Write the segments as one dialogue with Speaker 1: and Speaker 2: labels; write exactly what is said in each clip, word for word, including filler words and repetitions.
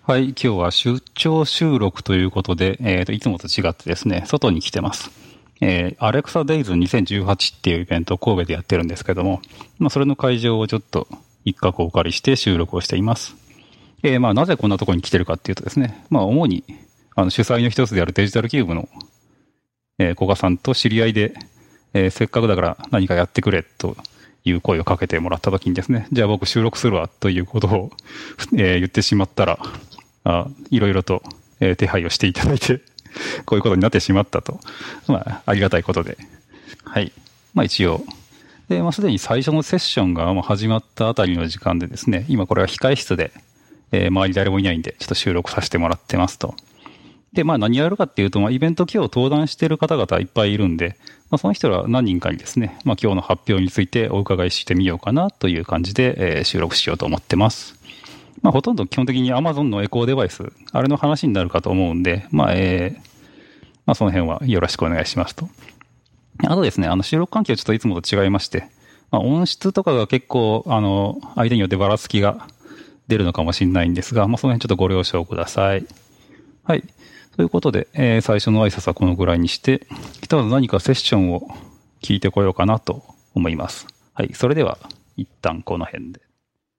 Speaker 1: はい、今日は出張収録ということで、えーと、いつもと違ってですね、外に来てます。えー、アレクサデイズにせんじゅうはちっていうイベントを神戸でやってるんですけども、まあ、それの会場をちょっと一角お借りして収録をしています。えー、まあ、なぜこんなところに来てるかっていうとですね、まあ、主に、あの、主催の一つであるデジタルキューブの、えー、古賀さんと知り合いで、えー、せっかくだから何かやってくれという声をかけてもらったときにですね、じゃあ僕収録するわということを、えー、言ってしまったら、あいろいろと、えー、手配をしていただいて、こういうことになってしまったと。まあ、ありがたいことで。はい。まあ一応。で、まあすでに最初のセッションがもう始まったあたりの時間でですね、今これは控室で、えー、周り誰もいないんで、ちょっと収録させてもらってますと。で、まあ何やるかっていうと、まあイベント今日登壇している方々いっぱいいるんで、まあその人ら何人かにですね、まあ今日の発表についてお伺いしてみようかなという感じで、えー、収録しようと思ってます。まあ、ほとんど基本的に Amazon のエコーデバイス、あれの話になるかと思うんで、まあ、えー、まあ、その辺はよろしくお願いしますと。あとですね、あの、収録環境ちょっといつもと違いまして、まあ、音質とかが結構、あの、相手によってばらつきが出るのかもしれないんですが、まあ、その辺ちょっとご了承ください。はい。ということで、えー、最初の挨拶はこのぐらいにして、ひとまず何かセッションを聞いてこようかなと思います。はい。それでは、一旦この辺で。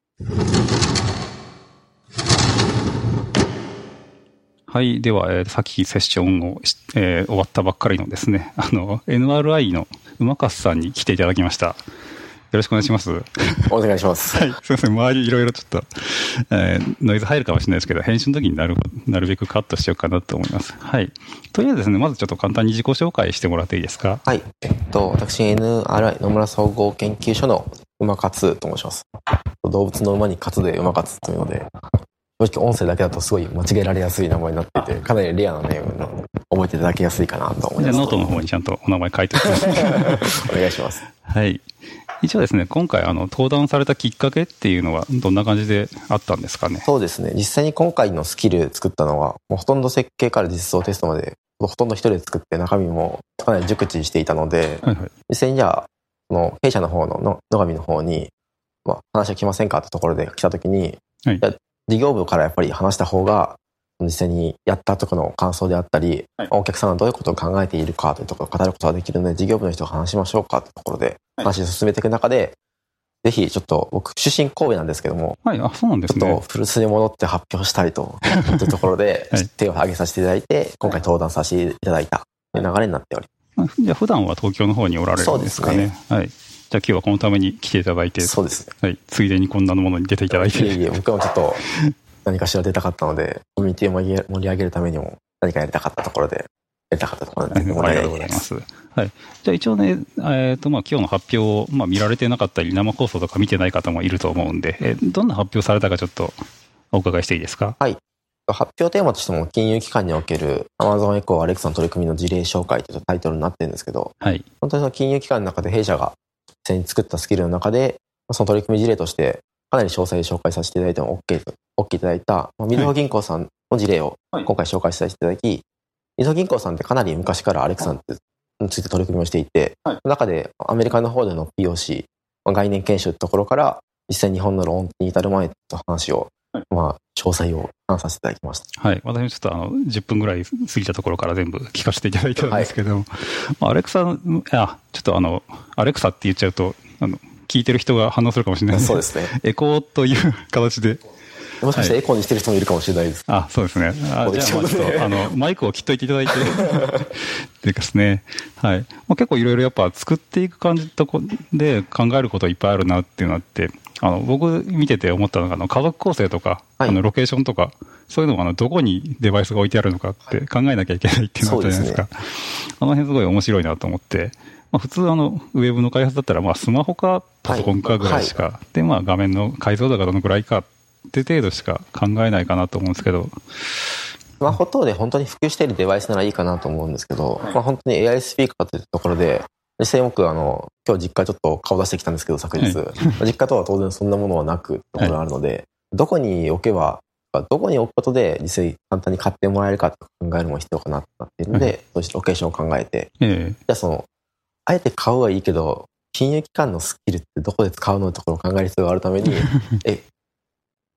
Speaker 1: はい。では、えー、さっきセッションを、えー、終わったばっかりのですね、あの、エヌアールアイ の馬勝さんに来ていただきました。よろしくお願いします。
Speaker 2: お願いします。
Speaker 1: はい。すいません。周りいろいろちょっと、えー、ノイズ入るかもしれないですけど、編集の時になる、なるべくカットしようかなと思います。はい。とりあえずですね、まずちょっと簡単に自己紹介してもらっていいですか。
Speaker 2: はい。えっと、私、エヌアールアイ 野村総合研究所の馬勝と申します。動物の馬に勝で馬勝というので、正直音声だけだとすごい間違えられやすい名前になっていて、かなりレアなネームなので、覚えていただきやすいかなと思います。
Speaker 1: じゃあノートの方にちゃんとお名前書いておきます。
Speaker 2: お願いします。
Speaker 1: はい。一応ですね、今回あの登壇されたきっかけっていうのはどんな感じであったんですかね。
Speaker 2: そうですね。実際に今回のスキル作ったのは、もうほとんど設計から実装テストまで、ほとんど一人で作って中身もかなり熟知していたので、はいはい、実際にじゃあ、その弊社の方の野上の方に、まあ、話は来ませんかってところで来たときに、はい、事業部からやっぱり話した方が、実際にやったところの感想であったり、はい、お客さんがどういうことを考えているかというところを語ることができるので、事業部の人が話しましょうかというところで、話を進めていく中で、ぜひちょっと僕出身神戸なんですけども、
Speaker 1: はい、あ、そうなんですね。
Speaker 2: ちょっと古巣に戻って発表したいというところで、はい、手を挙げさせていただいて、今回登壇させていただいた流れになっており
Speaker 1: ます。じゃあ普段は東京の方におられるんですかね。そうですね。はい。じゃあ今日はこのために来ていただいて、
Speaker 2: そうですね。
Speaker 1: はい。ついでにこんなものに出ていただいて。
Speaker 2: いえいえ、僕もちょっと何かしら出たかったので、コミュニティを盛り上げるためにも何かやりたかったところで、やりたかったところで、
Speaker 1: ありがとうございます。はい。じゃあ一応ね、えっと、まあ今日の発表を、まあ見られてなかったり、生放送とか見てない方もいると思うんで、えどんな発表されたかちょっとお伺いしていいですか。
Speaker 2: はい。発表テーマとしても、金融機関における Amazon エコー Alexa の取り組みの事例紹介というタイトルになってるんですけど、はい。本当にその金融機関の中で弊社が実際に作ったスキルの中で、その取り組み事例として、かなり詳細に紹介させていただいても OK と、OK いただいた、みずほ銀行さんの事例を今回紹介させていただき、みずほ銀行さんってかなり昔から Alexa について取り組みをしていて、はい、中でアメリカの方での ピーオーシー、概念研修ってところから、実際日本のローンに至る前の話を、はい、まあ、詳細を話させていただきました。
Speaker 1: はい。私もちょっとあの、じゅっぷんぐらい過ぎたところから全部聞かせていただいたんですけども、はい、アレクサ、あ、ちょっとあの、アレクサって言っちゃうと、あの、聞いてる人が反応するかもしれないので、
Speaker 2: そうですね。
Speaker 1: エコーという形で、
Speaker 2: もしかしてエコーにしてる人もいるかもしれないです。
Speaker 1: はい、あ、そうですね。あ、じゃあ、まあちょっと、あの、マイクを切っといていただいて、でですね。はい。まあ、結構いろいろやっぱ作っていく感じとこで考えることいっぱいあるなっていうのがあって、あの、僕見てて思ったのが、あの、家族構成とか、はい、あの、ロケーションとか、そういうのもあの、どこにデバイスが置いてあるのかって考えなきゃいけないっていうのがあったじゃないですか。そうですね。あの辺すごい面白いなと思って、まあ、普通あのウェブの開発だったらまあスマホかパソコンかぐらいしか、はいはい、でまあ画面の解像度がどのくらいかって程度しか考えないかなと思うんですけど、
Speaker 2: スマホ等で本当に普及しているデバイスならいいかなと思うんですけど、はい、まあ、本当に エーアイ スピーカーというところで実際僕あの今日実家ちょっと顔出してきたんですけど昨日、はい、実家とは当然そんなものはなくところがあるので、はい、どこに置けばどこに置くことで実際簡単に買ってもらえるかと考えるのが必要かなとなっているので、はい、そうしてロケーションを考えて、はい、じゃあそのあえて買うはいいけど、金融機関のスキルってどこで使うのってところを考える必要があるために、え、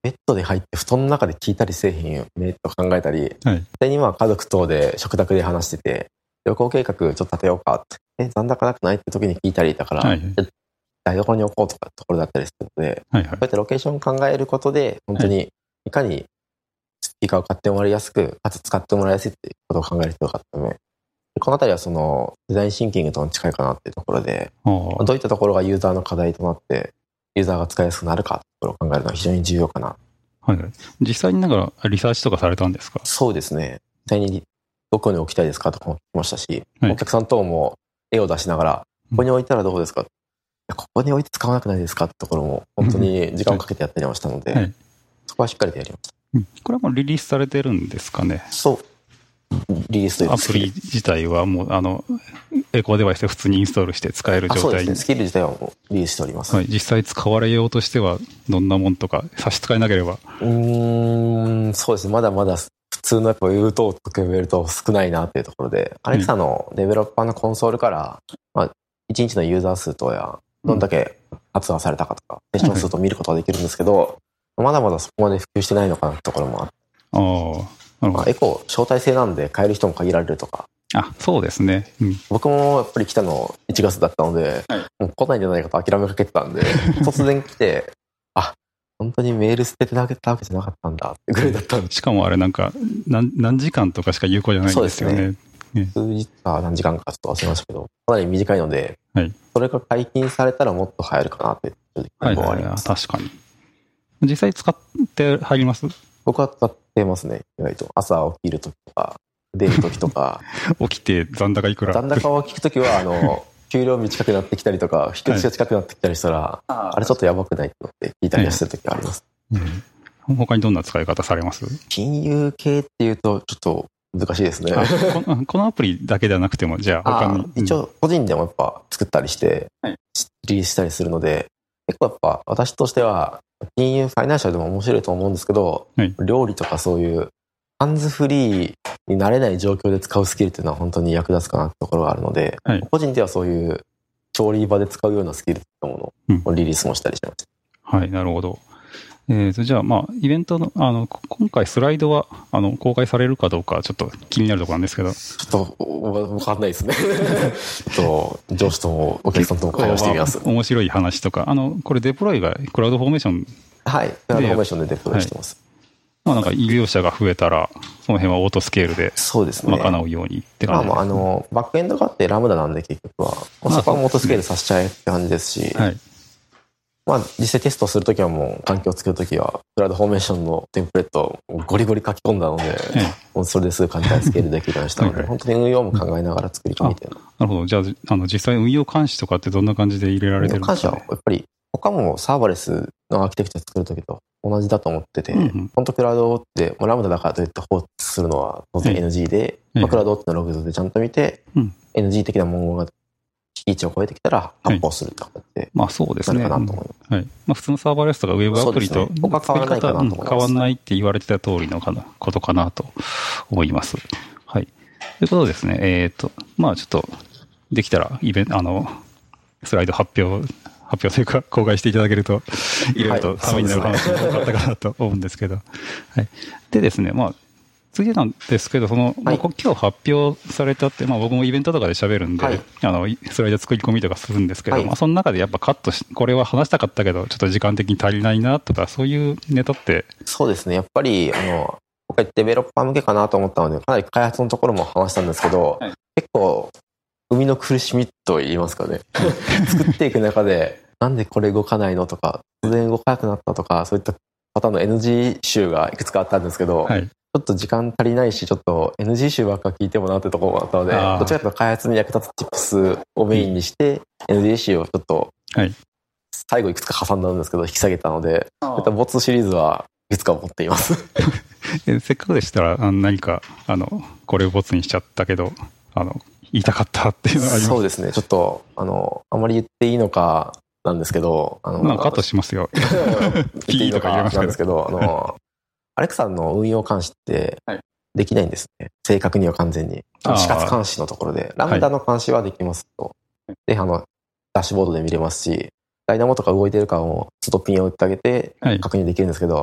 Speaker 2: ベッドで入って布団の中で聞いたりせえへんよねと考えたり、
Speaker 1: はい、
Speaker 2: で今家族等で食卓で話してて、旅行計画ちょっと立てようかって、え、残高なくないって時に聞いたり、だから、はい、台所に置こうとかところだったりするので、はいはい、そうやってロケーションを考えることで、本当にいかにスピーカーを買ってもらいやすく、かつ使ってもらいやすいっていうことを考える必要があったので、このあたりはそのデザインシンキングとの近いかなっていうところで、どういったところがユーザーの課題となって、ユーザーが使いやすくなるかっていうところを考えるのは非常に重要かな。
Speaker 1: はいはい。実際になんかリサーチとかされたんですか？
Speaker 2: そうですね。実際にどこに置きたいですかとかも聞きましたし、はい、お客さん等も絵を出しながら、ここに置いたらどうですか、うん、ここに置いて使わなくないですかってところも本当に時間をかけてやったりましたので、はい、そこはしっかりとやりました。
Speaker 1: うん、これはもうリリースされてるんですかね？
Speaker 2: そう。リリースという
Speaker 1: アプリ自体はもうあのエコーデバイスで普通にインストールして使える状態に。
Speaker 2: そうですね。スキル自体はもうリリースしております。
Speaker 1: はい。実際使われようとしてはどんなもんとか差し支えなければ。
Speaker 2: うーん、そうですね。まだまだ普通のやっぱ ユー 等と比べると少ないなっていうところで、アレクサのデベロッパーのコンソールから、まあ、いちにちのユーザー数とや、どんだけ発話されたかとか、セッション数と見ることができるんですけど、まだまだそこまで普及してないのかなってところもあって。
Speaker 1: ああ。
Speaker 2: まあ、エコー招待制なんで買える人も限られるとか。
Speaker 1: あ、そうですね。うん、
Speaker 2: 僕もやっぱり来たのいちがつだったので、はい、もう来ないんじゃないかと諦めかけてたんで、突然来て、あ、本当にメール捨ててあげたわけじゃなかったんだってぐらいだったんで。
Speaker 1: しかもあれなんか何、何時間とかしか有効じゃないんですよね。そうですね。
Speaker 2: 数日か何時間かちょっと忘れましたけど、かなり短いので、はい、それが解禁されたらもっと流行るかなって正直思われます。
Speaker 1: はいはいはい、確かに。実際使って入ります？
Speaker 2: 僕は使ってますね。意外と朝起きるときとか、出るときとか。
Speaker 1: 起きて残高いくら？
Speaker 2: 残高を聞くときは、あの、給料日近くなってきたりとか、引き出しが近くなってきたりしたら、はい、あれちょっとやばくないって聞いたりするときがあります、
Speaker 1: はいうん。他にどんな使い方されます？
Speaker 2: 金融系っていうと、ちょっと難しいですね。
Speaker 1: この、このアプリだけではなくても、じゃあ他に。
Speaker 2: 一応、個人でもやっぱ作ったりして、はい、リリースしたりするので、結構やっぱ私としては、金融ファイナンシャルでも面白いと思うんですけど、はい、料理とかそういうハンズフリーになれない状況で使うスキルっていうのは本当に役立つかなってところがあるので、はい、個人ではそういう調理場で使うようなスキルってものをリリースもしたりしました。
Speaker 1: うん、はい、なるほど。えーと、じゃあまあイベントのあの今回スライドはあの公開されるかどうかちょっと気になるところなんですけど、
Speaker 2: ちょっと分かんないですね。ちょっと上司ともお客さんとも会話してみます。
Speaker 1: 面白い話とか、あのこれデプロイがクラウドフォーメーション、
Speaker 2: はい、クラウドフォーメーションでデプロイしてます。
Speaker 1: はい、まあなんか医療者が増えたらその辺はオートスケールで賄うようにって感じですね。
Speaker 2: まあまああのバックエンドがあってラムダなんで結局は、まあ、そこはオートスケールさせちゃえって感じですし。はい、まあ、実際テストするときはもう環境を作るときはクラウドフォーメーションのテンプレートをゴリゴリ書き込んだので、ええ、もうそれですぐ簡単にスケールできるようにしたので、はい、本当に運用も考えながら作り決めてる。
Speaker 1: なるほど。じゃあ、あの実際運用監視とかってどんな感じで入れられてるんですか？
Speaker 2: 運用監視はやっぱり他もサーバレスのアーキテクチャ作るときと同じだと思ってて、うんうん、本当クラウドってもうラムダだからといって放置するのは当然 エヌジー で、ええまあ、クラウドってのログ図でちゃんと見て、うん、エヌジー 的な文言が位置を超えてきたら発砲するとかって、はい、
Speaker 1: まあそうですね。なるかなと思います。はい。まあ普通のサーバーレスとかウェブアプリと、
Speaker 2: ね、僕は変わらないかなと思います。
Speaker 1: 変わらないって言われてた通りのかなことかなと思います。はい。ということですね。えっと、まあちょっと、できたらイベント、あの、スライド発表、発表というか公開していただけると、いろいろとためになる話が多かったかなと思うんですけど。はい。でですね、まあ、次なんですけど、その、はい、今日発表されたって、まあ僕もイベントとかで喋るんで、はい、あの、スライド作り込みとかするんですけど、はい、まあその中でやっぱカットし、これは話したかったけど、ちょっと時間的に足りないなとか、そういうネタって。
Speaker 2: そうですね。やっぱり、あの、今回デベロッパー向けかなと思ったので、かなり開発のところも話したんですけど、はい、結構、生みの苦しみと言いますかね。作っていく中で、なんでこれ動かないのとか、突然動かなくなったとか、そういったパターンの エヌジー 集がいくつかあったんですけど、はい、ちょっと時間足りないし、ちょっと エヌジー 集ばっか聞いてもなってところもあったので、どちらかというと開発に役立つチップスをメインにして、うん、エヌジー 集をちょっと、最後いくつか挟んだんですけど、引き下げたので、そういったボツシリーズはいくつか持っています。
Speaker 1: せっかくでしたら、何か、あの、これをボツにしちゃったけど、あの、言いたかったっていうのがあります。
Speaker 2: そうですね。ちょっと、あの、あまり言っていいのかなんですけど、あの、
Speaker 1: まあ、カットしますよ。
Speaker 2: 言っていいのかなんですけど、あの、アレクサの運用監視ってできないんですね。正確には完全に。死活監視のところで。ラムダの監視はできますと。はい、で、あの、ダッシュボードで見れますし、ダイナモとか動いてるかをちょっとピンを打ってあげて確認できるんですけど、はい、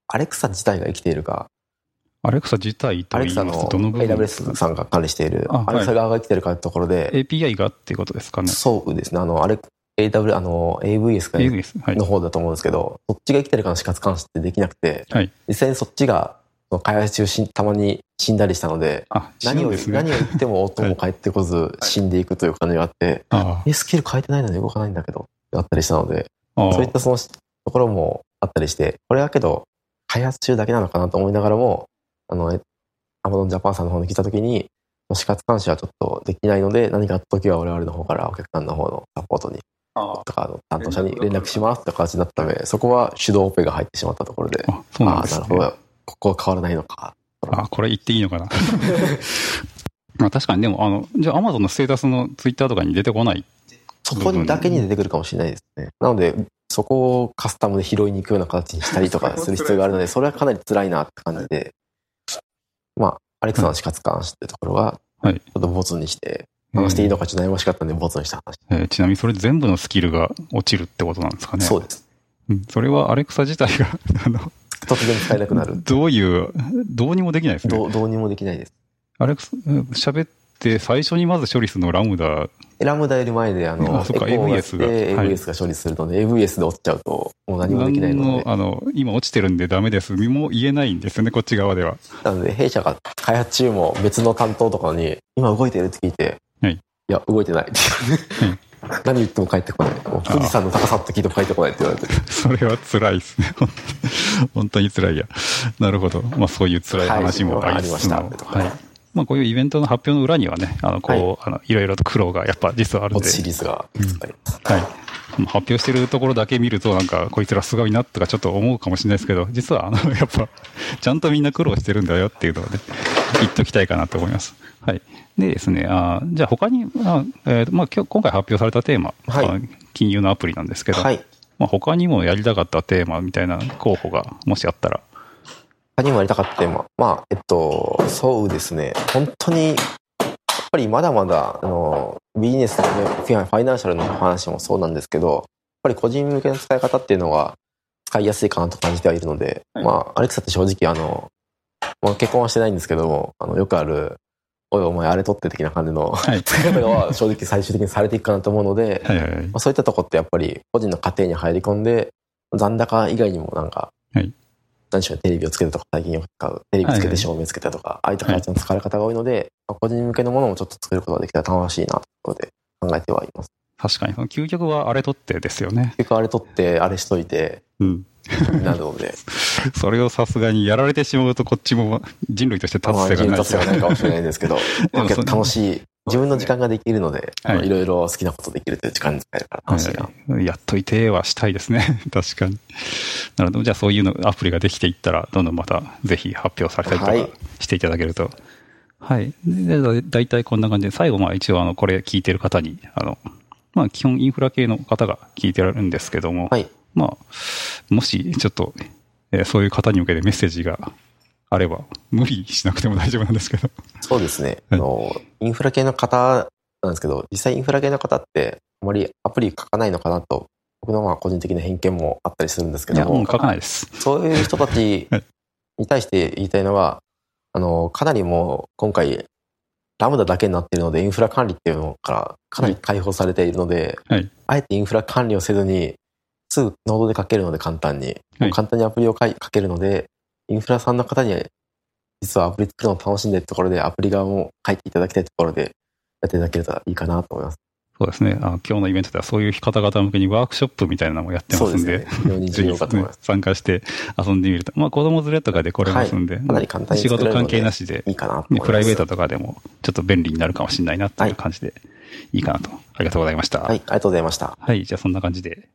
Speaker 2: アレクサ自体が生きているか、
Speaker 1: アレクサ自体と言いますとどの部分？
Speaker 2: エーダブリューエス さんが管理している、アレクサ側が生きているかというところで、
Speaker 1: エーピーアイ がっていうことですかね。
Speaker 2: そうですね。あの、あれ、エーダブリュー、あの、エーブイエス がの方だと思うんですけど、はい、そっちが生きてるかの死活監視ってできなくて、はい、実際にそっちが、開発中し、たまに死んだりしたので、
Speaker 1: あ、
Speaker 2: 何を、
Speaker 1: ね、
Speaker 2: 何を言っても音も返ってこず死んでいくという感じがあって、はい、え、スキル変えてないのに動かないんだけど、あったりしたので、そういったそのところもあったりして、これだけど、開発中だけなのかなと思いながらも、あの、Amazon Japan さんの方に来た時に、死活監視はちょっとできないので、何かあった時は我々の方からお客さんの方のサポートに、とか、担当者に連絡しますって形になったため、そこは手動オペが入ってしまったところで、
Speaker 1: あ、そうなんですね。
Speaker 2: あ、なるほど。ここは変わらないのか。
Speaker 1: あ、これ言っていいのかな。まあ確かに、でも、あの、じゃあ Amazon のステータスのツイッターとかに出てこない？
Speaker 2: そこにだけに出てくるかもしれないですね。なので、そこをカスタムで拾いに行くような形にしたりとかする必要があるので、それはかなり辛いなって感じで、まあ、アレクサの死活監視っていうところは、ちょっとボツにして、話していいのかちょっと悩ましかったんで、ボツにした話。
Speaker 1: えー、ちなみにそれ全部のスキルが落ちるってことなんですかね。
Speaker 2: そうです。
Speaker 1: うん、それはアレクサ自体が、あの、
Speaker 2: 突然使えなくなる。
Speaker 1: どういう、どうにもできないですね。
Speaker 2: どう、どうにもできないです。
Speaker 1: アレクサ、喋って最初にまず処理するのラムダ。
Speaker 2: ラムダより前で、あの、
Speaker 1: あ、そっか、エーブイエス が。
Speaker 2: エーブイエス が処理するので、はい、エーブイエス で落ちちゃうと、もう何もできないので。
Speaker 1: あの、今落ちてるんでダメです。も言えないんですよね、こっち側では。
Speaker 2: なので、弊社が開発中も別の担当とかに、今動いてるって聞いて、はい、いや、動いてないって。はい何言っても帰ってこない。もう富士山の高さって聞いても帰ってこないって言われてる。
Speaker 1: それは辛いですね。本当に辛いや。なるほど。まあそういう辛い話もありました。はい。まあこういうイベントの発表の裏にはね、あの、こう、はい、あの、いろいろと苦労がやっぱ実はあるんで。
Speaker 2: シリーズがいくつかあります。
Speaker 1: うん、はい。発表してるところだけ見るとなんかこいつらすごいなとかちょっと思うかもしれないですけど、実はあの、やっぱ、ちゃんとみんな苦労してるんだよっていうのをね、言っときたいかなと思います。はい。でですね、あじゃあ他に、あえーまあ、今日今回発表されたテーマ、はい、金融のアプリなんですけど、はいまあ、他にもやりたかったテーマみたいな候補がもしあったら。
Speaker 2: 他にもやりたかったテーマ、まあ、えっと、そうですね、本当に、やっぱりまだまだ、あの、ビジネスの、ファイナンシャルの話もそうなんですけど、やっぱり個人向けの使い方っていうのは使いやすいかなと感じてはいるので、はい、まあ、アレクサって正直、あの、まあ、結婚はしてないんですけども、あの、よくある、おいお前あれ取って的な感じの、はい、使い方は正直最終的にされていくかなと思うので、はいはいはいまあ、そういったとこってやっぱり個人の家庭に入り込んで、残高以外にもなんか、はい、何でしょう、テレビをつけたとか最近よく使う、テレビつけて照明つけたとか、はいはい、ああいった形の使われ方が多いので、まあ、個人向けのものもちょっと作ることができたら楽しいなということで考えてはいます。
Speaker 1: 確かに、その究極はあれ取ってですよね。
Speaker 2: 究極あれ取って、あれしといて、うんなるので。
Speaker 1: それをさすがにやられてしまうとこっちも人類として立つ手がない。
Speaker 2: まあ、人類としてはないかもしれないですけど、楽しい。自分の時間ができるので、はい、いろいろ好きなことできるという時間に使えるから楽しいな、
Speaker 1: はい。やっといてはしたいですね。確かに。なので、じゃあそういうのアプリができていったら、どんどんまたぜひ発表されたりとかしていただけると。はい。で、だいたいこんな感じで、最後、まあ一応あの、これ聞いてる方に、あの、まあ基本インフラ系の方が聞いてられるんですけども、はい。まあ、もしちょっと、えー、そういう方に向けてメッセージがあれば、無理しなくても大丈夫なんですけど。
Speaker 2: そうですね。はい、あの、インフラ系の方なんですけど、実際インフラ系の方って、あまりアプリ書かないのかなと、僕のまあ個人的な偏見もあったりするんですけども。
Speaker 1: いや、もう書かないです。
Speaker 2: そういう人たちに対して言いたいのは、あの、かなりもう今回、ラムダだけになっているので、インフラ管理っていうのからかなり解放されているので、はい、あえてインフラ管理をせずに、すぐノードで書けるので簡単に、はい、簡単にアプリを書けるので、インフラさんの方には実はアプリ作るのを楽しんでいるところでアプリ側も書いていただきたいところでやっていただけるといいかなと思います。
Speaker 1: そうですね。あ今日のイベントではそういう方々向けにワークショップみたいなのもやってますんで、
Speaker 2: そうですね、非常に重要かと思います。
Speaker 1: 参加して遊んでみると、まあ子供連れとかで来れますんで、はい、
Speaker 2: かなり簡単に
Speaker 1: 仕事関係なしで、
Speaker 2: いいかなと
Speaker 1: プライベートとかでもちょっと便利になるかもしれないなっていう感じで、いいかなと。ありがとうございました。
Speaker 2: はい、ありがとうございました。
Speaker 1: はい、じゃあそんな感じで。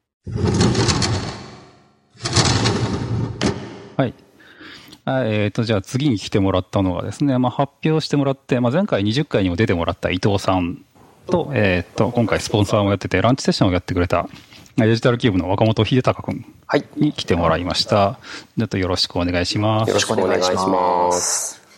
Speaker 1: はい。えっと、じゃあ次に来てもらったのはですね、まあ発表してもらって、まあ前回にじゅっかいにも出てもらった伊藤さんと、えっと、今回スポンサーもやってて、ランチセッションをやってくれた、デジタルキューブの若本秀隆君に来てもらいました。はい、ちょっとよろしくお願いします。
Speaker 2: よろしくお願いします。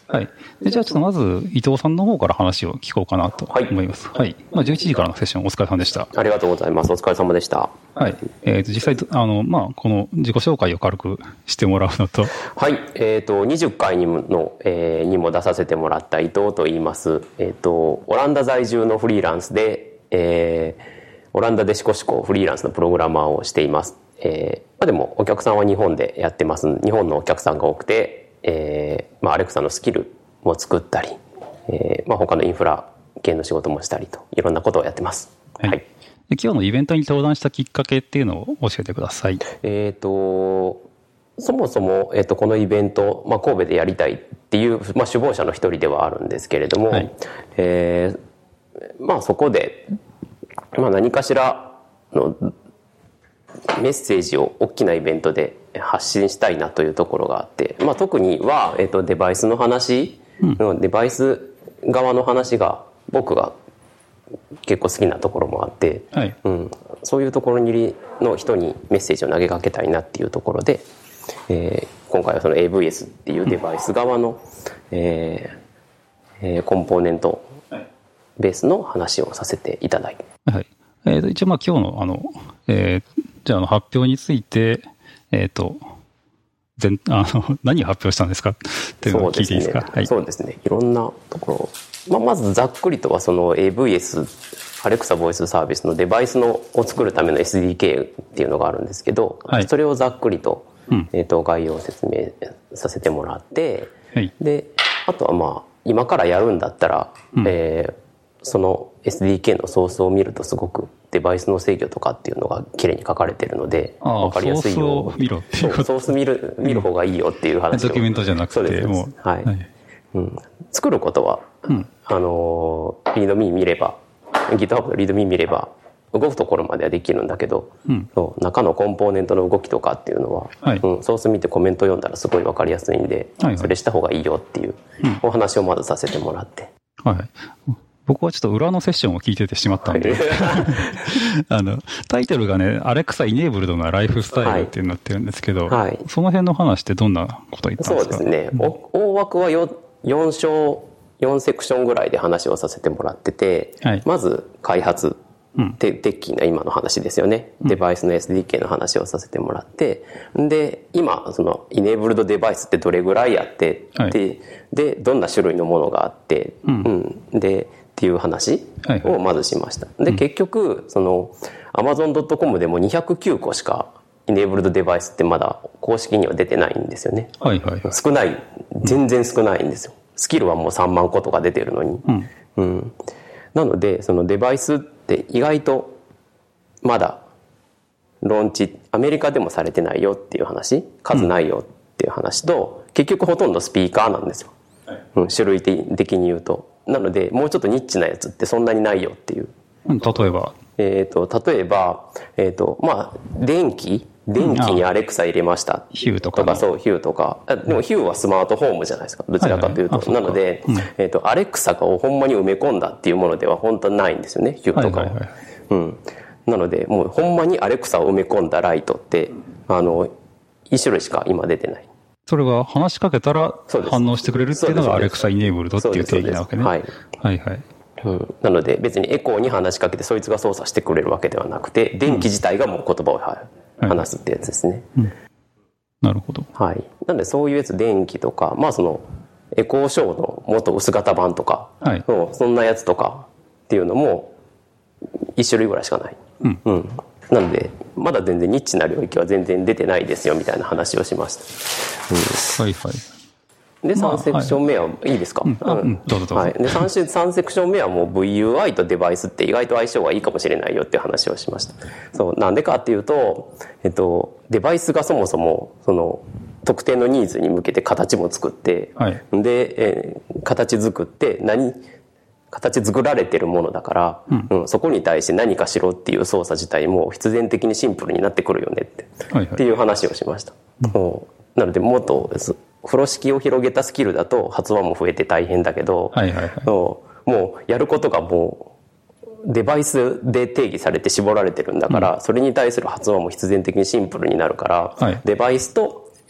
Speaker 1: はい。でじゃあちょっとまず伊藤さんの方から話を聞こうかなと思います。はい。はい、まあ、じゅういちじからのセッションお疲れ様でした。
Speaker 3: ありがとうございます。お疲れ様でした。
Speaker 1: はい。えっ、ー、と、実際、あの、まあ、この自己紹介を軽くしてもらうのと。
Speaker 3: はい。えっ、ー、と、にじゅっかいにもの、えー、にも出させてもらった伊藤と言います。えっ、ー、と、オランダ在住のフリーランスで、えー、オランダでシコシコフリーランスのプログラマーをしています。えー、まあ、でもお客さんは日本でやってます。日本のお客さんが多くて、えー、まあ、アレクサのスキルも作ったり、えー、まあ、他のインフラ系の仕事もしたりと、いろんなことをやってます。はい。はい、
Speaker 1: で今日のイベントに登壇したきっかけっていうのを教えてください。
Speaker 3: えっ、ー、と、そもそも、えー、とこのイベント、まあ、神戸でやりたいっていう、まあ、首謀者の一人ではあるんですけれども、はい、えー、まあそこで、まあ、何かしらのメッセージを大きなイベントで発信したいなというところがあって、まあ、特には、えー、とデバイスの話の、うん、デバイス側の話が僕が結構好きなところもあって、はい、うん、そういうところにの人にメッセージを投げかけたいなっていうところで、えー、今回はその エーブイエス っていうデバイス側の、うん、えーえー、コンポーネントベースの話をさせていただいて、
Speaker 1: はい、えー、と一応まあ今日のあの、えー、じゃあの発表について、えっ、ー、と全あの何を発表したんですかっていうのを聞いていいですか。
Speaker 3: はい、そうですね、いろんなところ、まあ、まずざっくりとはその エーブイエス アレクサボイスサービスのデバイスのを作るための エスディーケー っていうのがあるんですけど、はい、それをざっくりと、うん、えー、と概要を説明させてもらって、はい、であとはまあ今からやるんだったら、うん、えー、その エスディーケー のソースを見るとすごくデバイスの制御とかっていうのが綺麗に書かれてるので分かりやすいよ。
Speaker 1: ソースを見ろっていうこと。
Speaker 3: ソース見る見る方がいいよっていう話を、
Speaker 1: ドキュメントじゃなくて。
Speaker 3: そうですもう、はい、はい、うん、作ることは、うん、あのリードミー見れば GitHub のリードミー見れば動くところまではできるんだけど、うん、そう中のコンポーネントの動きとかっていうのは、はい、うん、ソース見てコメント読んだらすごい分かりやすいんで、はいはい、それした方がいいよっていうお話をまずさせてもらって、
Speaker 1: はいはい、僕はちょっと裏のセッションを聞いててしまったんで、はい、あのタイトルがね、アレクサイネーブルドなライフスタイルっていうなってるんですけど、はいはい、その辺の話ってどんなこと言ったんですか。
Speaker 3: そうですね、うん、大枠は よん章よんセクションぐらいで話をさせてもらってて、はい、まず開発、うん、でデッキーな今の話ですよね、うん、デバイスの エスディーケー の話をさせてもらって、で今そのイネーブルドデバイスってどれぐらいあって、はい、で, でどんな種類のものがあって、うんうん、でっていう話をまずしました、はいはい、で結局その アマゾンドットコム でもにひゃくきゅうこしかイネーブルドデバイスってまだ公式には出てないんですよね、はいはいはい、少ない、全然少ないんですよ。スキルはもうさんまんことか出てるのに、うんうん、なのでそのデバイスって意外とまだローンチアメリカでもされてないよっていう話、数ないよっていう話と、うん、結局ほとんどスピーカーなんですよ、はいうん、種類的に言うと。なのでもうちょっとニッチなやつってそんなにないよっていう、
Speaker 1: うん、例えば
Speaker 3: えーと例えば、えーとまあ、電気電気にアレクサ入れました、うん、
Speaker 1: ヒューとか、ね、
Speaker 3: そうヒューとか、でもヒューはスマートホームじゃないですか、どちらかというと、はいはい、なので、うんえーと、アレクサをほんまに埋め込んだっていうものでは本当にないんですよね、ヒューとかは、はいはいはい、うん、なのでもうほんまにアレクサを埋め込んだライトってあのいち種類しか今出てない。
Speaker 1: それは話しかけたら反応してくれるっていうのがアレクサイネーブルドっていう定義なわけね。はい、はいはい、
Speaker 3: うん、なので別にエコーに話しかけてそいつが操作してくれるわけではなくて、電気自体がもう言葉を話すってやつですね、はいうん、
Speaker 1: なるほど、
Speaker 3: はい、なのでそういうやつ電気とか、まあそのエコーショーの元薄型版とか、はい、そんなやつとかっていうのもいち種類ぐらいしかない、うんうん、なのでまだ全然ニッチな領域は全然出てないですよみたいな話をしました、うん、はいはいでさんセクション目は、まあ、いいですか、うんうん、どうぞどうぞ、はい、で 3, さんセクション目はもう ブイユーアイ とデバイスって意外と相性がいいかもしれないよっていう話をしました。そうなんでかっていうと、えっと、デバイスがそもそもその特定のニーズに向けて形も作って、はい、で、えー、形作って何形作られてるものだから、うんうん、そこに対して何かしろっていう操作自体も必然的にシンプルになってくるよねって、はいはい、っていう話をしました、うん、なのでもっと風呂敷を広げたスキルだと発話も増えて大変だけど、はいはいはい、もうやることがもうデバイスで定義されて絞られてるんだから、うん、それに対する発話も必然的にシンプルになるから、はい、デバイスと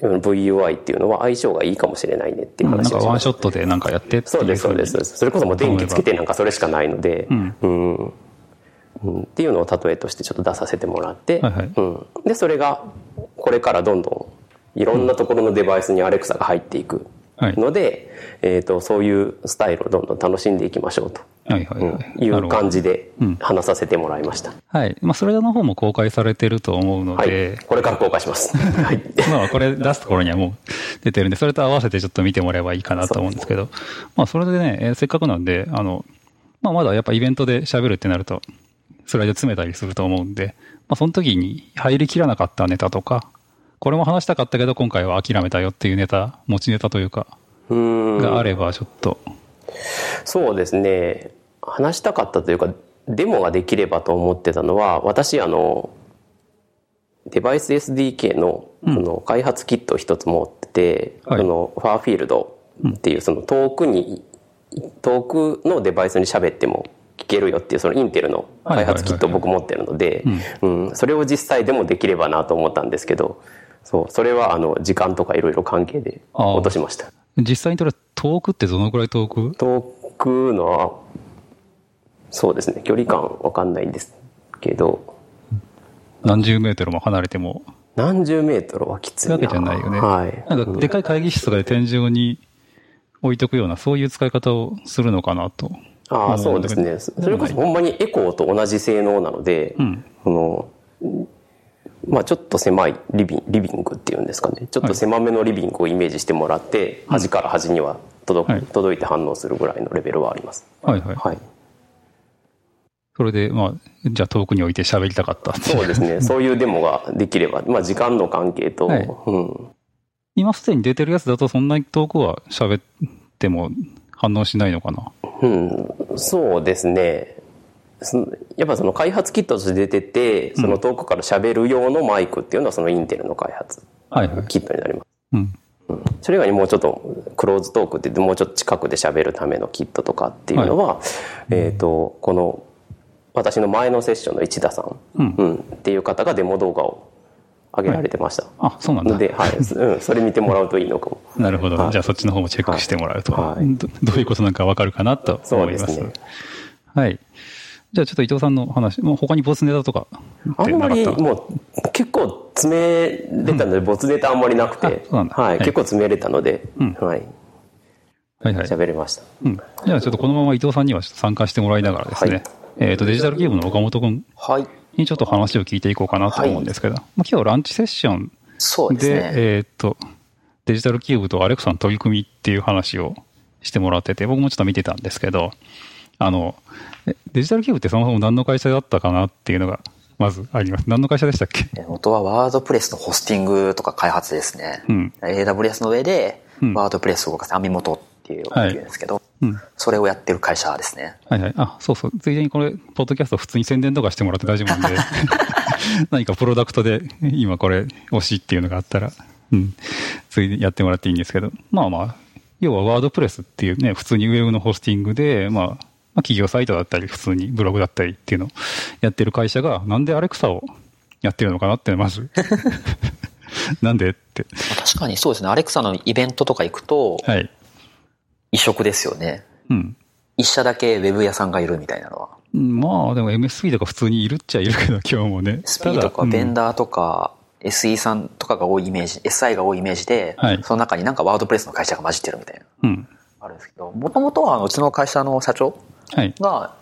Speaker 3: ブイユーアイ っていうのは相性がいいかもしれないねっていう話をしました、ね。
Speaker 1: なんかワンショットでなんかやってっていう。
Speaker 3: そうです、そうです。それこそもう電気つけてなんかそれしかないので、うん。うんうん、っていうのを例えとしてちょっと出させてもらって、はいはい、うん、でそれがこれからどんどんいろんなところのデバイスにアレクサが入っていくので、はい、えーと、そういうスタイルをどんどん楽しんでいきましょうと、はいはいはい、うん、いう感じで話させてもらいました、うん、
Speaker 1: はい。まあ、それらの方も公開されてると思うので、
Speaker 3: はい、これから公開します、はい、
Speaker 1: まあこれ出すところにはもう出てるんで、それと合わせてちょっと見てもらえばいいかなと思うんですけど、まあ、それでね、えー、せっかくなんであの、まあ、まだやっぱイベントで喋るってなるとスライド詰めたりすると思うんで、まあ、その時に入りきらなかったネタとか、これも話したかったけど今回は諦めたよっていうネタ、持ちネタというかがあればちょっと。
Speaker 3: そうですね、話したかったというかデモができればと思ってたのは、私あのデバイス エスディーケー の、その開発キットを一つ持ってて、うん、そのファーフィールドっていうその遠くに遠くのデバイスに喋っても聞けるよっていうそのインテルの開発キットを僕持ってるので、それを実際でもできればなと思ったんですけど、そうそれはあの時間とかいろいろ関係で落としました。
Speaker 1: 実際にとれ遠くってどのくらい遠く？
Speaker 3: 遠くのはそうですね、距離感わかんないんですけど、
Speaker 1: 何十メートルも離れても
Speaker 3: 何十メートルはきついな。
Speaker 1: そういうわけじゃないよね、
Speaker 3: はい、
Speaker 1: なんかでかい会議室とかで天井に置いとくようなそういう使い方をするのかなと。
Speaker 3: ああ、そうですね。それこそほんまにエコーと同じ性能なので、うん、そのまあちょっと狭いリビン、リビングっていうんですかね、ちょっと狭めのリビングをイメージしてもらって、はい、端から端には届く、はい、届いて反応するぐらいのレベルはあります。
Speaker 1: はいはい、はい、それでまあじゃあ遠くに置いて喋りたかった
Speaker 3: そうですね、そういうデモができれば、まあ時間の関係と、はい、うん、
Speaker 1: 今すでに出てるやつだとそんなに遠くは喋っても反応しないのかな。
Speaker 3: うん、そうですね。やっぱその開発キットとして出てて、その遠くから喋る用のマイクっていうのはそのインテルの開発キットになります。うんうん、それ以外にもうちょっとクローズトークって言ってもうちょっと近くで喋るためのキットとかっていうのは、はい、えっと、この私の前のセッションの市田さん、うんうん、っていう方がデモ動画を上げられてました。はい、
Speaker 1: あ、そうなんだ。
Speaker 3: で、はい、うん、それ見てもらうといいのかも。
Speaker 1: なるほど。はい、じゃあそっちの方もチェックしてもらうと、はい、ど, どういうことなのか分かるかなと思います。そうですね。はい。じゃあちょっと伊藤さんの話、もう他にボツネタとか
Speaker 3: あんまりもう結構詰めれたので、うん、ボツネタあんまりなくて、はい、はい、結構詰めれたので、うん、はい。はいはい。喋れました。
Speaker 1: うん。じゃあちょっとこのまま伊藤さんには参加してもらいながらですね、はい、えっと、デジタルキューブの岡本君にちょっと話を聞いていこうかなと思うんですけど、はい、まあ、今日ランチセッションで、
Speaker 3: そうですね、
Speaker 1: えっと、デジタルキューブとアレクサの取り組みっていう話をしてもらってて、僕もちょっと見てたんですけど、あの、デジタルキューブってそもそも何の会社だったかなっていうのがまずあります。何の会社でしたっけ？
Speaker 4: 元はワードプレスのホスティングとか開発ですね。うん、エーダブリューエス の上でワードプレスを動かす網元っていうのが言うんですけど、はい、うん、それをやってる会社ですね。
Speaker 1: はいはい。あ、そうそう。ついでにこれ、ポッドキャスト普通に宣伝とかしてもらって大丈夫なんで、何かプロダクトで今これ推しっていうのがあったら、うん、ついでやってもらっていいんですけど、まあまあ、要はワードプレスっていうね、普通にウェブのホスティングで、まあ、まあ、企業サイトだったり、普通にブログだったりっていうのをやってる会社が、なんでアレクサをやってるのかなって、まず。なんでって。
Speaker 4: 確かにそうですね。アレクサのイベントとか行くと、はい、異色ですよね。うん。一社だけウェブ屋さんがいるみたいなのは。
Speaker 1: まあ、でも エムエスピー とか普通にいるっちゃいるけど、今日もね。
Speaker 4: エムエスピー とかベンダーとか、うん、エスイー さんとかが多いイメージ、エスアイ が多いイメージで、はい、その中になんかワードプレスの会社が混じってるみたいな。うん。あるんですけど、もともとはうちの会社の社長が、はい、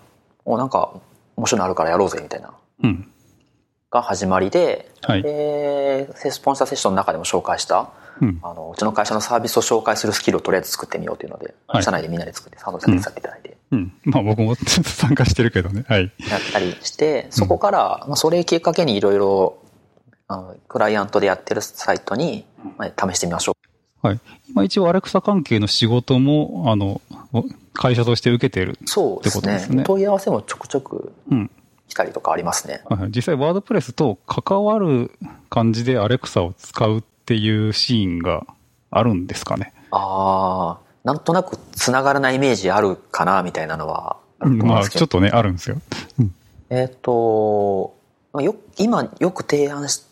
Speaker 4: もうなんか面白いのあるからやろうぜみたいな。うん。が始まりで、はい、で、スポンサーセッションの中でも紹介した、うん、あのうちの会社のサービスを紹介するスキルをとりあえず作ってみようというので、はい、社内でみんなで作ってサンドさん手伝っていただいて、
Speaker 1: うんうん、まあ僕もちょっと参加してるけどね、はい、
Speaker 4: やったりして、そこから、うん、まあ、それきっかけにいろいろクライアントでやってるサイトに、まあ、試してみましょ
Speaker 1: う。はい、今一応アレクサ関係の仕事もあの会社として受けているってことですね。そうですね。
Speaker 4: 問い合わせもちょくちょく、うん来たりとかありますね。
Speaker 1: はい、実際ワードプレスと関わる感じでアレクサを使うっていうシーンがあるんですかね。
Speaker 4: ああ、なんとなくつながらないイメージあるかなみたいなのはあると思うんですけど、
Speaker 1: まあちょっとねあるんですよ。うん、
Speaker 4: えっとよ今よく提案し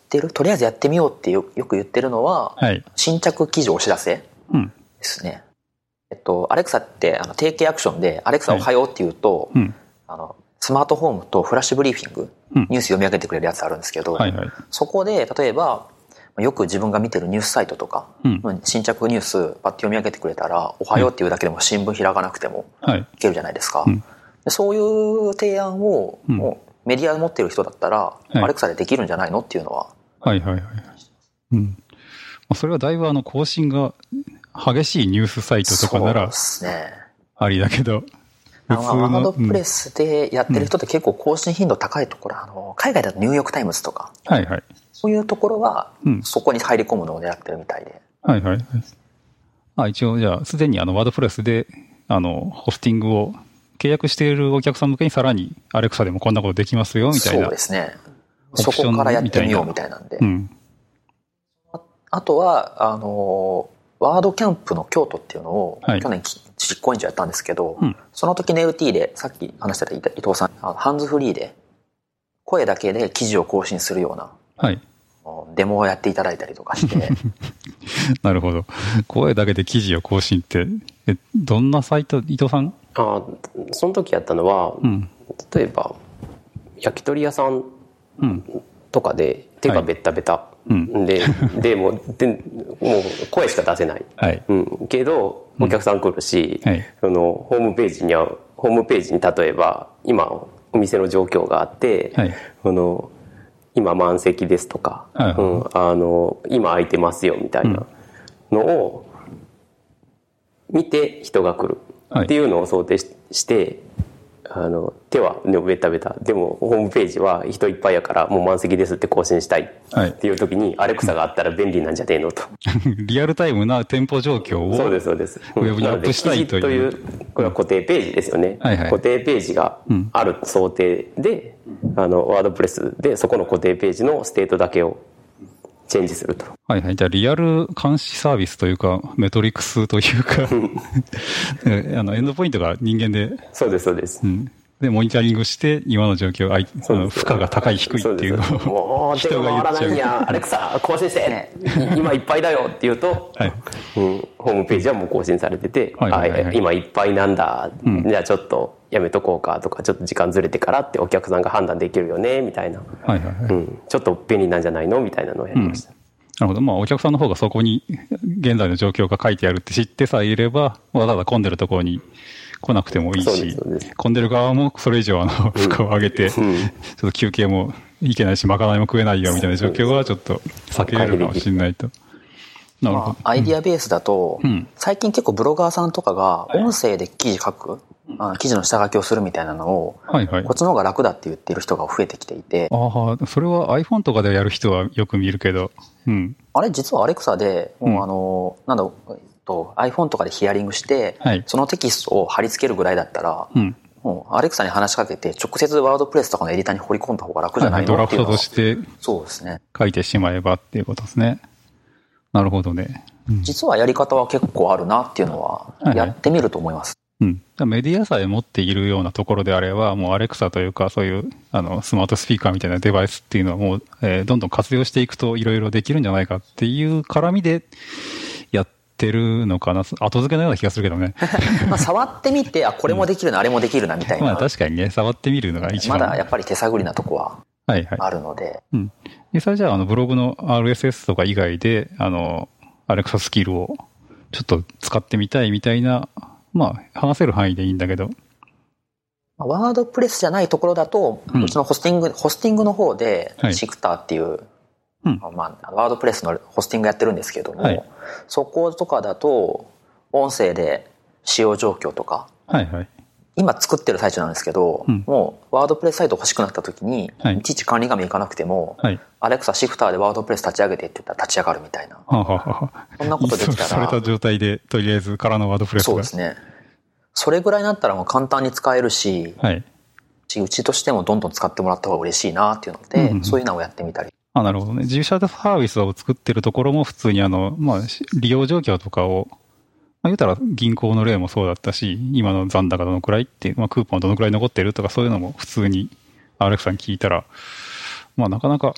Speaker 4: ってる、とりあえずやってみようってよよく言ってるのは、はい、新着記事お知らせですね。うん、えっと、アレクサってあの定型アクションで、アレクサおはようって言うと、はい、うん、あのスマートフォームとフラッシュブリーフィング、うん、ニュース読み上げてくれるやつあるんですけど、はいはい、そこで例えば、よく自分が見てるニュースサイトとか、うん、新着ニュースパッと読み上げてくれたら、おはようっていうだけでも新聞開かなくてもいけるじゃないですか。はい、うん、そういう提案を、うん、もうメディア持ってる人だったら、はい、アレクサでできるんじゃないのっていうのは。はいはいはい。
Speaker 1: うん。それはだいぶあの更新が激しいニュースサイトとかなら、そうですね。ありだけど。
Speaker 4: ワードプレスでやってる人って結構更新頻度高いところ、あの、海外だとニューヨークタイムズとか。はいはい。そういうところは、そこに入り込むのを狙ってるみたいで。
Speaker 1: うん、はいはい。あ、一応じゃあ、すでにあの、ワードプレスで、あの、ホスティングを契約しているお客さん向けにさらに、アレクサでもこんなことできますよ、みたいな。
Speaker 4: そうですね。そこからやってみようみたいなんで。うん、あ, あとは、あの、ワードキャンプの京都っていうのを、はい、去年実行委員長やったんですけど、うん、その時の エルティー で、さっき話してた伊藤さん、ハンズフリーで、声だけで記事を更新するような、はい、デモをやっていただいたりとかして。
Speaker 1: なるほど。声だけで記事を更新って、え、どんなサイト、伊藤さん？
Speaker 3: あ、その時やったのは、うん、例えば、焼き鳥屋さんとかで、手がベッタベタ。はい、うん、で、でもう、で、もう声しか出せない。はい、うん。けど、お客さん来るし、うん、はい、その、ホームページには、ホームページに例えば、今、お店の状況があって、はい、その、今満席ですとか、はいはい、うん、あの、今空いてますよみたいなのを見て人が来るっていうのを想定して、あの、手はベタベタ。でも、ホームページは人いっぱいやからもう満席ですって更新したいっていう時に、アレクサがあったら便利なんじゃねえのと。
Speaker 1: リアルタイムな店舗状況を。
Speaker 3: そうです、そうです。
Speaker 1: ウェブにアップしたいという。という、
Speaker 3: これは固定ページですよね。はいはい、固定ページがある想定で、あの、ワードプレスでそこの固定ページのステートだけをチェンジすると。
Speaker 1: はいはい。じゃあ、リアル監視サービスというか、メトリックスというか、あの、エンドポイントが人間で。
Speaker 3: そうです、そうです。うん、
Speaker 1: で、モニタリングして、今の状況、あの負荷が高い、低いっていうの
Speaker 3: を。もう、手が回らないんや、アレクサ、更新して、今いっぱいだよって言うと、はい、うん、ホームページはもう更新されてて、はいはいはいはい、今いっぱいなんだ、うん、じゃあちょっとやめとこうかとか、ちょっと時間ずれてからってお客さんが判断できるよね、みたいな。はいはいはい、うん。ちょっと便利なんじゃないのみたいなのをやりました。うん、
Speaker 1: なるほど。まあ、お客さんの方がそこに現在の状況が書いてあるって知ってさえいれば、わざわざ混んでるところに来なくてもいいし、混んでる側もそれ以上あの負荷を上げて、うん、ちょっと休憩もいけないし、まかないも食えないよみたいな状況はちょっと避けられるかもしれないと。
Speaker 4: なるほど。まあ、アイディアベースだと、うん、最近結構ブロガーさんとかが音声で記事書く、はい、記事の下書きをするみたいなのを、はいはい、こっちの方が楽だって言ってる人が増えてきていて。
Speaker 1: ああ、それは iPhone とかでやる人はよく見るけど、うん、
Speaker 4: あれ実はアレクサで、うん、もうあの、なんだろう、iPhone とかでヒアリングして、はい、そのテキストを貼り付けるぐらいだったら、うん、もうアレクサに話しかけて直接ワードプレスとかのエディターに放り込んだ方が楽じゃないのっていうのは、
Speaker 1: ドラフトとして
Speaker 4: そうですね。
Speaker 1: 書いてしまえばっていうことですね。なるほどね。
Speaker 4: うん、実はやり方は結構あるなっていうのはやってみると思います。
Speaker 1: はいはい、うん、メディアさえ持っているようなところであれば、もうアレクサというかそういうあのスマートスピーカーみたいなデバイスっていうのはもう、えー、どんどん活用していくといろいろできるんじゃないかっていう絡みでやってるのかな、後付けのような気がするけどね。
Speaker 4: まあ触ってみて、あ、これもできるな、うん、あれもできるなみたいな。
Speaker 1: まあ確かにね、触ってみるのが一番。
Speaker 4: まだやっぱり手探りなとこはあるので。はいはい、
Speaker 1: うん。実際じゃあ、あのブログの アールエスエス とか以外で、あの、アレクサスキルをちょっと使ってみたいみたいな、まあ話せる範囲でいいんだけど。
Speaker 4: ワードプレスじゃないところだと、うん、うちのホスティング、ホスティングの方で、はい、シクターっていう、うん、まあ、ワードプレスのホスティングやってるんですけども、はい、そことかだと、音声で使用状況とか、はいはい、今作ってる最中なんですけど、うん、もうワードプレスサイト欲しくなった時に、はい、いちいち管理画面行かなくても、はい、アレクサシフターでワードプレス立ち上げてって言ったら立ち上がるみたいな。はははそんなことできたら。
Speaker 1: された状態で、とりあえず空のワードプレスが。
Speaker 4: そうですね。それぐらいになったらもう簡単に使えるし、はい、うちとしてもどんどん使ってもらった方が嬉しいなっていうので、うんうん、そういうのをやってみたり。
Speaker 1: あ、なるほどね。自社サービスを作ってるところも普通にあの、まあ、利用状況とかを、まあ、言うたら銀行の例もそうだったし、今の残高どのくらいっていう、まあ、クーポンはどのくらい残ってるとかそういうのも普通にアレクサに聞いたら、まあ、なかなか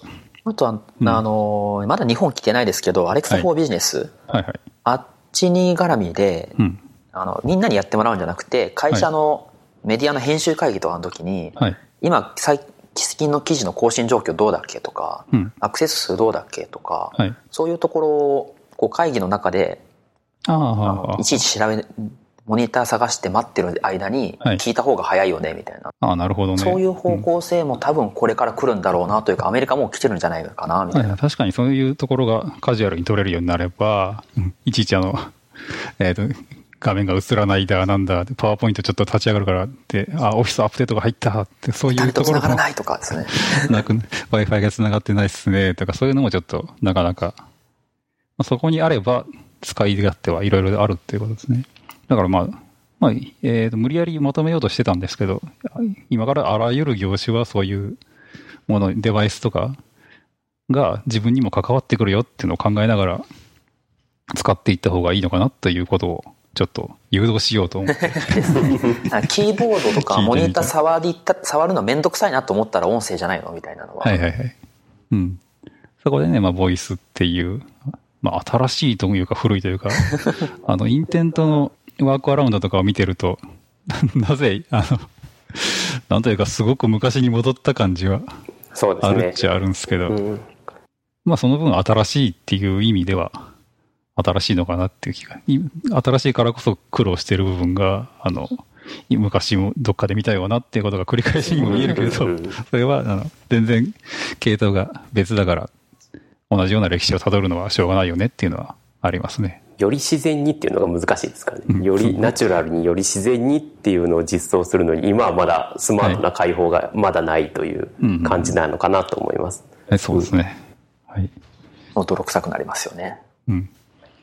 Speaker 4: あとは、うん、あの、まだ日本来てないですけど、アレクサフォービジネス。
Speaker 1: はいはいはい、
Speaker 4: あっちに絡みで、うん、あの、みんなにやってもらうんじゃなくて、会社のメディアの編集会議とかの時に、はい、今、最近の記事の更新状況どうだっけとか、うん、アクセス数どうだっけとか、はい、そういうところをこう会議の中で、あのいちいち調べ、モニター探して待ってる間に聞いた方が早いよねみたいな、
Speaker 1: はい、あなるほどね、
Speaker 4: そういう方向性も多分これから来るんだろうなというか、アメリカも来てるんじゃないかなみたいな、はい、
Speaker 1: 確かにそういうところがカジュアルに取れるようになれば、いちいちあの、えーと画面が映らないだなんだ、パワーポイントちょっと立ち上がるからって、あ、オフィスアップデートが入ったって、そういうところも。
Speaker 4: 繋がらないとかですね。
Speaker 1: なく、Wi-Fi が繋がってないっすね、とか、そういうのもちょっと、なかなか、まあ、そこにあれば、使い勝手はいろいろあるっていうことですね。だからまあ、まあ、えーと、無理やりまとめようとしてたんですけど、今からあらゆる業種はそういうもの、デバイスとかが自分にも関わってくるよっていうのを考えながら、使っていった方がいいのかなということを、ちょっと誘導しようと思って
Speaker 4: キーボードとかモニター触りた触るのめんどくさいなと思ったら音声じゃないのみたいなのは、
Speaker 1: はいはいはい、うん、そこでね、まあボイスっていう、まあ新しいというか古いというかあのインテントのワークアラウンドとかを見てるとなぜあのなんというかすごく昔に戻った感じはあるっちゃあるんですけど、
Speaker 3: そうですね、うん、
Speaker 1: まあその分新しいっていう意味では新しいのかなっていう気が、新しいからこそ苦労してる部分が、あの、昔もどっかで見たようなっていうことが繰り返しにも見えるけど、それはあの全然系統が別だから、同じような歴史をたどるのはしょうがないよねっていうのはありますね。
Speaker 3: より自然にっていうのが難しいですからね。うん、よりナチュラルにより自然にっていうのを実装するのに、今はまだスマートな開放がまだないという感じなのかなと思います。
Speaker 1: はいうんうん、そうですね。はい。
Speaker 4: 泥臭くなりますよね。
Speaker 1: うん。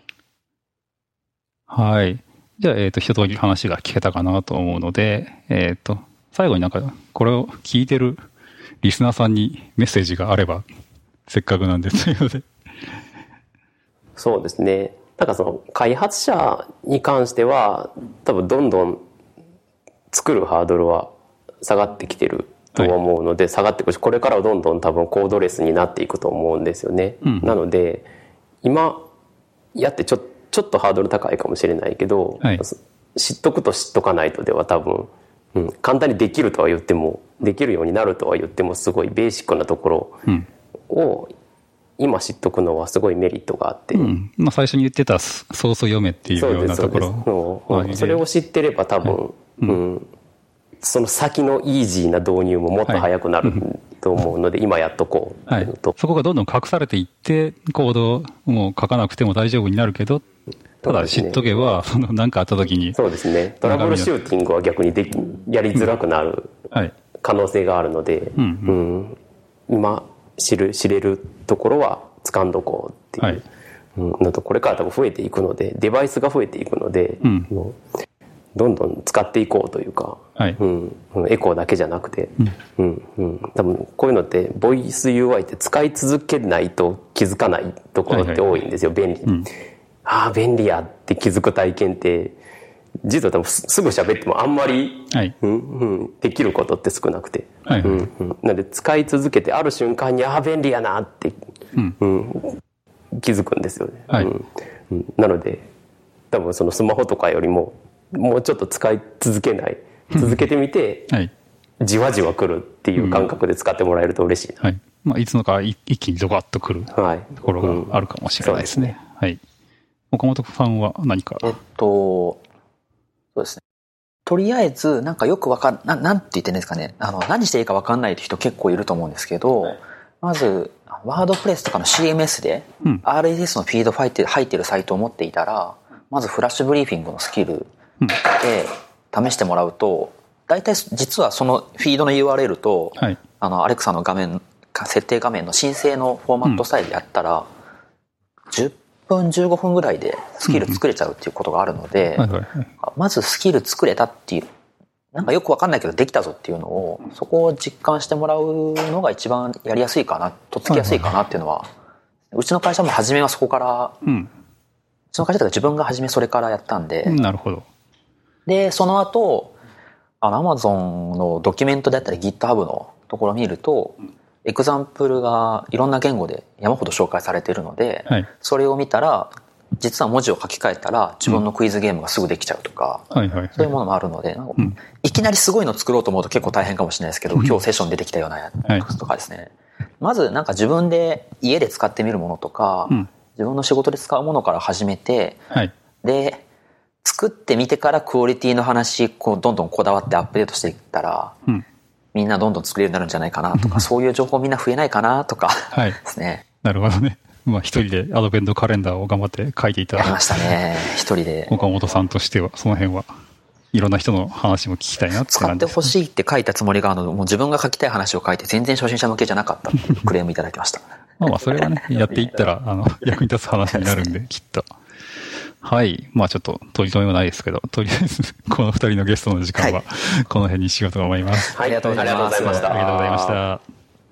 Speaker 1: はい。じゃあ、えっと、一通り話が聞けたかなと思うので、えっと、最後になんか、これを聞いてるリスナーさんにメッセージがあれば、せっかくなんでというので。
Speaker 3: そうですね。なんかその、開発者に関しては、多分どんどん作るハードルは下がってきてると思うので、はい、下がってくるし、これからはどんどん多分コードレスになっていくと思うんですよね。うん、なので、今、やってちょっと、ちょっとハードル高いかもしれないけど、はい、知っとくと知っとかないとでは多分、うん、簡単にできるとは言ってもできるようになるとは言ってもすごいベーシックなところを今知っとくのはすごいメリットがあって、
Speaker 1: うんまあ、最初に言ってたソース読めっていうようなところ
Speaker 3: そうです、それを知ってれば多分、はいうんうん、その先のイージーな導入ももっと早くなる、はいと思うので今やっとこう、
Speaker 1: はい、そこがどんどん隠されていってコードも書かなくても大丈夫になるけどただ知っとけばその何かあった時に
Speaker 3: そうですねトラブルシューティングは逆にできやりづらくなる可能性があるので、うんうんうん、今知る知れるところは掴んどこうっていう、はいうん、のとこれから多分増えていくのでデバイスが増えていくので、うん、もうどんどん使っていこうというか、はいうん、エコーだけじゃなくて、うんうん、多分こういうのってボイス ユーアイ って使い続けないと気づかないところって多いんですよ、はいはい、便利、うん、ああ便利やって気づく体験って実は多分すぐ喋ってもあんまり、はいうんうん、できることって少なくて、はいはいうんうん、なので使い続けてある瞬間にああ便利やなって、うんうん、気づくんですよね、はいうんうん、なので多分そのスマホとかよりももうちょっと使い続けない続けてみて、はい、じわじわ来るっていう感覚で使ってもらえると嬉しい、うんはい
Speaker 1: まあ、いつのか一気にドバッと来るところがあるかもしれないですね、うんはい、岡本さんは何か
Speaker 4: えっとそうですねとりあえずなんかよくわかんななんて言ってんですかねあの何していいかわかんない人結構いると思うんですけど、はい、まずワードプレスとかの シーエムエス で アールエスエス のフィード入って入ってるサイトを持っていたらまずフラッシュブリーフィングのスキルで試してもらうと大体実はそのフィードの ユーアールエル と、はい、あのアレクサの画面設定画面の申請のフォーマットスタイルやったら、うん、じゅっぷんじゅうごふんぐらいでスキル作れちゃうっていうことがあるので、うんはいはいはい、まずスキル作れたっていうなんかよくわかんないけどできたぞっていうのをそこを実感してもらうのが一番やりやすいかなとっつきやすいかなっていうのは、はいはいはい、うちの会社も初めはそこから、うん、うちの会社とか自分が初めそれからやったんで、
Speaker 1: うん、なるほど
Speaker 4: でその後あの Amazon のドキュメントであったり GitHub のところを見ると、うん、 エクザンプルがいろんな言語で山ほど紹介されているので、はい、それを見たら実は文字を書き換えたら自分のクイズゲームがすぐできちゃうとか、うん、そういうものもあるので、うん、いきなりすごいの作ろうと思うと結構大変かもしれないですけど、うん、今日セッション出てきたようなやつとかですね、はい、まずなんか自分で家で使ってみるものとか、うん、自分の仕事で使うものから始めて、はい、で作ってみてからクオリティの話こうどんどんこだわってアップデートしていったら、うん、みんなどんどん作れるようになるんじゃないかなとかそういう情報みんな増えないかなとか、はい、ですね。
Speaker 1: なるほどね。まあ一人でアドベントカレンダーを頑張って書いていた
Speaker 4: やりましたね。一人で
Speaker 1: 岡本さんとしてはその辺はいろんな人の話も聞きたいなって感じです、ね、
Speaker 4: 使ってほしいって書いたつもりがあのもう自分が書きたい話を書いて全然初心者向けじゃなかったっていうクレームいただきました。
Speaker 1: まあまあそれはねやっていったらあの役に立つ話になるんできっと。はい。まあちょっと取り留めもないですけど、とりあえずこの二人のゲストの時間はこの辺にしようと思います。
Speaker 4: はい、ありがとうございました。
Speaker 1: ありがとうございました。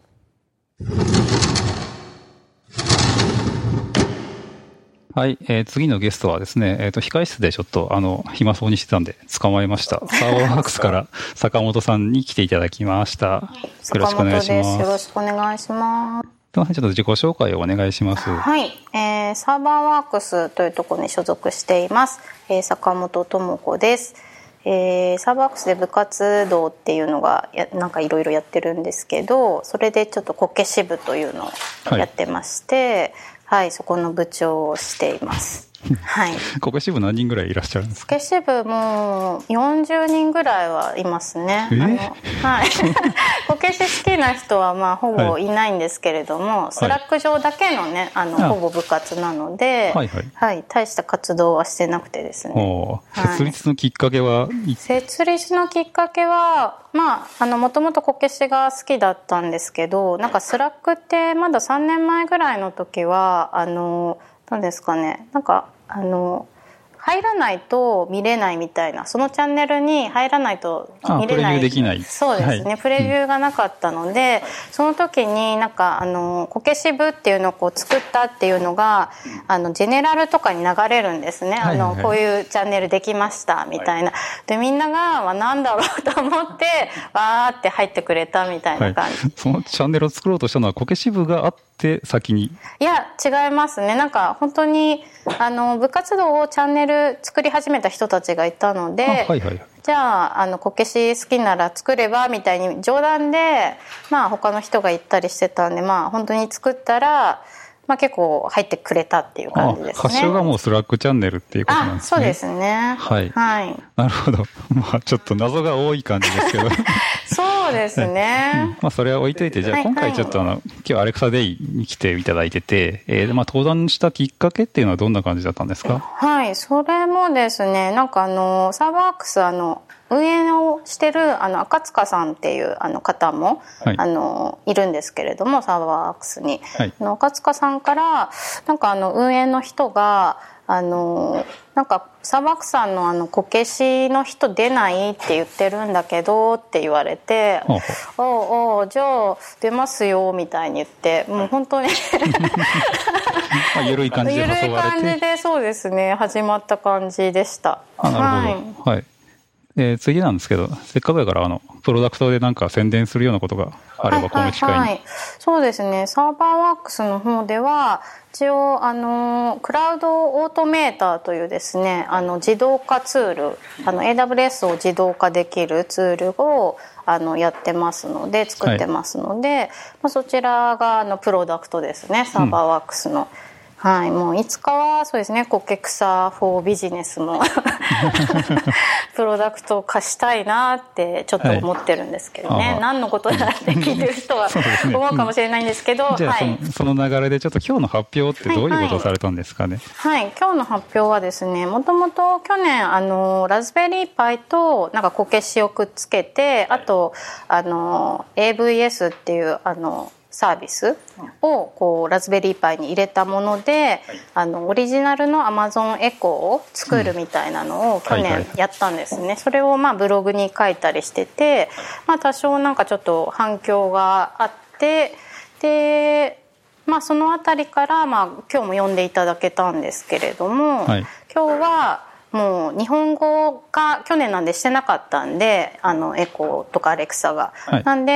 Speaker 1: はい、えー、次のゲストはですね、えっと、控室でちょっと、あの、暇そうにしてたんで、捕まえました。サーバーワークスから坂本さんに来ていただきました。よろしくお願いします。
Speaker 5: よろしくお願いします。
Speaker 1: ちょっと自己紹介をお願いします。
Speaker 5: はい、えー、サーバーワークスというところに所属しています。えー、坂本智子です。えー、サーバーワークスで部活動っていうのがやなんかいろいろやってるんですけど、それでちょっとこけし部というのをやってまして、はい、はい、そこの部長をしています。はい。
Speaker 1: こけし部何人ぐらいいらっしゃるんですか？
Speaker 5: こけし部もよんじゅうにんぐらいはいますね。
Speaker 1: えー、
Speaker 5: あのはい。こけし好きな人はまあほぼいないんですけれども、はい、スラック上だけのね、あの、はい、ほぼ部活なので、はい、はいはい、大した活動はしてなくてですね。
Speaker 1: はい、設立のきっかけは？
Speaker 5: 設立のきっかけは、まあ、あの、もともとこけしが好きだったんですけど、なんかスラックってまださんねんまえぐらいの時は、あの、何ですかね、なんかあの入らないと見れないみたいな、そのチャンネルに入らないと見れない、
Speaker 1: プレビューできない、
Speaker 5: そうですね、はい、プレビューがなかったので、うん、その時になんかあのこけし部っていうのをこう作ったっていうのがあのジェネラルとかに流れるんですね、あの、はいはいはい、こういうチャンネルできましたみたいな、はい、でみんなが、まあ、なんだろうと思ってわーって入ってくれたみたいな感じ、はい、
Speaker 1: そのチャンネルを作ろうとしたのはこけし部があって先に？
Speaker 5: いや違いますね。なんか本当にあの部活動をチャンネル作り始めた人たちがいたので、はいはい、じゃあ、あのこけし好きなら作ればみたいに冗談で、まあ、他の人が言ったりしてたんで、まあ、本当に作ったら、まあ、結構入ってくれたっていう感じですね。
Speaker 1: 発祥がもうスラックチャンネルっていうことなんですね。
Speaker 5: そうですね。
Speaker 1: はい。はい。なるほど。まあちょっと謎が多い感じですけど。
Speaker 5: そうですね。
Speaker 1: はい、うん、まあそれは置いといて、じゃあ今回ちょっとあの、はいはい、今日アレクサデイに来ていただいてて、えー、まあ登壇したきっかけっていうのはどんな感じだったんですか？
Speaker 5: はい、それもですね、なんかあの、サーバーワークスあの、運営をしてるあの赤塚さんっていうあの方も、はい、あのいるんですけれども、サーバーワークスに、はい、あの赤塚さんからなんかあの運営の人があのなんかサーバーワークスさんのあのこけしの人出ないって言ってるんだけどって言われて、おうおうじゃあ出ますよみたいに言って、もう本当に
Speaker 1: まあ緩い感じで誘われて、
Speaker 5: 緩い感じでそうですね、始まった感じでした。
Speaker 1: あ、なるほど。はい。はい、えー、次なんですけど、せっかくだからあのプロダクトでなんか宣伝するようなことがあれば、この機会に、はいはいはい、そうですね、
Speaker 5: サーバーワークスの方では一応あのクラウドオートメーターというですね、あの自動化ツール、あの エーダブリューエス を自動化できるツールをあのやってますので、作ってますので、はい、まあ、そちらがあのプロダクトですね、サーバーワークスの、うん、はい、もういつかはそうですね、コケクサフォービジネスもプロダクトを貸したいなってちょっと思ってるんですけどね、はい、何のことだって聞いてる人は思うかもしれないんですけど、
Speaker 1: じゃあその、はい、その流れでちょっと今日の発表ってどういうことをされたんですかね？
Speaker 5: はい、はいはい、今日の発表はですね、もともと去年あのラズベリーパイとなんかこけしをくっつけて、あとあの エーブイエス っていうあのサービスをこうラズベリーパイに入れたもので、あのオリジナルの Amazon エコーを作るみたいなのを去年やったんですね。それをまあブログに書いたりしてて、まあ、多少なんかちょっと反響があって、で、まあ、そのあたりからまあ今日も読んでいただけたんですけれども、はい、今日はもう日本語が去年なんでしてなかったんで、あのエコーとかアレクサが、はい、なんで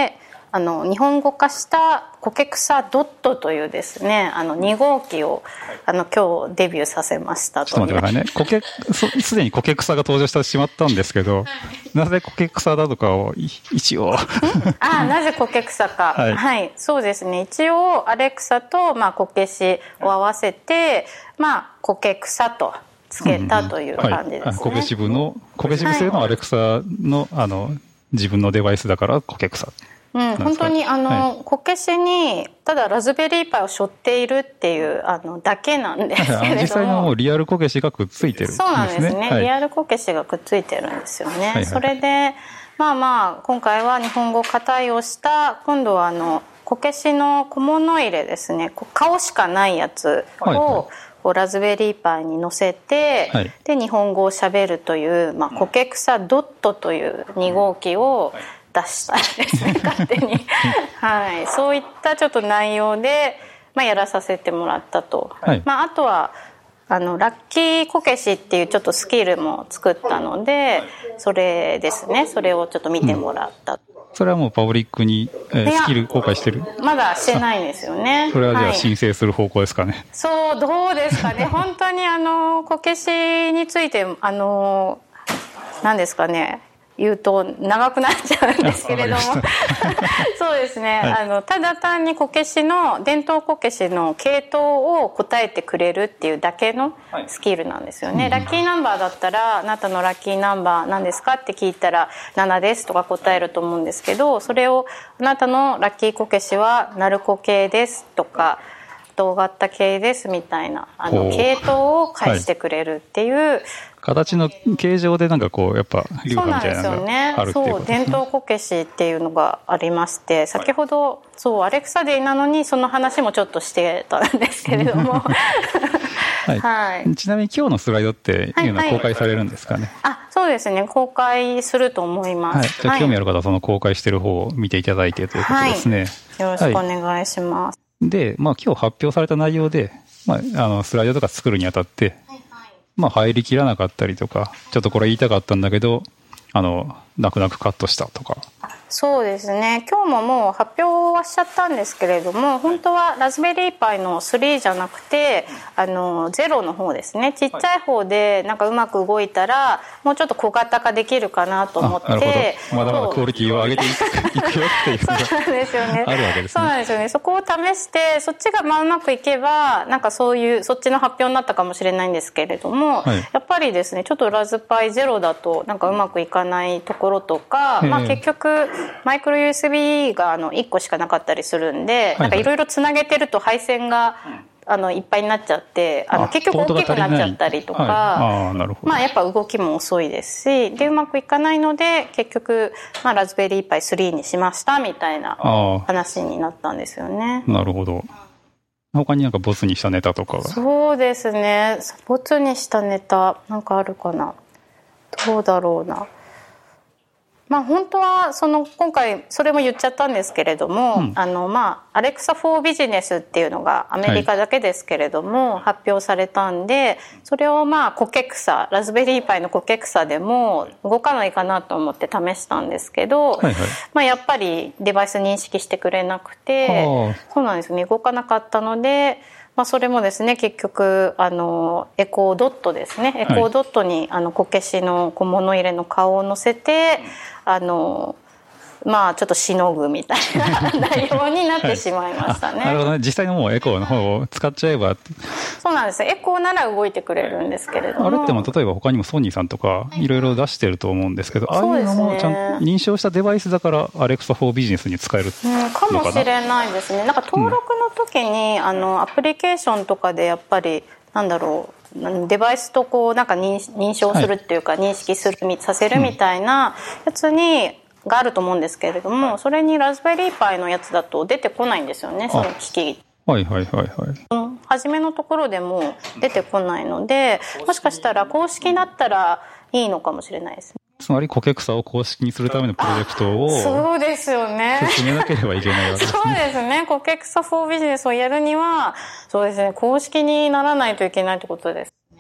Speaker 5: あの日本語化したコケクサドットというですね、あのに号機をあの今日デビューさせましたと。
Speaker 1: ちょっと待ってくださいね。コケすでにコケクサが登場してしまったんですけど、はい、なぜコケクサだとかを一応
Speaker 5: あなぜコケクサか、はい、はい、そうですね。一応アレクサとまあコケシを合わせて、まあコケクサとつけたという感じですね。うんはい、
Speaker 1: コケシブのコケシブ製のアレクサの、はい、あの自分のデバイスだからコケクサ。
Speaker 5: うん、本当にあの、はい、こけしにただラズベリーパイを背負っているっていうあのだけなんですけれども、
Speaker 1: 実際のもうリアルこけしがくっついてるんですね。
Speaker 5: そうなんですね、はい、リアルこけしがくっついてるんですよね、はいはい、それでまあまあ今回は日本語化対応した今度はあのこけしの小物入れですね、顔しかないやつを、はいはい、こうラズベリーパイに乗せて、はい、で日本語をしゃべるという、まあ、コケクサドットというに号機を出したんですね、勝手にはい、そういったちょっと内容で、まあ、やらさせてもらったと、はい、まあ、あとはあのラッキーこけしっていうちょっとスキルも作ったので、それですね、それをちょっと見てもらった、うん、
Speaker 1: それはもうパブリックに、えー、スキル公開してる？
Speaker 5: まだしてないんですよね。
Speaker 1: それはじゃあ申請する方向ですかね。はい、
Speaker 5: そう、どうですかね。本当にあのこけしについてあの何ですかね、言うと長くなっちゃうんですけれどもそうですね、はい、あのただ単にこけしの伝統こけしの系統を答えてくれるっていうだけのスキルなんですよね、はい、ラッキーナンバーだったらあなたのラッキーナンバー何ですかって聞いたらななですとか答えると思うんですけど、それをあなたのラッキーこけしは鳴子系ですとか同型系ですみたいなあの系統を返してくれるっていう、はい、
Speaker 1: 形の形状でなんかこうやっぱ流派みたいなのがあるっていうことですね。
Speaker 5: そう伝統こけしっていうのがありまして、先ほど、はい、そうアレクサデーなのにその話もちょっとしてたんですけれども
Speaker 1: はいはい、ちなみに今日のスライドっていうのは公開されるんですかね。
Speaker 5: はいはい、あそうですね、公開すると思います、はい、
Speaker 1: じゃあ興味ある方はその公開してる方を見ていただいてということですね、
Speaker 5: はい、よろしくお願いします、はい、
Speaker 1: で、まあ、今日発表された内容で、まあ、あのスライドとか作るにあたって、まあ、入りきらなかったりとか、ちょっとこれ言いたかったんだけどあの泣く泣くカットしたとか。
Speaker 5: そうですね、今日ももう発表はしちゃったんですけれども、本当はラズベリーパイのスリーじゃなくてあのゼロの方ですね、ちっちゃい方でなんかうまく動いたらもうちょっと小型化できるかなと思って、なるほ
Speaker 1: ど、まだまだクオリティを上げていくいくよっていう
Speaker 5: そうなんですよね、
Speaker 1: あるわけですね。
Speaker 5: そうなんですよね、そこを試してそっちがまあうまくいけばなんかそういうそっちの発表になったかもしれないんですけれども、はい、やっぱりですねちょっとラズパイゼロだとなんかうまくいかないところとか、まあ、結局マイクロ ユーエスビー があのいっこしかなかったりするんで、はいはい、なんかいろいろつなげてると配線があのいっぱいになっちゃってあの結局大きくなっちゃったりとか、はい、あなるほど、まあ、やっぱ動きも遅いですしでうまくいかないので結局、まあ、ラズベリーパイスリーにしましたみたいな話になったんですよね。
Speaker 1: なるほど。他になんかボツにしたネタとかは？
Speaker 5: そうですね、ボツにしたネタなんかあるかな、どうだろうな。まあ、本当はその今回それも言っちゃったんですけれども、うん、あのまあアレクサフォービジネスっていうのがアメリカだけですけれども、はい、発表されたんで、それをまあコケクサラズベリーパイのコケクサでも動かないかなと思って試したんですけど、はいはい、まあ、やっぱりデバイス認識してくれなくて、そうなんですね、動かなかったので、まあ、それもですね結局あのエコードットですね、エコードットにあのこけしの小物入れの顔を乗せてあのまあちょっとしのぐみたいな内容になってしまいましたね。
Speaker 1: はい、なるほどね、実際のもうエコーの方を使っちゃえば。
Speaker 5: そうなんです、エコーなら動いてくれるんですけれども、
Speaker 1: あれっても例えば他にもソニーさんとかいろいろ出してると思うんですけど、はい、ああいうのもちゃんと認証したデバイスだからアレクサフォービジネスに使えるのかな、うん、
Speaker 5: かもしれないですね。なんか登録の時に、うん、あのアプリケーションとかでやっぱりなんだろうデバイスとこうなんか 認, 認証するっていうか、はい、認識するさせるみたいなやつにがあると思うんですけれども、それにラズベリーパイのやつだと出てこないんですよね、その機器。
Speaker 1: はいはいはいはい。
Speaker 5: 初めのところでも出てこないので、もしかしたら公式だったらいいのかもしれないですね。
Speaker 1: つまりコケクサを公式にするためのプロジェクトを
Speaker 5: そうですよね
Speaker 1: 進めなければいけないわけですね。
Speaker 5: そうですね、コケクサフォービジネスをやるにはそうですね公式にならないといけないってことです。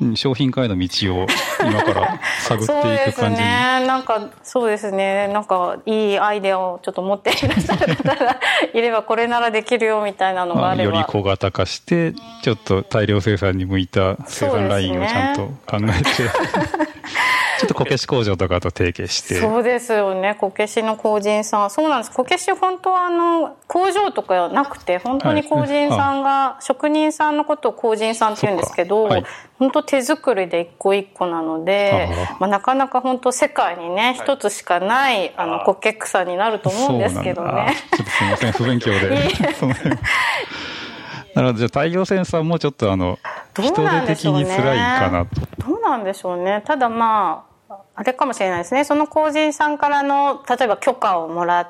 Speaker 1: 商品化への道を今から探っていく感じに。そうですね。
Speaker 5: なんか、そうですね。なんか、いいアイデアをちょっと持っていらっしゃる方がいれば、これならできるよみたいなのがあれば。
Speaker 1: より小型化して、ちょっと大量生産に向いた生産ラインをちゃんと考えて、ちょっとこけし工場とかと提携して。
Speaker 5: そうですよね。こけしの工人さん。そうなんです。こけし本当はあの、工場とかなくて、本当に工人さんが、はい、職人さんのことを工人さんって言うんですけど、はい、本当手作りで一個一個なので、まあ、なかなか本当世界にね、一つしかない、あの、こけ草になると思うんですけどね。
Speaker 1: ちょっとすみません、不勉強で。なので、じゃあ大量生産もちょっとあの、人手的に辛いかなと。
Speaker 5: どうなんでしょうね。ただまあ、あれかもしれないですね。その工人さんからの、例えば許可をもらって、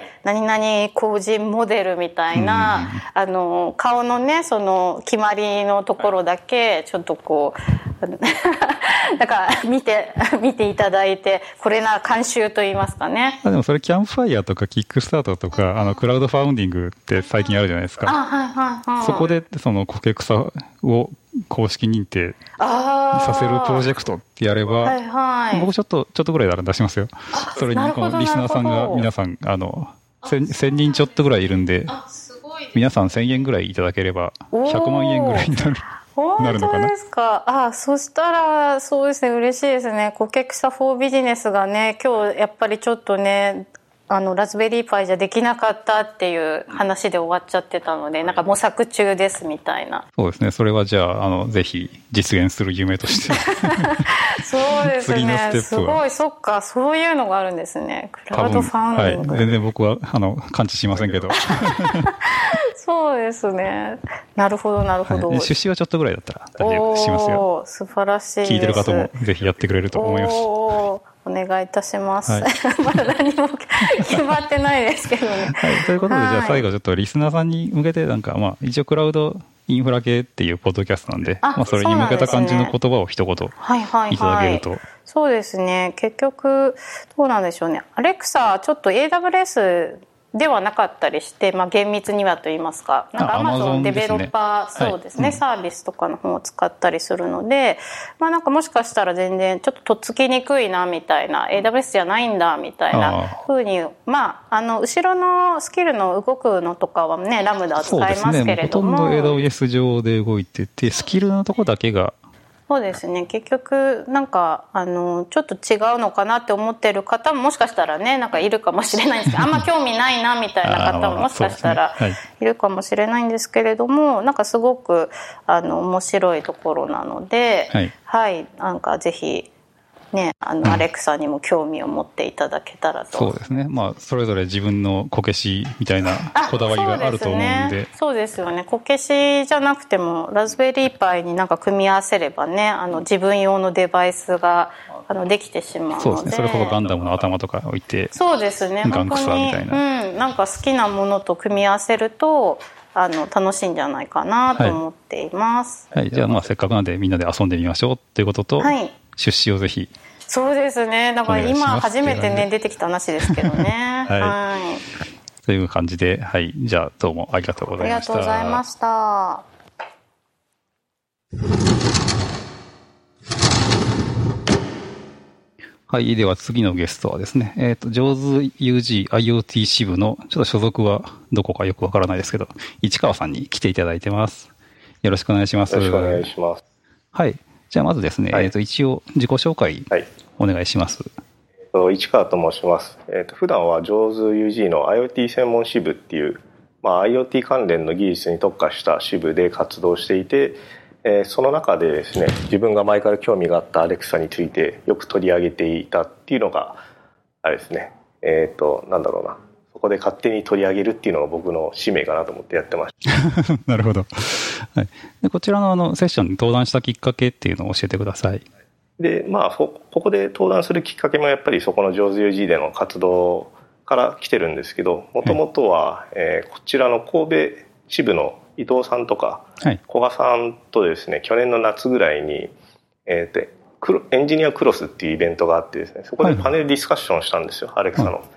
Speaker 5: 何々工人モデルみたいな、あの、顔のね、その、決まりのところだけ、ちょっとこう、だから、見て、見ていただいて、これな、監修と言いますかね。
Speaker 1: でもそれ、キャンプファイヤーとか、キックスタートとか、あの、クラウドファウンディングって最近あるじゃないですか。
Speaker 5: あ、はいはいはい。
Speaker 1: そこで、その、こけ草を、公式認定させるプロジェクトってやれば、はいはい、僕ちょっとちょっとぐらいなら出しますよ。それにこのリスナーさんが皆さんあのせんにんちょっとぐらいいるんで、皆さんせんえんぐらいいただければひゃくまんえんぐらいになるなるのかな。
Speaker 5: そうですか。あ、そしたらそうですね、嬉しいですね。こけ草フォービジネスがね、今日やっぱりちょっとね、あのラズベリーパイじゃできなかったっていう話で終わっちゃってたので、なんか模索中ですみたいな。
Speaker 1: そうですね。それはじゃあ、あのぜひ実現する夢として
Speaker 5: そうですね。次のステップはすごい、そっか、そういうのがあるんですね。クラウドファンディング、
Speaker 1: はい、全然僕はあの感知しませんけど
Speaker 5: そうですね。なるほどなるほど、
Speaker 1: はい、出資はちょっとぐらいだったら大丈夫しますよ。
Speaker 5: 素晴らしいです。
Speaker 1: 聞いてる方もぜひやってくれると思います。
Speaker 5: おお願いいたします。はい、まだ何も決まってないですけどね。
Speaker 1: はい、ということで、はい、じゃあ最後ちょっとリスナーさんに向けてなんか、まあ一応クラウドインフラ系っていうポッドキャストなんで、あ、まあそれに向けた感じの言葉を一言いただけると。はいはいはい、
Speaker 5: そうですね。結局どうなんでしょうね。アレクサちょっと エーダブリューエスではなかったりして、まあ、厳密にはと言いますか、なんか Amazon デベロッパー、そうですね、はい、サービスとかの方を使ったりするので、まあなんかもしかしたら全然ちょっととっつきにくいなみたいな、 エーダブリューエス じゃないんだみたいな風に、まああの後ろのスキルの動くのとかはね、ラムダを使いますけれども、
Speaker 1: そうですね、ほとんど エーダブリューエス 上で動いてて、スキルのとこだけが
Speaker 5: そうですね。結局、なんか、あの、ちょっと違うのかなって思ってる方ももしかしたらね、なんかいるかもしれないんですけど、あんま興味ないなみたいな方ももしかしたらいるかもしれないんですけれども、なんかすごく、あの、面白いところなので、はい、はい、なんかぜひ、ね、あの、アレクサにも興味を持っていただけたらと。
Speaker 1: そうですね。まあ、それぞれ自分のこけしみたいなこだわりがあると思うんで。
Speaker 5: そうですよね。こけしじゃなくても、ラズベリーパイになんか組み合わせればね、あの、自分用のデバイスが、あの、できてしまうので。
Speaker 1: そうですね。それこそガンダムの頭とか置いて。
Speaker 5: そうですね。
Speaker 1: ガンクサみたいな。
Speaker 5: うん。なんか好きなものと組み合わせると、あの、楽しいんじゃないかなと思っています。
Speaker 1: はい。はい、じゃあ、まあ、せっかくなんでみんなで遊んでみましょうっていうことと、はい、出資をぜひ。
Speaker 5: そうですね。だから今初めてね、出てきた話ですけどね。はい。はい、
Speaker 1: という感じで、はい。じゃあ、どうもありがとうございました。
Speaker 5: ありがとうございました。
Speaker 1: はい。では次のゲストはですね、えっと、上手 ユージーアイオーティー 支部の、ちょっと所属はどこかよくわからないですけど、市川さんに来ていただいてます。よろしくお願いします。
Speaker 6: よろしくお願いします。
Speaker 1: はい。じゃあまずですね、はい、えっと、一応自己紹介お願いします。
Speaker 6: はい、市川と申します。えっと、普段は上手 ユージー の IoT 専門支部っていう、まあ、IoT 関連の技術に特化した支部で活動していて、えー、その中でですね、自分が前から興味があったアレクサについてよく取り上げていたっていうのが、あれですね、えっと、なんだろうな。そこで勝手に取り上げるっていうのが僕の使命かなと思ってやってました。
Speaker 1: なるほど。はい、でこちらのあのセッションに登壇したきっかけっていうのを教えてください。
Speaker 6: で、まあ、ここで登壇するきっかけもやっぱりそこの上手 ユージー での活動から来てるんですけど、もともとは、えー、こちらの神戸支部の伊藤さんとか、はい、古賀さんとですね、去年の夏ぐらいに、えー、でエンジニアクロスっていうイベントがあってですね、そこでパネルディスカッションしたんですよ、はい、アレクサの。はい、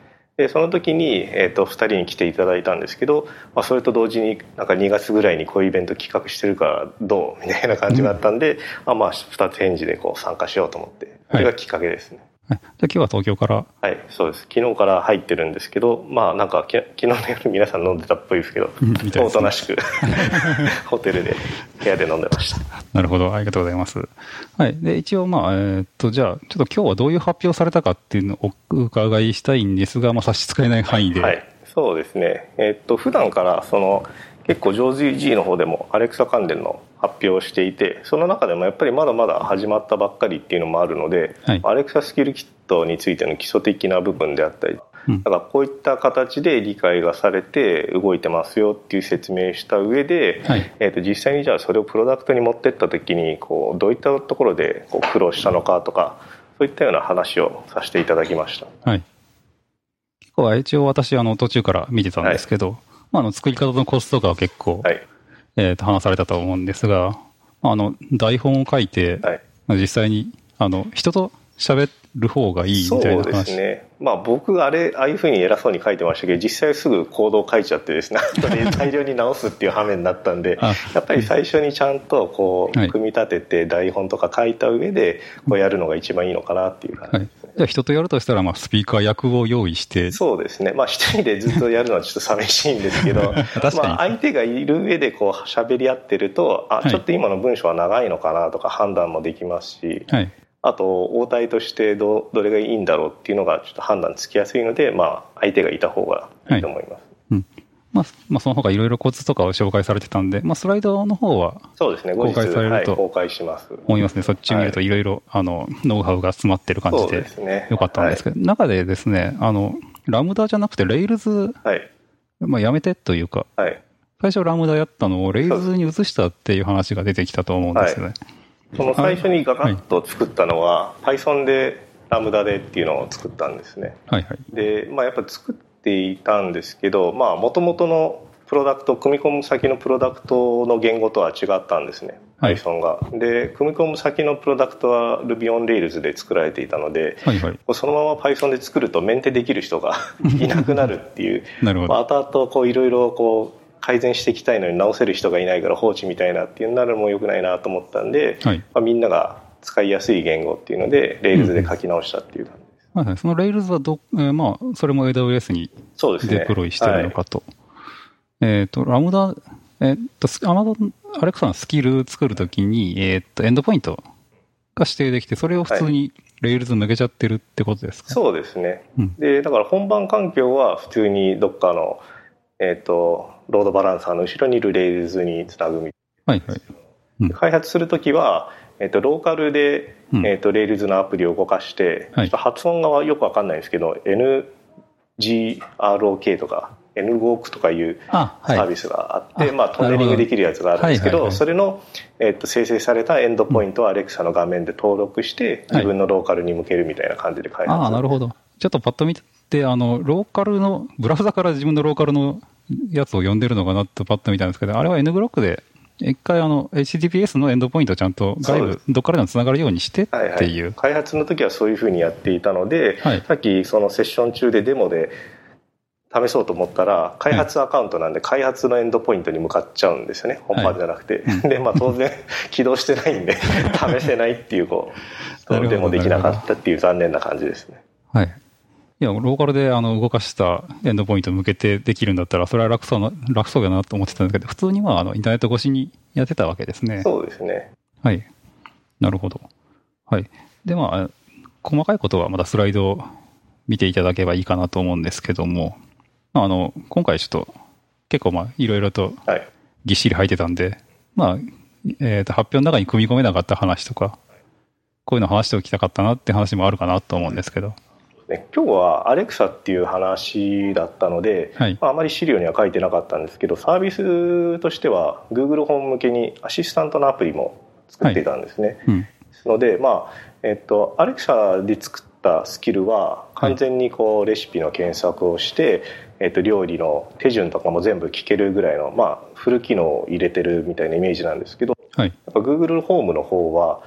Speaker 6: でその時に、えー、とふたりに来ていただいたんですけど、まあ、それと同時になんかにがつぐらいにこういうイベント企画してるからどうみたいな感じがあったんで、うん、あまあふたつ返事でこう参加しようと思って、それがきっかけですね。
Speaker 1: はい、じゃあ今日は東京から？
Speaker 6: はい、そうです。昨日から入ってるんですけど、まあなんかき昨日の夜皆さん飲んでたっぽいですけど、おとなしくホテルで部屋で飲んでました。
Speaker 1: なるほど、ありがとうございます。はい、で一応まあえー、っとじゃあちょっと今日はどういう発表されたかっていうのをお伺いしたいんですが、まあ差し支えない範囲で。
Speaker 6: はい、そうですね。えー、っと普段からその結構 ジョーズ ユージー の方でも Alexa 関連の発表をしていて、その中でもやっぱりまだまだ始まったばっかりっていうのもあるので、はい、Alexa スキルキットについての基礎的な部分であったり、うん、だからこういった形で理解がされて動いてますよっていう説明した上で、はい、えー、と実際にじゃあそれをプロダクトに持ってった時にこうどういったところでこう苦労したのかとか、そういったような話をさせていただきました。
Speaker 1: はい、結構一応私あの途中から見てたんですけど、はい、まあ、あの作り方のコツとかは結構、はい、えー、と話されたと思うんですが、あの台本を書いて、はい、実際にあの人と喋る方がいいみたいな話。
Speaker 6: そうですね。まあ僕あれああいうふうに偉そうに書いてましたけど、実際すぐコードを書いちゃってですね、後で大量に直すっていう羽目になったんで、やっぱり最初にちゃんとこう組み立てて台本とか書いた上でこうやるのが一番いいのかなっていう感じですね。はい、
Speaker 1: じゃあ人とやるとしたらまあスピーカー役を用意して。
Speaker 6: そうですね。まあ一人でずっとやるのはちょっと寂しいんですけど、まあ相手がいる上でこう喋り合ってると、あ、ちょっと今の文章は長いのかなとか判断もできますし。はい、あと応対としてどどれがいいんだろうっていうのがちょっと判断つきやすいので、まあ、相手がいた方がいいと思います。はい、うん、
Speaker 1: まあまあ、その他いろいろコツとかを紹介されてたんで、まあ、スライドの方は公開されると
Speaker 6: 公開します
Speaker 1: 思いますね。そっち見るといろいろノウハウが詰まってる感じでよかったんですけど、はい、中でですね、あのラムダじゃなくてレイルズ、はい、まあ、やめてというか、はい、最初ラムダやったのをレイルズに移したっていう話が出てきたと思うんですよね。はい、
Speaker 6: その最初にガガッと作ったのは、はい、Python でラムダでっていうのを作ったんですね。はいはい、で、まあ、やっぱ作っていたんですけど、まあ、元々のプロダクト、組み込む先のプロダクトの言語とは違ったんですね、はい、Python が。で、組み込む先のプロダクトは Ruby on Rails で作られていたので、はいはい、そのまま Python で作るとメンテできる人がいなくなるっていう、なるほど。後々こういろいろこう改善していきたいのに直せる人がいないから放置みたいなっていうなるのも良くないなと思ったんで、はい、まあ、みんなが使いやすい言語っていうので Rails で書き直したっていう感じです。
Speaker 1: うん、はいはい、その Rails はど、えー、まあそれも エーダブリューエス にデプロイしてるのかと。えっとラムダ、えっとアマゾンアレクサのスキル作るときにえっとエンドポイントが指定できて、それを普通に Rails 抜けちゃってるってことですか？
Speaker 6: はい、そうですね。うん、でだから本番環境は普通にどっかのえっとロードバランサーの後ろにいる Rails につなぐみたいな。はいはい。うん、開発するときは、えっと、ローカルで、えっと、Rails のアプリを動かして、うん、ちょっと発音がよくわかんないんですけど、エヌジーアールオーケー とか エヌゴーク とかいうサービスがあって、あ、はい、まあ、トンネリングできるやつがあるんですけど、はいはいはい、それの、えっと、生成されたエンドポイントを Alexa の画面で登録して自分のローカルに向けるみたいな感じで開発、
Speaker 1: はい、ああ、なるほど。ちょっとパッと見て、あのローカルのブラウザから自分のローカルのやつを呼んでるのかなとパッと見たんですけど、あれは N ブロックで一回あの エイチティーティーピーエス のエンドポイントをちゃんと外部どっからでもつながるようにしてっていう、はいはい、
Speaker 6: 開発の時はそういうふうにやっていたので、はい、さっきそのセッション中でデモで試そうと思ったら開発アカウントなんで開発のエンドポイントに向かっちゃうんですよね、本番じゃなくて、はい、で、まあ、当然起動してないんで試せないっていうこうデモできなかったっていう残念な感じですね。
Speaker 1: はい、いやローカルであの動かしたエンドポイント向けてできるんだったらそれは楽そうな楽そうだなと思ってたんですけど、普通にはあのインターネット越しにやってたわけですね。
Speaker 6: そうですね。
Speaker 1: はい、なるほど。はい。でまあ細かいことはまたスライドを見ていただければいいかなと思うんですけども、あの今回ちょっと結構まあいろいろとぎっしり入ってたんで、はい、まあえーと発表の中に組み込めなかった話とかこういうの話しておきたかったなって話もあるかなと思うんですけど。
Speaker 6: 今日はアレクサっていう話だったので、はい、まあ、あまり資料には書いてなかったんですけど、サービスとしては Google ホーム向けにアシスタントのアプリも作っていたんですね。はい、うん、ですので、まあえっと、アレクサで作ったスキルは完全にこうレシピの検索をして、えっと、料理の手順とかも全部聞けるぐらいの、まあ、フル機能を入れてるみたいなイメージなんですけど、はい、やっぱ Google ホームの方は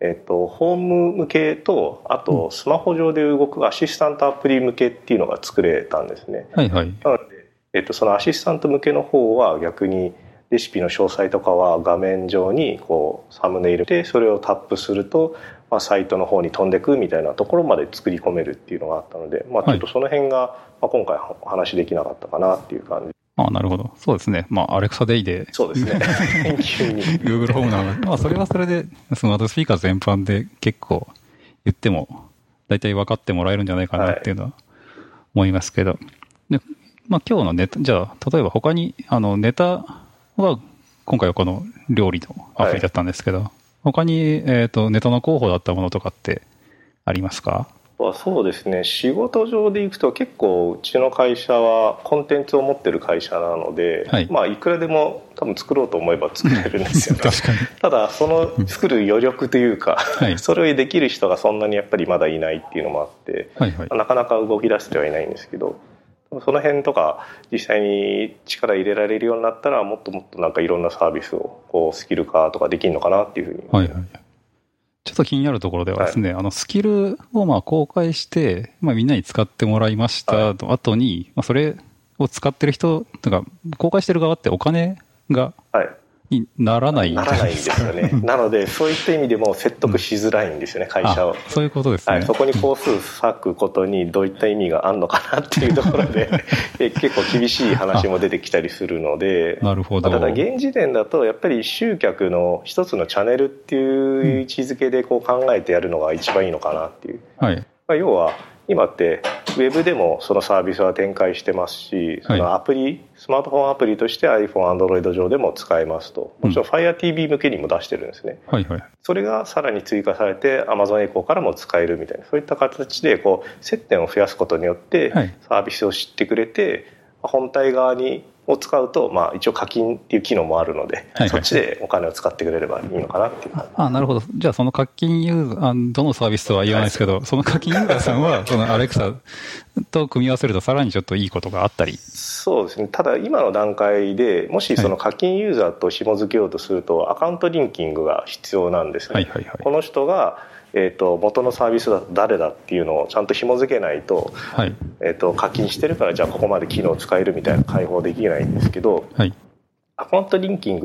Speaker 6: えっと、ホーム向けと、あとスマホ上で動くアシスタントアプリ向けっていうのが作れたんですね。
Speaker 1: はいはい。
Speaker 6: なので、えっと、そのアシスタント向けの方は逆にレシピの詳細とかは画面上にこうサムネイルでそれをタップすると、まあ、サイトの方に飛んでくみたいなところまで作り込めるっていうのがあったので、まあ、ちょっとその辺が、まあ、今回お話できなかったかなっていう感じ。
Speaker 1: ああ、なるほど。そうですね。まあ、アレクサデイで。
Speaker 6: そうですね。急に。
Speaker 1: Google ホームなので、まあ、それはそれで、スマートスピーカー全般で結構言っても、大体分かってもらえるんじゃないかなっていうのは思いますけど。はい、で、まあ、今日のネタ、じゃあ、例えば他に、あの、ネタは、今回はこの料理のアプリだったんですけど、はい、他に、えっと、ネタの候補だったものとかってありますか？
Speaker 6: そうですね、仕事上でいくと結構うちの会社はコンテンツを持ってる会社なので、はい、まあいくらでも多分作ろうと思えば作れるんですよね。
Speaker 1: 確かに。
Speaker 6: ただその作る余力というか、はい、それをできる人がそんなにやっぱりまだいないっていうのもあって、はいはい、なかなか動き出してはいないんですけど、その辺とか実際に力入れられるようになったらもっともっとなんかいろんなサービスをこうスキル化とかできるのかなっていうふうに。
Speaker 1: はいはい。ちょっと気になるところではですね、はい、あのスキルをまあ公開して、まあ、みんなに使ってもらいましたと後に、まあ、それを使ってる人とか公開してる側ってお金がにならないん
Speaker 6: ならないんですよね。なのでそういった意味でも説得しづらいんですよね、うん、会社を。
Speaker 1: そういうことですね、
Speaker 6: はい、そこに工数割くことにどういった意味があるのかなっていうところで結構厳しい話も出てきたりするので。
Speaker 1: なるほど。
Speaker 6: ただ現時点だとやっぱり集客の一つのチャンネルっていう位置づけでこう考えてやるのが一番いいのかなっていう、はい、まあ、要は今ってウェブでもそのサービスは展開してますし、そのアプリ、はい、スマートフォンアプリとして iPhone、Android 上でも使えますと、もちろん FireTV 向けにも出してるんですね、うん、はいはい、それがさらに追加されて Amazon Echo からも使えるみたいな、そういった形でこう接点を増やすことによってサービスを知ってくれて、本体側にを使うと、まあ、一応課金っていう機能もあるので、はいはい、そっちでお金を使ってくれればいいのかなっていう感じ。
Speaker 1: ああ、なるほど。じゃあその課金ユーザー、どのサービスとは言わないですけど、はい、その課金ユーザーさんはそのアレクサと組み合わせるとさらにちょっといいことがあったり。
Speaker 6: そうですね。ただ今の段階でもしその課金ユーザーと紐付けようとするとアカウントリンキングが必要なんですね、はいはいはい、この人がえー、と元のサービスだと誰だっていうのをちゃんと紐付けないと、はい、えー、と課金してるからじゃあここまで機能使えるみたいな開放できないんですけど、はい、アカウントリンキングって、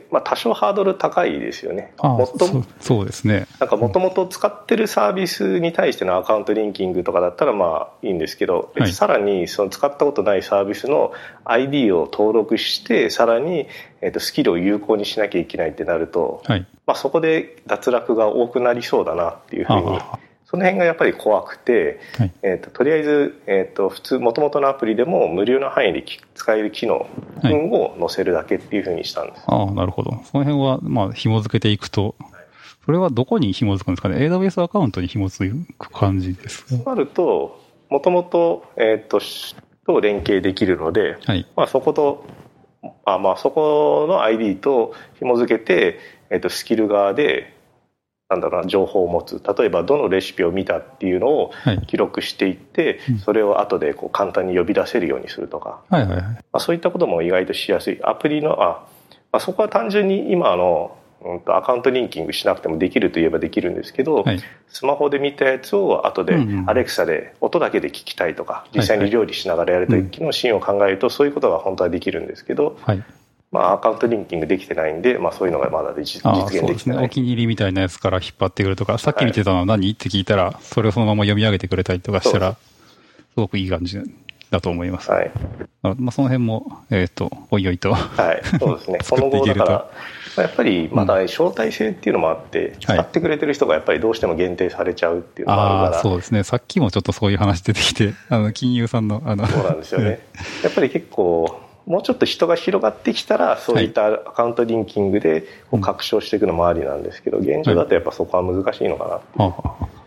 Speaker 6: まあ、多少ハードル高いですよね。
Speaker 1: ああ、そ, そうですね。
Speaker 6: なんかもともと使ってるサービスに対してのアカウントリンキングとかだったらまあいいんですけど、はい、さらにその使ったことないサービスの アイディー を登録してさらにえー、とスキルを有効にしなきゃいけないってなると、はい、まあ、そこで脱落が多くなりそうだなっていうふうに、その辺がやっぱり怖くて、はい、えー、ととりあえず、えー、と普通元々のアプリでも無料の範囲で使える機能を載せるだけっていうふうにしたんです、
Speaker 1: はい、ああ、なるほど。その辺はまあ紐付けていくと、それはどこに紐付くんですかね。 エーダブリューエス アカウントに紐付く感じですか。
Speaker 6: となると元々、えー、とと連携できるので、はい、まあ、そことあまあ、そこの アイディー と紐付けて、えっと、スキル側でなんだろうな、情報を持つ。例えばどのレシピを見たっていうのを記録していって、はい、それを後でこう簡単に呼び出せるようにするとか、はいはいはい、まあ、そういったことも意外としやすい。アプリのあ、まあ、そこは単純に今の、うん、とアカウントリンキングしなくてもできるといえばできるんですけど、はい、スマホで見たやつを後でアレクサで音だけで聞きたいとか、うんうん、実際に料理しながらやるときのシーンを考えるとそういうことが本当はできるんですけど、はい、まあ、アカウントリンキングできてないんで、まあ、そういうのがまだ実現できてない。あ、そうですね。
Speaker 1: お気に入りみたいなやつから引っ張ってくるとか、さっき見てたのは何、はい、って聞いたらそれをそのまま読み上げてくれたりとかしたらすごくいい感じだと思います。はい、まあ、その辺も、えっと、おいおいと。
Speaker 6: はい、そうですね。その後だから、やっぱりまだ招待制っていうのもあって、うん、使ってくれてる人がやっぱりどうしても限定されちゃうっていうのもあるから。
Speaker 1: あ、そうですね。さっきもちょっとそういう話出てきて、あの金融さんのあの。
Speaker 6: そうなんですよね。やっぱり結構もうちょっと人が広がってきたらそういったアカウントリンキングでこう拡張していくのもありなんですけど、現状だとやっぱそこは難しいのかなっていう。はい、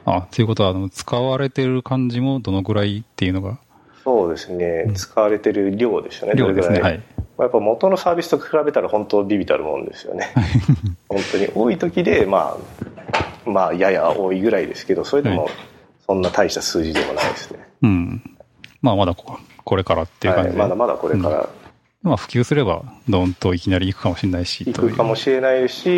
Speaker 1: ああ、ということはあの使われてる感じもどのぐらいっていうのが。
Speaker 6: そうですね、うん、使われてる量ですよね。
Speaker 1: 量ですね。はい。
Speaker 6: やっぱ元のサービスと比べたら本当ビビたるもんですよね。本当に多い時で、まあ、まあやや多いぐらいですけど、それでもそんな大した数字でもないですね。
Speaker 1: うん。まあまだここれからっていう感じで、
Speaker 6: はい、まだまだこれから、うん、
Speaker 1: まあ普及すればどんといきなり行くかもしれないし、
Speaker 6: 行くかもしれないし、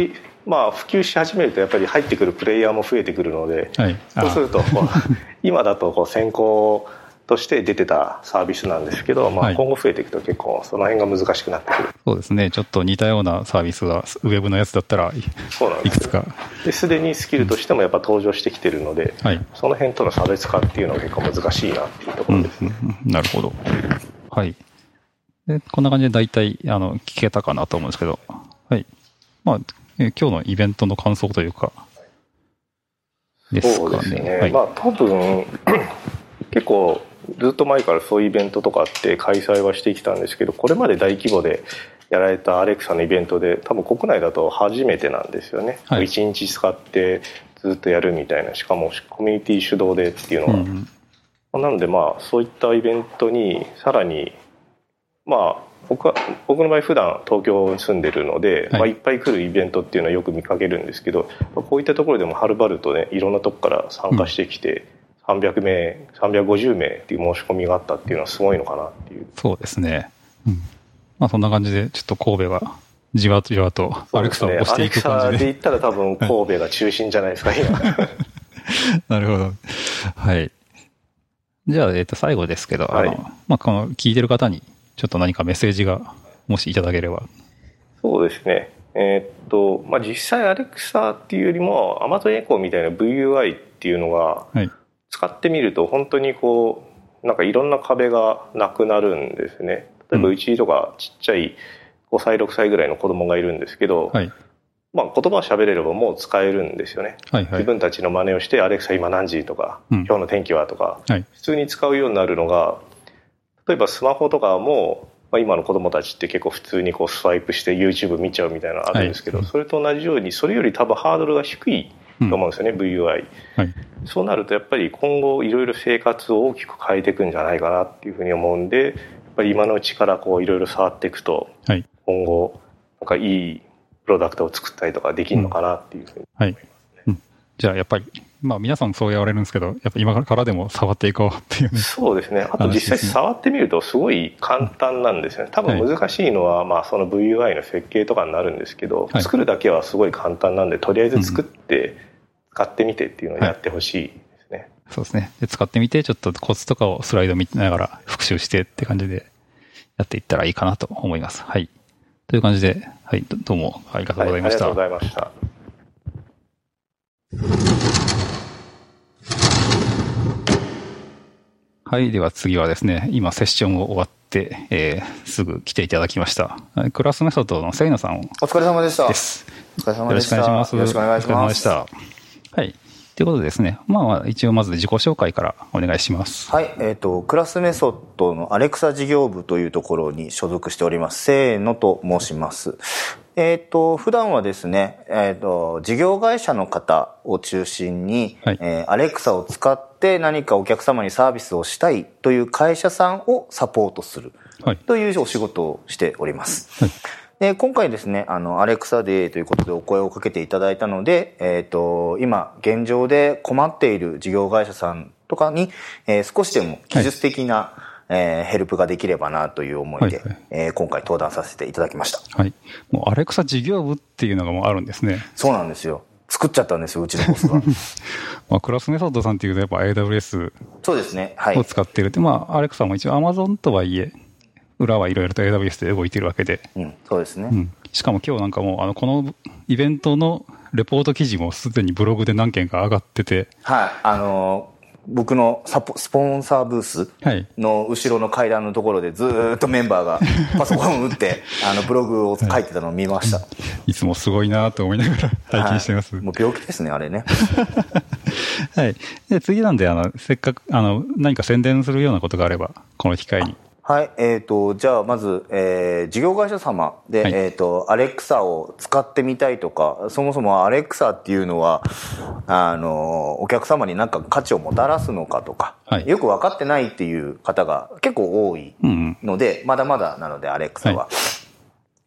Speaker 6: まあ普及し始めるとやっぱり入ってくるプレイヤーも増えてくるので、はい、そうするとこう今だとこう先行として出てたサービスなんですけど、まあ、今後増えていくと結構その辺が難しくなってくる、はい、
Speaker 1: そうですね。ちょっと似たようなサービスがウェブのやつだったらいくつか
Speaker 6: ですでにスキルとしてもやっぱ登場してきてるので、はい、その辺との差別化っていうのは結構難しいなっていうところですね、
Speaker 1: うんうん、なるほど。はい。でこんな感じで大体あの聞けたかなと思うんですけど、はい。まあ、え今日のイベントの感想というかですかね。そうですね、はい、
Speaker 6: まあ多分結構ずっと前からそういうイベントとかって開催はしてきたんですけど、これまで大規模でやられたアレクサのイベントで多分国内だと初めてなんですよね、はい、いちにち使ってずっとやるみたいな、しかもコミュニティ主導でっていうのは、うん、なのでまあそういったイベントにさらにまあ僕は僕の場合普段東京に住んでるので、はいまあ、いっぱい来るイベントっていうのはよく見かけるんですけど、こういったところでもはるばるとねいろんなとこから参加してきて、うんさんびゃくめい、さんびゃくごじゅうめいっていう申し込みがあったっていうのはすごいのかなっていう。
Speaker 1: そうですね。うん。まあそんな感じで、ちょっと神戸がじわじわとアレクサを押していく感じで。
Speaker 6: アレクサで言ったら多分神戸が中心じゃないですか、今。
Speaker 1: なるほど。はい。じゃあ、えっと、最後ですけど、はい、あの、まあこの聞いてる方にちょっと何かメッセージがもしいただければ。
Speaker 6: そうですね。えー、っと、まあ実際アレクサっていうよりも Amazon Echo みたいな ブイユーアイ っていうのが、はい使ってみると本当にこうなんかいろんな壁がなくなるんですね。例えばうちとかちっちゃいごさいろくさいぐらいの子供がいるんですけど、はいまあ、言葉を喋れればもう使えるんですよね、はいはい、自分たちの真似をしてアレクサ今何時とか、うん、今日の天気はとか、はい、普通に使うようになるのが、例えばスマホとかも、まあ、今の子供たちって結構普通にこうスワイプして YouTube 見ちゃうみたいなのあるんですけど、はい、それと同じようにそれより多分ハードルが低いと思うんですよね、うん、ブイユーアイ、はい、そうなるとやっぱり今後いろいろ生活を大きく変えていくんじゃないかなっていうふうに思うんで、やっぱり今のうちからこういろいろ触っていくと、はい、今後なんかいいプロダクトを作ったりとかできるのかなっていうふうに思いますね、
Speaker 1: うんはいうん、じゃあやっぱりまあ皆さんそう言われるんですけど、やっぱ今からでも触っていこうっていう、ね、
Speaker 6: そうですね。あと実際触ってみるとすごい簡単なんですよね。多分難しいのはまあその ブイユーアイ の設計とかになるんですけど、はい、作るだけはすごい簡単なんで、とりあえず作って使ってみてっていうのをやってほしいですね、はい、
Speaker 1: そうですね。で使ってみてちょっとコツとかをスライド見ながら復習してって感じでやっていったらいいかなと思います。はい。という感じで、はい、どうもありがとうございました。
Speaker 6: はい、ありがとうございました。
Speaker 1: はい。では次はですね、今セッションを終わって、えー、すぐ来ていただきました。クラスメソッドの清野さんを。
Speaker 7: お疲れ様でした。
Speaker 1: です。
Speaker 7: お疲れ様でした。
Speaker 1: よろしくお願いします。
Speaker 7: よろしくお願いします。お疲れ様でした。
Speaker 1: はい。ということでですね、まあ一応まず自己紹介からお願いします。
Speaker 7: はい。えっと、クラスメソッドのアレクサ事業部というところに所属しております。清野と申します。えっと、普段はですね、えっと、事業会社の方を中心に、はい、えー、アレクサを使って何かお客様にサービスをしたいという会社さんをサポートするというお仕事をしております。はい、で今回ですね、あの、アレクサデーということでお声をかけていただいたので、えっと、今、現状で困っている事業会社さんとかに、えー、少しでも技術的な、はいえー、ヘルプができればなという思いで、はいはいえー、今回登壇させていただきました。
Speaker 1: はい。もうアレクサ事業部っていうのがもうあるんですね。
Speaker 7: そうなんですよ。作っちゃったんですよ、うちのボスが。
Speaker 1: まあ、クラスメソッドさんっていうとやっぱ エーダブリューエス
Speaker 7: そうですね。はい。
Speaker 1: を使ってるって、まあ、アレクサも一応 Amazon とはいえ、裏はいろいろと エーダブリューエス で動いてるわけで。
Speaker 7: うん、そうですね。
Speaker 1: うん。しかも今日なんかもう、あの、このイベントのレポート記事もすでにブログで何件か上がってて。
Speaker 7: はい。あのー、僕のサポスポンサーブースの後ろの階段のところでずーっとメンバーがパソコンを打ってあのブログを書いてたのを見ました。はい、
Speaker 1: いつもすごいなと思いながら拝見しています。
Speaker 7: はい、もう病気ですね、あれね。
Speaker 1: はい。で、次なんで、あの、せっかく、あの、何か宣伝するようなことがあれば、この機会に。
Speaker 7: はい。えっと、じゃあ、まず、えー、事業会社様で、はい、えっと、アレクサを使ってみたいとか、そもそもアレクサっていうのは、あの、お客様に何か価値をもたらすのかとか、はい、よく分かってないっていう方が結構多いので、うんうん、まだまだなので、アレクサは。はい、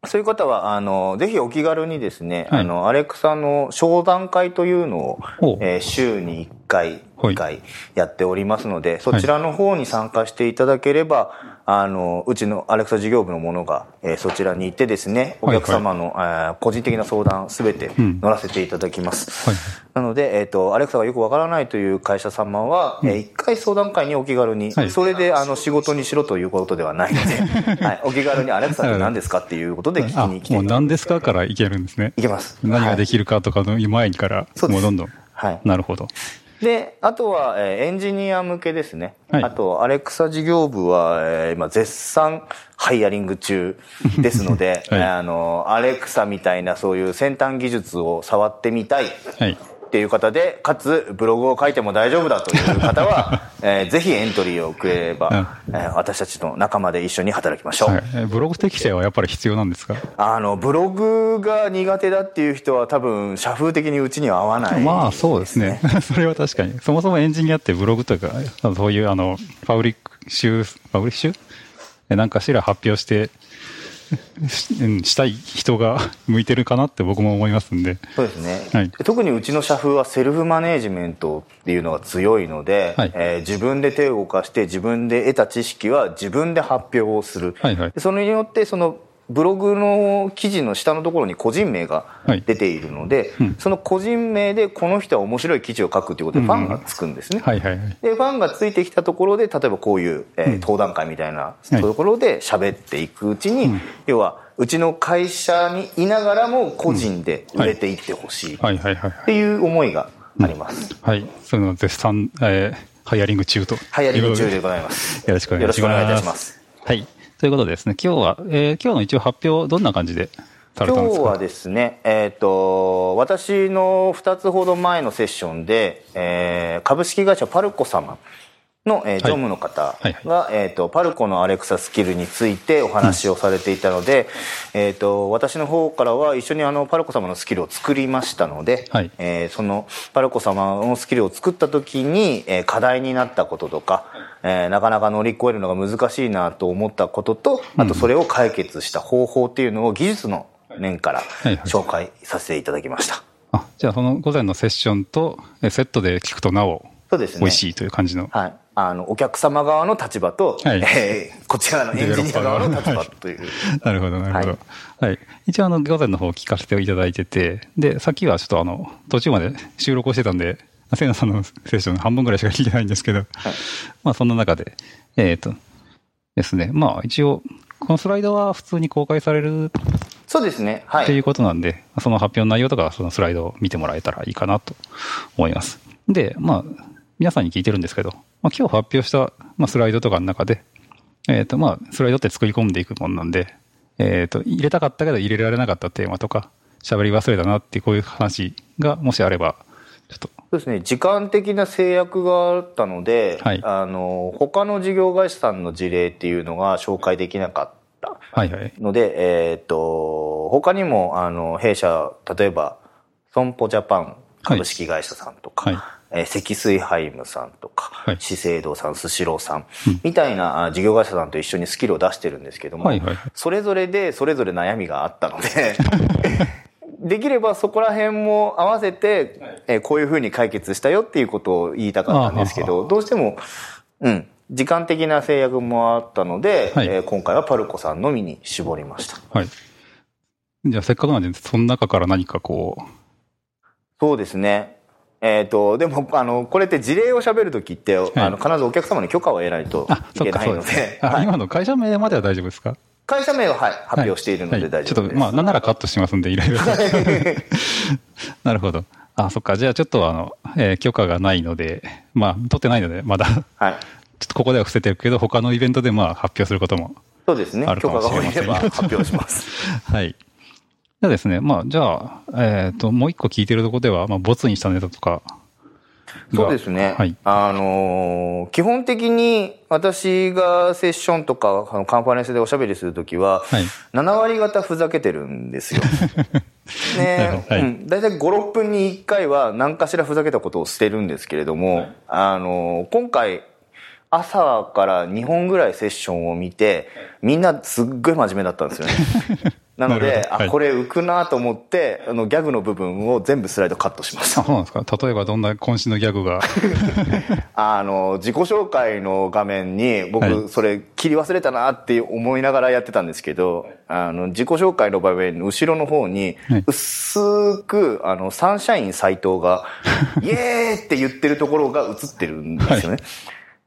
Speaker 7: そういう方は、あの、ぜひお気軽にですね、はい、あの、アレクサの商談会というのを、えー、週にいっかい、 にかいやっておりますので、そちらの方に参加していただければ、あの、うちのアレクサ事業部の者が、えー、そちらに行ってですね、お客様の、はいはい、個人的な相談すべて乗らせていただきます。うんはい、なので、えっと、アレクサがよくわからないという会社様は、うん、えー、一回相談会にお気軽に、はい、それであの仕事にしろということではないので、はい、お気軽にアレクサって何ですかっていうことで聞きに来て、
Speaker 1: もう何ですかからいけるんですね。
Speaker 7: いけます。
Speaker 1: 何ができるかとかの前から、もうどんどん。はい。なるほど。
Speaker 7: で、あとは、えー、エンジニア向けですね。はい、あと、アレクサ事業部は、えー、今、絶賛ハイアリング中ですので、はい、あの、アレクサみたいなそういう先端技術を触ってみたい。はいっていう方で、かつブログを書いても大丈夫だという方は、えー、ぜひエントリーをくれれば、うん、えー、私たちの仲間で一緒に働きましょう、はい、
Speaker 1: えー、ブログ適性はやっぱり必要なんですか？
Speaker 7: あのブログが苦手だっていう人は多分社風的にうちには合わない、ね、
Speaker 1: まあそうですねそれは確かに。そもそもエンジニアってブログとかそういうあのパブリック集パブリッシュなんかしら発表してしたい人が向いてるかなって僕も思いますんで。
Speaker 7: そうですね、はい、特にうちの社風はセルフマネージメントっていうのが強いので、はい、えー、自分で手を動かして自分で得た知識は自分で発表をする、はいはい、それによってそのブログの記事の下のところに個人名が出ているので、はい、うん、その個人名でこの人は面白い記事を書くということでファンがつくんですね、うん、はいはいはい、でファンがついてきたところで例えばこういう、えー、登壇会みたいなところで喋っていくうちに、はい、要はうちの会社にいながらも個人で売れていってほしいっていう思いがあります。
Speaker 1: はい、その絶賛、えー、ハイアリング中と。
Speaker 7: ハイアリング中でございます。
Speaker 1: よろしくお願いします。よろしくお願いいたします。はい。ということでですね、今日は、えー、今日の一応発表どんな感じでされたんですか？
Speaker 7: 今日はですね、えっと、私のふたつほど前のセッションで、えー、株式会社パルコ様の、えー、常務の方が、はい、えっと、パルコのアレクサスキルについてお話をされていたので、うん、えっと、私の方からは一緒にあの、パルコ様のスキルを作りましたので、はい、えー、その、パルコ様のスキルを作った時に、えー、課題になったこととか、えー、なかなか乗り越えるのが難しいなと思ったことと、あとそれを解決した方法っていうのを技術の面から紹介させていただきました。
Speaker 1: はいはい、あ、じゃあその午前のセッションとセットで聞くとなお、そうですね、美味しいという感じの。
Speaker 7: はい。あの、お客様側の立場と、はい、えー、こちらのエンジニア側の立場という。
Speaker 1: なるほど、なるほど。はい。はい、一応あの、午前の方を聞かせていただいてて、で、さっきはちょっとあの、途中まで収録をしてたんで、せいなさんのセッション半分ぐらいしか聞いてないんですけど、はい、まあそんな中で、えっと、ですね、まあ一応、このスライドは普通に公開される。
Speaker 7: そうですね。はい。
Speaker 1: っていうことなんで、その発表の内容とか、そのスライドを見てもらえたらいいかなと思います。で、まあ、皆さんに聞いてるんですけど、まあ、今日発表した、まあ、スライドとかの中で、えっと、まあ、スライドって作り込んでいくもんなんで、えっと、入れたかったけど入れられなかったテーマとか、喋り忘れたなっていうこういう話がもしあれば、ちょっと。
Speaker 7: そうですね。時間的な制約があったので、はい、あの、他の事業会社さんの事例っていうのが紹介できなかったので、はいはい、えっと、他にも、あの、弊社、例えば、損保ジャパン株式会社さんとか、はいはい、えー、積水ハイムさんとか、はい、資生堂さん、スシローさん、うん、みたいな事業会社さんと一緒にスキルを出してるんですけども、はいはい、それぞれでそれぞれ悩みがあったので、できればそこら辺も合わせて、えー、こういうふうに解決したよっていうことを言いたかったんですけど、どうしても、うん、時間的な制約もあったので、はい、えー、今回はパルコさんのみに絞りました。はい。
Speaker 1: じゃあせっかくなんで、その中から何かこう。
Speaker 7: そうですね。えっと、でも、あの、これって事例を喋るときって、はい、あの、必ずお客様の許可を得ないといけないので。
Speaker 1: あ、はい、今の会社名までは大丈夫ですか？
Speaker 7: 会社名は、はい、発表しているので大丈夫です。
Speaker 1: はいはい、ちょっと、まあ、なんならカットしますんで、いろいろ。なるほど。あ、そっか。じゃあ、ちょっと、あの、えー、許可がないので、まあ、取ってないので、まだ。はい。ちょっとここでは伏せてるけど、他のイベントで、まあ、発表することも。
Speaker 7: そうですね。許可が下りれば発表します。
Speaker 1: はい。じゃあですね、まあ、じゃあ、えっと、もう一個聞いてるところでは、まあ、ボツにしたネタとか。
Speaker 7: そうですね。はい、あのー、基本的に私がセッションとかあのカンファレンスでおしゃべりするときは、はい、なな割方ふざけてるんですよ。ね、はい、うん、だいたいご、ろっぷんにいっかいは何かしらふざけたことをしてるんですけれども、はい、あのー、今回朝からにほんぐらいセッションを見て、みんなすっごい真面目だったんですよね。 なので、あ、これ浮くなと思って、あの、ギャグの部分を全部スライドカットしました。
Speaker 1: あ、そうなんですか。例えばどんな渾身のギャグが
Speaker 7: あの、自己紹介の画面に、僕、それ切り忘れたなって思いながらやってたんですけど、あの、自己紹介の場面の後ろの方に、薄く、あの、サンシャイン斎藤が、イエーって言ってるところが映ってるんですよね。はい、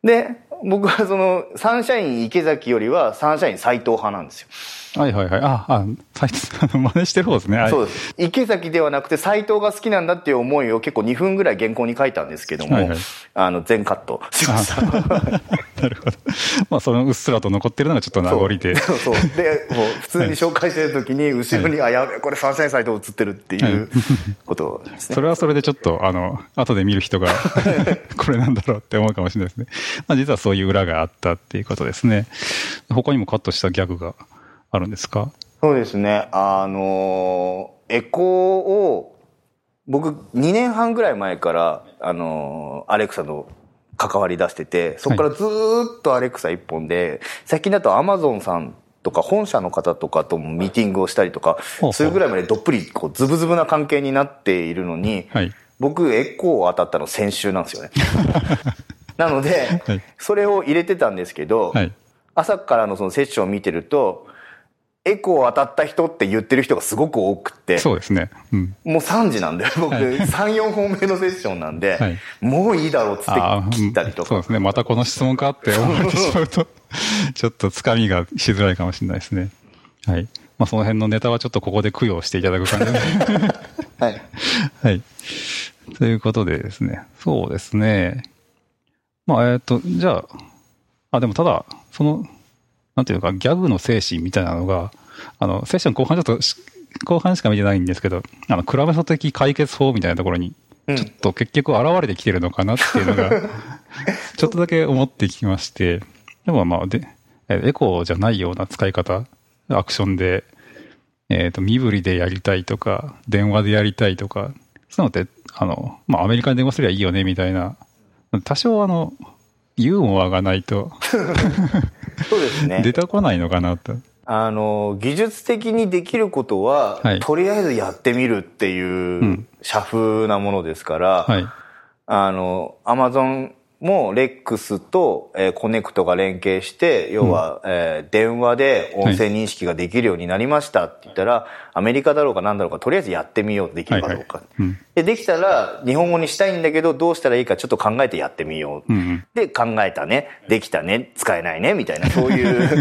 Speaker 7: で、僕はその、サンシャイン池崎よりはサンシャイン斎藤派なんですよ。
Speaker 1: はいはいはい。あ、あ、斎藤、真似してる方ですね。
Speaker 7: そうです。池崎ではなくて斎藤が好きなんだっていう思いを結構にふんぐらい原稿に書いたんですけども、はいはい、あの、全カットしました。な
Speaker 1: るほど。まあ、そのうっすらと残ってるのがちょっと名残で。
Speaker 7: そうそう。で、もう普通に紹介してるときに、後ろに、はい、あ、やべ、これサンシャイン斎藤映ってるっていうことですね。
Speaker 1: それはそれでちょっと、あの、後で見る人が、これなんだろうって思うかもしれないですね。まあ、実はそういう裏があったっていうことですね。他にもカットしたギャグがあるんですか？
Speaker 7: そうですね。あの、エコーを、僕にねんはんぐらい前から、あの、アレクサの関わり出してて、そこからずーっとアレクサ一本で、はい、最近だとアマゾンさんとか本社の方とかともミーティングをしたりとか、それぐらいまでどっぷりこうズブズブな関係になっているのに、はい、僕エコー当たったの先週なんですよね。なので、はい、それを入れてたんですけど、はい、朝からのそのセッションを見てると、エコー当たった人って言ってる人がすごく多くて。
Speaker 1: そうですね。
Speaker 7: うん、もうさんじなんで、僕、はい、さん、よんほんめのセッションなんで、はい、もういいだろうっつって切ったりとか。
Speaker 1: そうですね。またこの質問かって思われてしまうと、ちょっとつかみがしづらいかもしれないですね。はい。まあその辺のネタはちょっとここで供養していただく感じで。はい。はい。ということでですね。そうですね。まあ、えっと、じゃあ、あ、でもただ、その、なんていうか、ギャグの精神みたいなのが、あの、セッション後半ちょっと、後半しか見てないんですけど、あの、クラメソ的解決法みたいなところに、ちょっと結局現れてきてるのかなっていうのが、ちょっとだけ思ってきまして、でもまあ、で、エコーじゃないような使い方、アクションで、えっと、身振りでやりたいとか、電話でやりたいとか、そういうのって、あの、まあ、アメリカに電話すればいいよね、みたいな、多少あの、ユーモアがないと
Speaker 7: そうですね。
Speaker 1: 出てこないのかなと。
Speaker 7: あの、技術的にできることは、はい、とりあえずやってみるっていう社風なものですから、うんはい、あの、アマゾンもレックスと、えー、コネクトが連携して、要は、うんえー、電話で音声認識ができるようになりましたって言ったら、はい、アメリカだろうか何だろうか、とりあえずやってみよう、できるかどうか。はいはいうん、で、できたら、日本語にしたいんだけど、どうしたらいいかちょっと考えてやってみよう。うん、で、考えたね、できたね、使えないね、みたいな、そういう。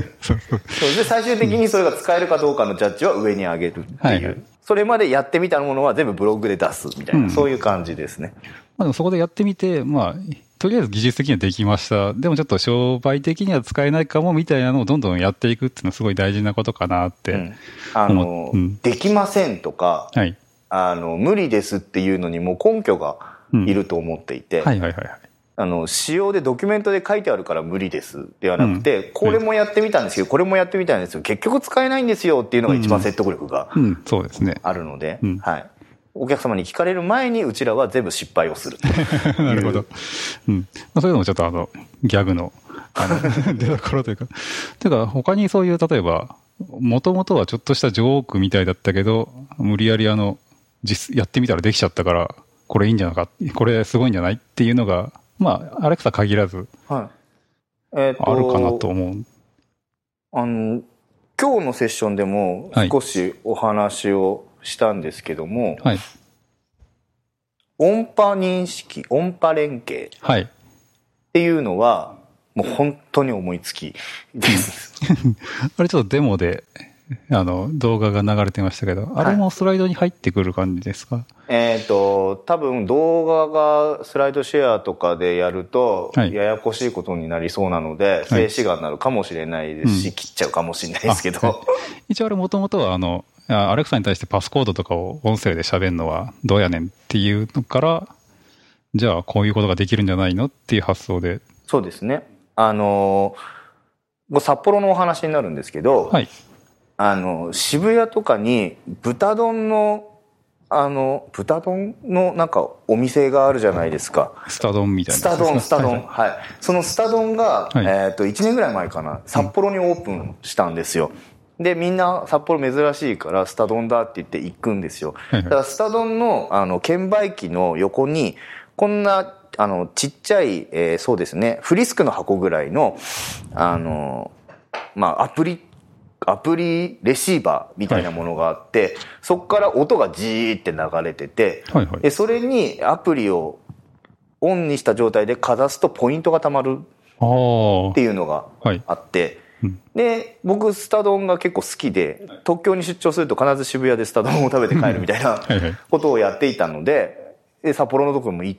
Speaker 7: そうで、最終的にそれが使えるかどうかのジャッジは上に上げるっていう。はいはい、それまでやってみたものは全部ブログで出すみたいな、うん、そういう感じですね。
Speaker 1: まあ、でもそこでやってみて、まあ、とりあえず技術的にはできました。でもちょっと商売的には使えないかもみたいなのをどんどんやっていくっていうのはすごい大事なことかなって。うん、
Speaker 7: あの、うん、できませんとか、はい、あの、無理ですっていうのにも根拠がいると思っていて、うん、はいはいはいはい。あの、仕様でドキュメントで書いてあるから無理ですではなくて、うん、これもやってみたんですけど、これもやってみたんですけど、結局使えないんですよっていうのが一番説得力があるので、はい。お客様に聞かれる前にうちらは全部失敗をする。
Speaker 1: なるほど。うん。まあ、そういうのもちょっとあの、ギャグの、あの、出所というか。ていうか、他にそういう、例えば、もともとはちょっとしたジョークみたいだったけど、無理やりあの、実、やってみたらできちゃったから、これいいんじゃないか、これすごいんじゃないっていうのが、まあ、アレクサ限らず、はい。えっと、あるかなと思う。
Speaker 7: あの、今日のセッションでも少しお話を、はいしたんですけども、はい、音波認識、音波連携っていうのは、もう本当に思いつきです。
Speaker 1: あれちょっとデモで、あの、動画が流れてましたけど、あれもスライドに入ってくる感じですか？はい、
Speaker 7: えっと、多分動画がスライドシェアとかでやると、ややこしいことになりそうなので、はい、静止画になるかもしれないですし、うん、切っちゃうかもしれないですけど。はい、
Speaker 1: 一応あれもともとはあの、アレクサに対してパスコードとかを音声で喋るのはどうやねんっていうのから、じゃあこういうことができるんじゃないのっていう発想で。
Speaker 7: そうですね。あの、札幌のお話になるんですけど、はい、あの、渋谷とかに豚丼の、あの、豚丼のなんかお店があるじゃないですか。
Speaker 1: スタ丼みたいな。
Speaker 7: スタ丼、スタ丼。はい。そのスタ丼が、はい、えっと、いちねんぐらい前かな、札幌にオープンしたんですよ。 でみんな札幌珍しいからスタ丼だって言って行くんですよ。だからスタ丼のあの券売機の横にこんなあのちっちゃい、えー、そうですねフリスクの箱ぐらいのあのまあアプリアプリレシーバーみたいなものがあって、はい、そこから音がジーって流れてて、はいはい、でそれにアプリをオンにした状態でかざすとポイントがたまるっていうのがあって、はいうん、で僕スタ丼が結構好きで東京に出張すると必ず渋谷でスタ丼を食べて帰るみたいなことをやっていたので、で札幌のところも行って、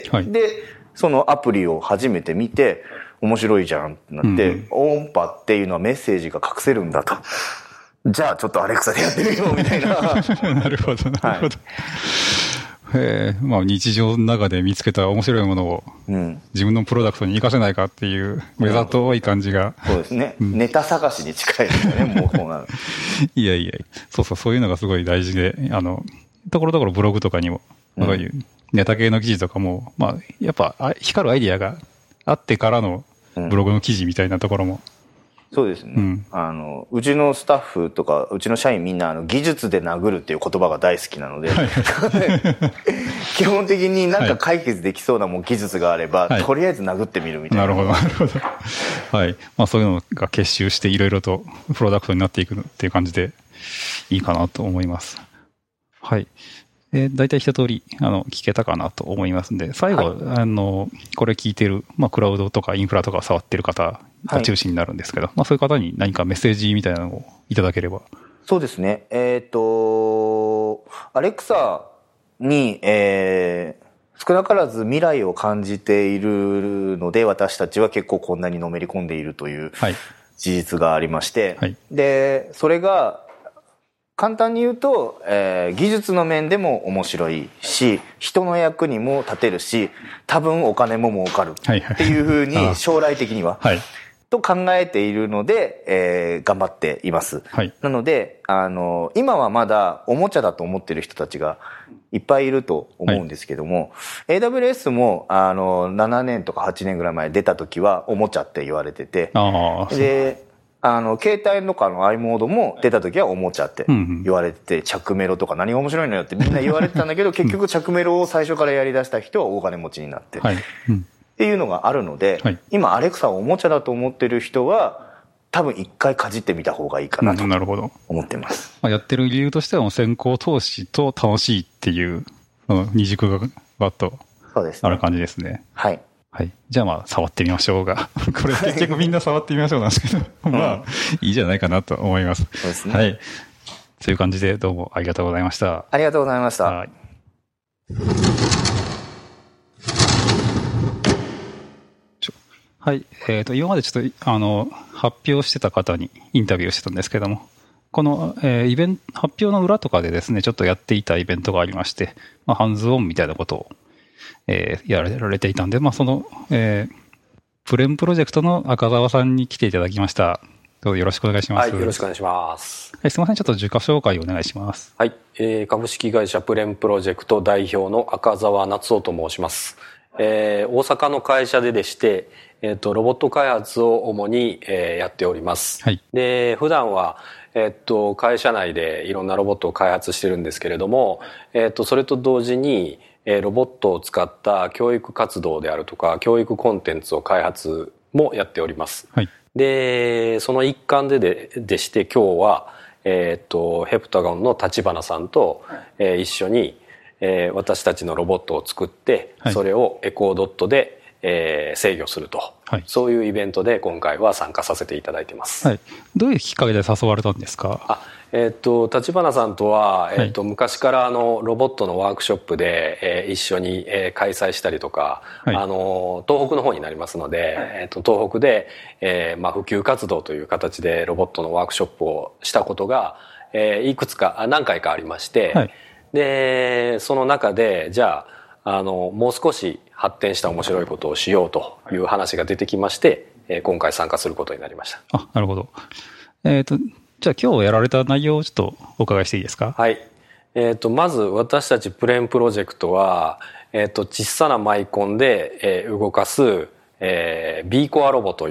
Speaker 7: はい、でそのアプリを初めて見て面白いじゃんってなって、うん、音波っていうのはメッセージが隠せるんだと。じゃあちょっとアレクサでやってみようみたいな。
Speaker 1: なるほど、なるほど。はい、へえ、まあ日常の中で見つけた面白いものを、うん、自分のプロダクトに活かせないかっていう目ざとい感じが。
Speaker 7: そうですね。うん、ネタ探しに近いですよね、もうそうなる。
Speaker 1: いやいや、そうそう、そういうのがすごい大事で、あの、ところどころブログとかにも、そういうネタ系の記事とかも、まあ、やっぱ光るアイディアがあってからのブログの記事みたいなところも、
Speaker 7: うん、そうですね、うん、あのうちのスタッフとかうちの社員みんなあの技術で殴るっていう言葉が大好きなので、はい、基本的になんか解決できそうなもう技術があれば、はい、とりあえず殴ってみるみたいな。
Speaker 1: なるほどなるほど。はい、まあ、そういうのが結集していろいろとプロダクトになっていくっていう感じでいいかなと思います。はい。えー、大体一通りあの聞けたかなと思いますんで、最後、はい、あのこれ聞いてる、まあ、クラウドとかインフラとか触ってる方が中心になるんですけど、はい、まあ、そういう方に何かメッセージみたいなのをいただければ。
Speaker 7: そうですね、えっとアレクサに、えー、少なからず未来を感じているので私たちは結構こんなにのめり込んでいるという事実がありまして、はい、でそれが簡単に言うと、えー、技術の面でも面白いし、人の役にも立てるし、多分お金も儲かるっていうふうに将来的には、はい、と考えているので、えー、頑張っています。はい、なので、あの、今はまだおもちゃだと思ってる人たちがいっぱいいると思うんですけども、はい、エーダブリューエス もあのななねんとかはちねんぐらい前出た時はおもちゃって言われてて、あで、あの携帯とかの i モードも出た時はおもちゃって言われてて、うんうん、着メロとか何が面白いのよってみんな言われてたんだけど結局着メロを最初からやり出した人は大金持ちになって、はいうん、っていうのがあるので、はい、今アレクサをおもちゃだと思ってる人は多分一回かじってみた方がいいかなと思ってます、
Speaker 1: うん、まあ、やってる理由としては先行投資と楽しいっていう二軸がバッとある感じですね。
Speaker 7: はい。
Speaker 1: はい。じゃあまあ、触ってみましょうが。これ結局みんな触ってみましょうなんですけど、まあ、いいじゃないかなと思います。
Speaker 7: そうですね。
Speaker 1: はい。そういう感じでどうもありがとうございました。
Speaker 7: ありがとうございました。はい。
Speaker 1: はい。えっと、今までちょっと、あの、発表してた方にインタビューをしてたんですけども、この、えー、イベント、発表の裏とかでですね、ちょっとやっていたイベントがありまして、まあ、ハンズオンみたいなことを、えー、やられていたんで、まあ、その、えー、プレンプロジェクトの赤澤さんに来ていただきました。どうぞよろしくお願いします。
Speaker 8: はい、よろしくお願いします。
Speaker 1: はい、すみません、ちょっと自己紹介をお願いします。
Speaker 8: はい、えー、株式会社プレンプロジェクト代表の赤澤夏夫と申します。えー、大阪の会社ででして、えっと、ロボット開発を主に、えー、やっております。はい。で、普段は、えっと、会社内でいろんなロボットを開発してるんですけれども、えっと、それと同時に、ロボットを使った教育活動であるとか、教育コンテンツを開発もやっております。はい。で、その一環でで、でして今日は、えっと、ヘプタゴンの立花さんと、えー、一緒に、えー、私たちのロボットを作って、はい、それをエコードットで、えー、制御すると、はい、そういうイベントで今回は参加させていただいています。
Speaker 1: はい。どういうきっかけで誘われたんですか？
Speaker 8: あ、えっと、立花さんとは、えっと、はい、昔からあの、ロボットのワークショップで、えー、一緒に、えー、開催したりとか、はい、あの、東北の方になりますので、はい、えっと、東北で、えー、まあ、普及活動という形でロボットのワークショップをしたことが、えー、いくつか、何回かありまして、はい、で、その中で、じゃあ、あの、もう少し発展した面白いことをしようという話が出てきまして、えー、今回参加することになりました。
Speaker 1: あ、なるほど。えっと、じゃあ今日やられた内容をちょっとお伺いしていいですか？
Speaker 8: はい。えっ、ー、と、まず私たちプレーンプロジェクトは、えっ、ー、と、小さなマイコンで、えー、動かす、えー、B コアロボという、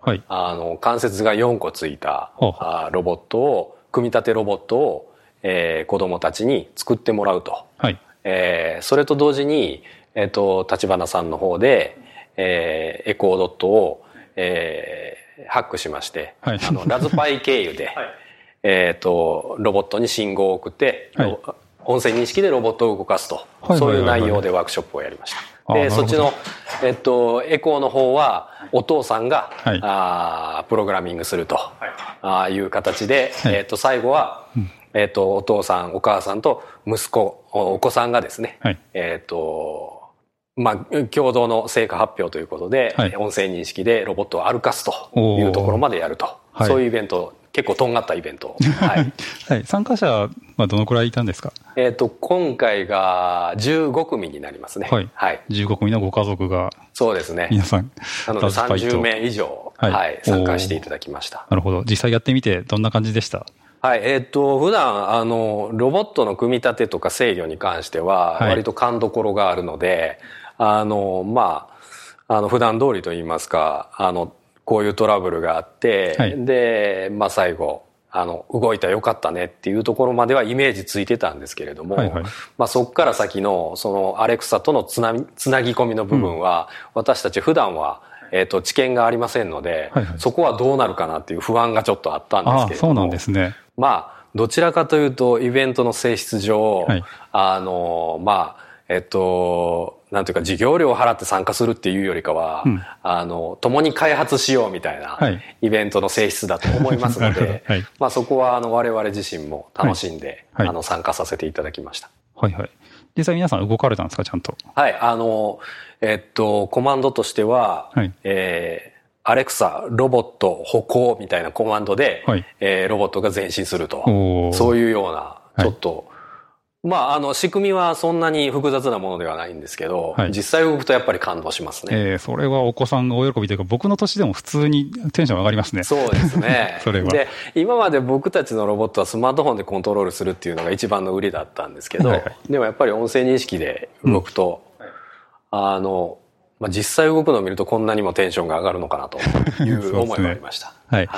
Speaker 8: はい、あの関節がよんこついたあロボットを組み立てロボットを、えー、子どもたちに作ってもらうと、はい、えー、それと同時に、えー、と立花さんの方で、えー、エコードットを、えー、ハックしまして、はい、あのラズパイ経由で、はい、えー、とロボットに信号を送って、はい、音声認識でロボットを動かすと、はいはいはいはい、そういう内容でワークショップをやりました。でそっちの、えっと、エコーの方はお父さんが、はい、あプログラミングすると、はい、あいう形で、はい、えっと、最後は、うん、えっと、お父さんお母さんと息子お子さんがですね、はい、えっとまあ、共同の成果発表ということで、はい、音声認識でロボットを歩かすというところまでやると、はい、そういうイベント、結構とんがったイベント。はい。
Speaker 1: はい、参加者はどのくらいいたんですか？
Speaker 8: えっと、今回がじゅうごくみになりますね。はい。はい、
Speaker 1: じゅうごくみのご家族が。
Speaker 8: そうですね。
Speaker 1: 皆さん。
Speaker 8: なのでさんじゅうめい以上、はい、はい、参加していただきました。
Speaker 1: なるほど。実際やってみてどんな感じでした？
Speaker 8: はい、えっと、普段、あの、ロボットの組み立てとか制御に関しては、割と勘どころがあるので、はい、あの、まあ、あの、普段通りと言いますか、あの、こういうトラブルがあって、はい、で、まあ最後、あの、動いたらよかったねっていうところまではイメージついてたんですけれども、はいはい、まあそこから先の、そのアレクサとのつな、つなぎ込みの部分は、うん、私たち普段は、えっと、知見がありませんので、はいはい、そこはどうなるかなっていう不安がちょっとあったんですけれども。あ、
Speaker 1: そうなんですね。
Speaker 8: まあ、どちらかというと、イベントの性質上、はい、あの、まあ、えっと、なんていうか、授業料を払って参加するっていうよりかは、うん、あの、共に開発しようみたいな、イベントの性質だと思いますので、はい、まあそこは、あの、我々自身も楽しんで、はいはい、あの、参加させていただきました。
Speaker 1: はいはい。実際皆さん動かれたんですか、ちゃんと。
Speaker 8: はい、あの、えっと、コマンドとしては、はい、えー、アレクサ、ロボット、歩行みたいなコマンドで、はい、えー、ロボットが前進すると。そういうような、ちょっと、はい、まあ、あの、仕組みはそんなに複雑なものではないんですけど、はい、実際動くとやっぱり感動しますね。
Speaker 1: えー、それはお子さんがお喜びというか、僕の年でも普通にテンション上がりますね。
Speaker 8: そうですね。それは。で、今まで僕たちのロボットはスマートフォンでコントロールするっていうのが一番の売りだったんですけど、はいはい、でもやっぱり音声認識で動くと、うん、あの、まあ、実際動くのを見るとこんなにもテンションが上がるのかなという思いがありました。
Speaker 1: はい。はい、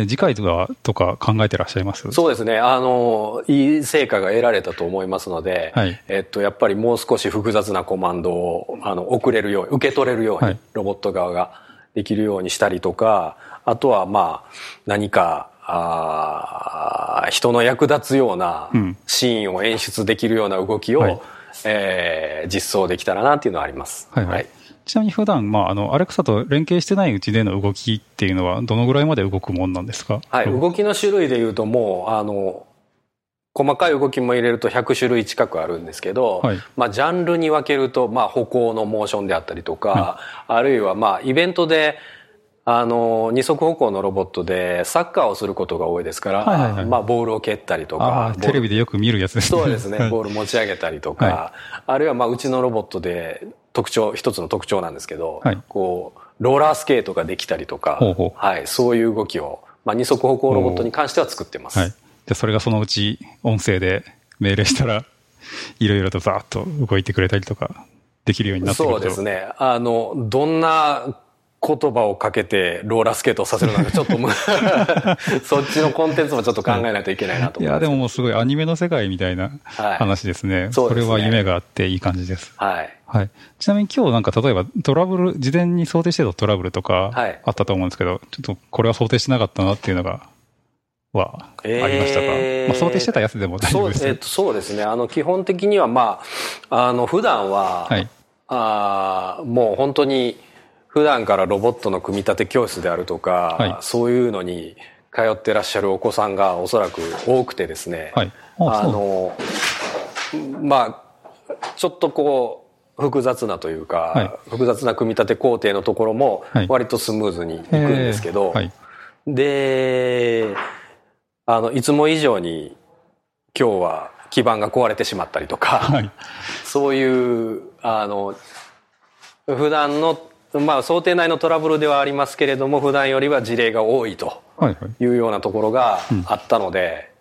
Speaker 1: 次回とか、とか考えてらっしゃいます？
Speaker 8: そうですね。あの、いい成果が得られたと思いますので、はい、えっと、やっぱりもう少し複雑なコマンドを、あの、送れるように、受け取れるように、はい、ロボット側ができるようにしたりとか、あとは、まあ、何か、あ人の役立つようなシーンを演出できるような動きを、はい、えー、実装できたらなっていうのはあります。はいはい。はい、
Speaker 1: ちなみに普段、まあ、あの、アレクサと連携してないうちでの動きっていうのは、どのぐらいまで動くもんなんですか？
Speaker 8: はい、動きの種類でいうともう、あの、細かい動きも入れるとひゃくしゅるい近くあるんですけど、はい、まあ、ジャンルに分けると、まあ、歩行のモーションであったりとか、はい、あるいは、まあ、イベントで、あの、二足歩行のロボットでサッカーをすることが多いですから、はいはいはい、まあ、ボールを蹴ったりとか。
Speaker 1: テレビでよく見るやつですね。
Speaker 8: そうですね。ボール持ち上げたりとか、はい、あるいは、まあ、うちのロボットで特徴、一つの特徴なんですけど、はい、こう、ローラースケートができたりとか、ほうほう、はい、そういう動きを、まあ、二足歩行ロボットに関しては作ってます。
Speaker 1: はい。で、それがそのうち音声で命令したら、いろいろとザーッと動いてくれたりとか、できるようになってくると。
Speaker 8: そうですね。あの、どんな、言葉をかけてローラースケートをさせるのかちょっとそっちのコンテンツもちょっと考えないといけないなと思います。
Speaker 1: いやでももうすごいアニメの世界みたいな話ですね。はい、そうですね。これは夢があっていい感じです。はい。はい。ちなみに今日なんか例えばトラブル、事前に想定してたトラブルとかあったと思うんですけど、はい、ちょっとこれは想定してなかったなっていうのが、はありましたか？えー、まあ、想定してたやつでも大丈夫ですね。
Speaker 8: そう、えー、そうですね。あの基本的にはまあ、あの普段は、はい、あもう本当に普段からロボットの組み立て教室であるとか、はい、そういうのに通ってらっしゃるお子さんがおそらく多くてですね、はい、あ, あのまあちょっとこう複雑なというか、はい、複雑な組み立て工程のところも割とスムーズにいくんですけど、はい、であのいつも以上に今日は基板が壊れてしまったりとか、はい、そういうあの普段のまあ想定内のトラブルではありますけれども普段よりは事例が多いというようなところがあったので、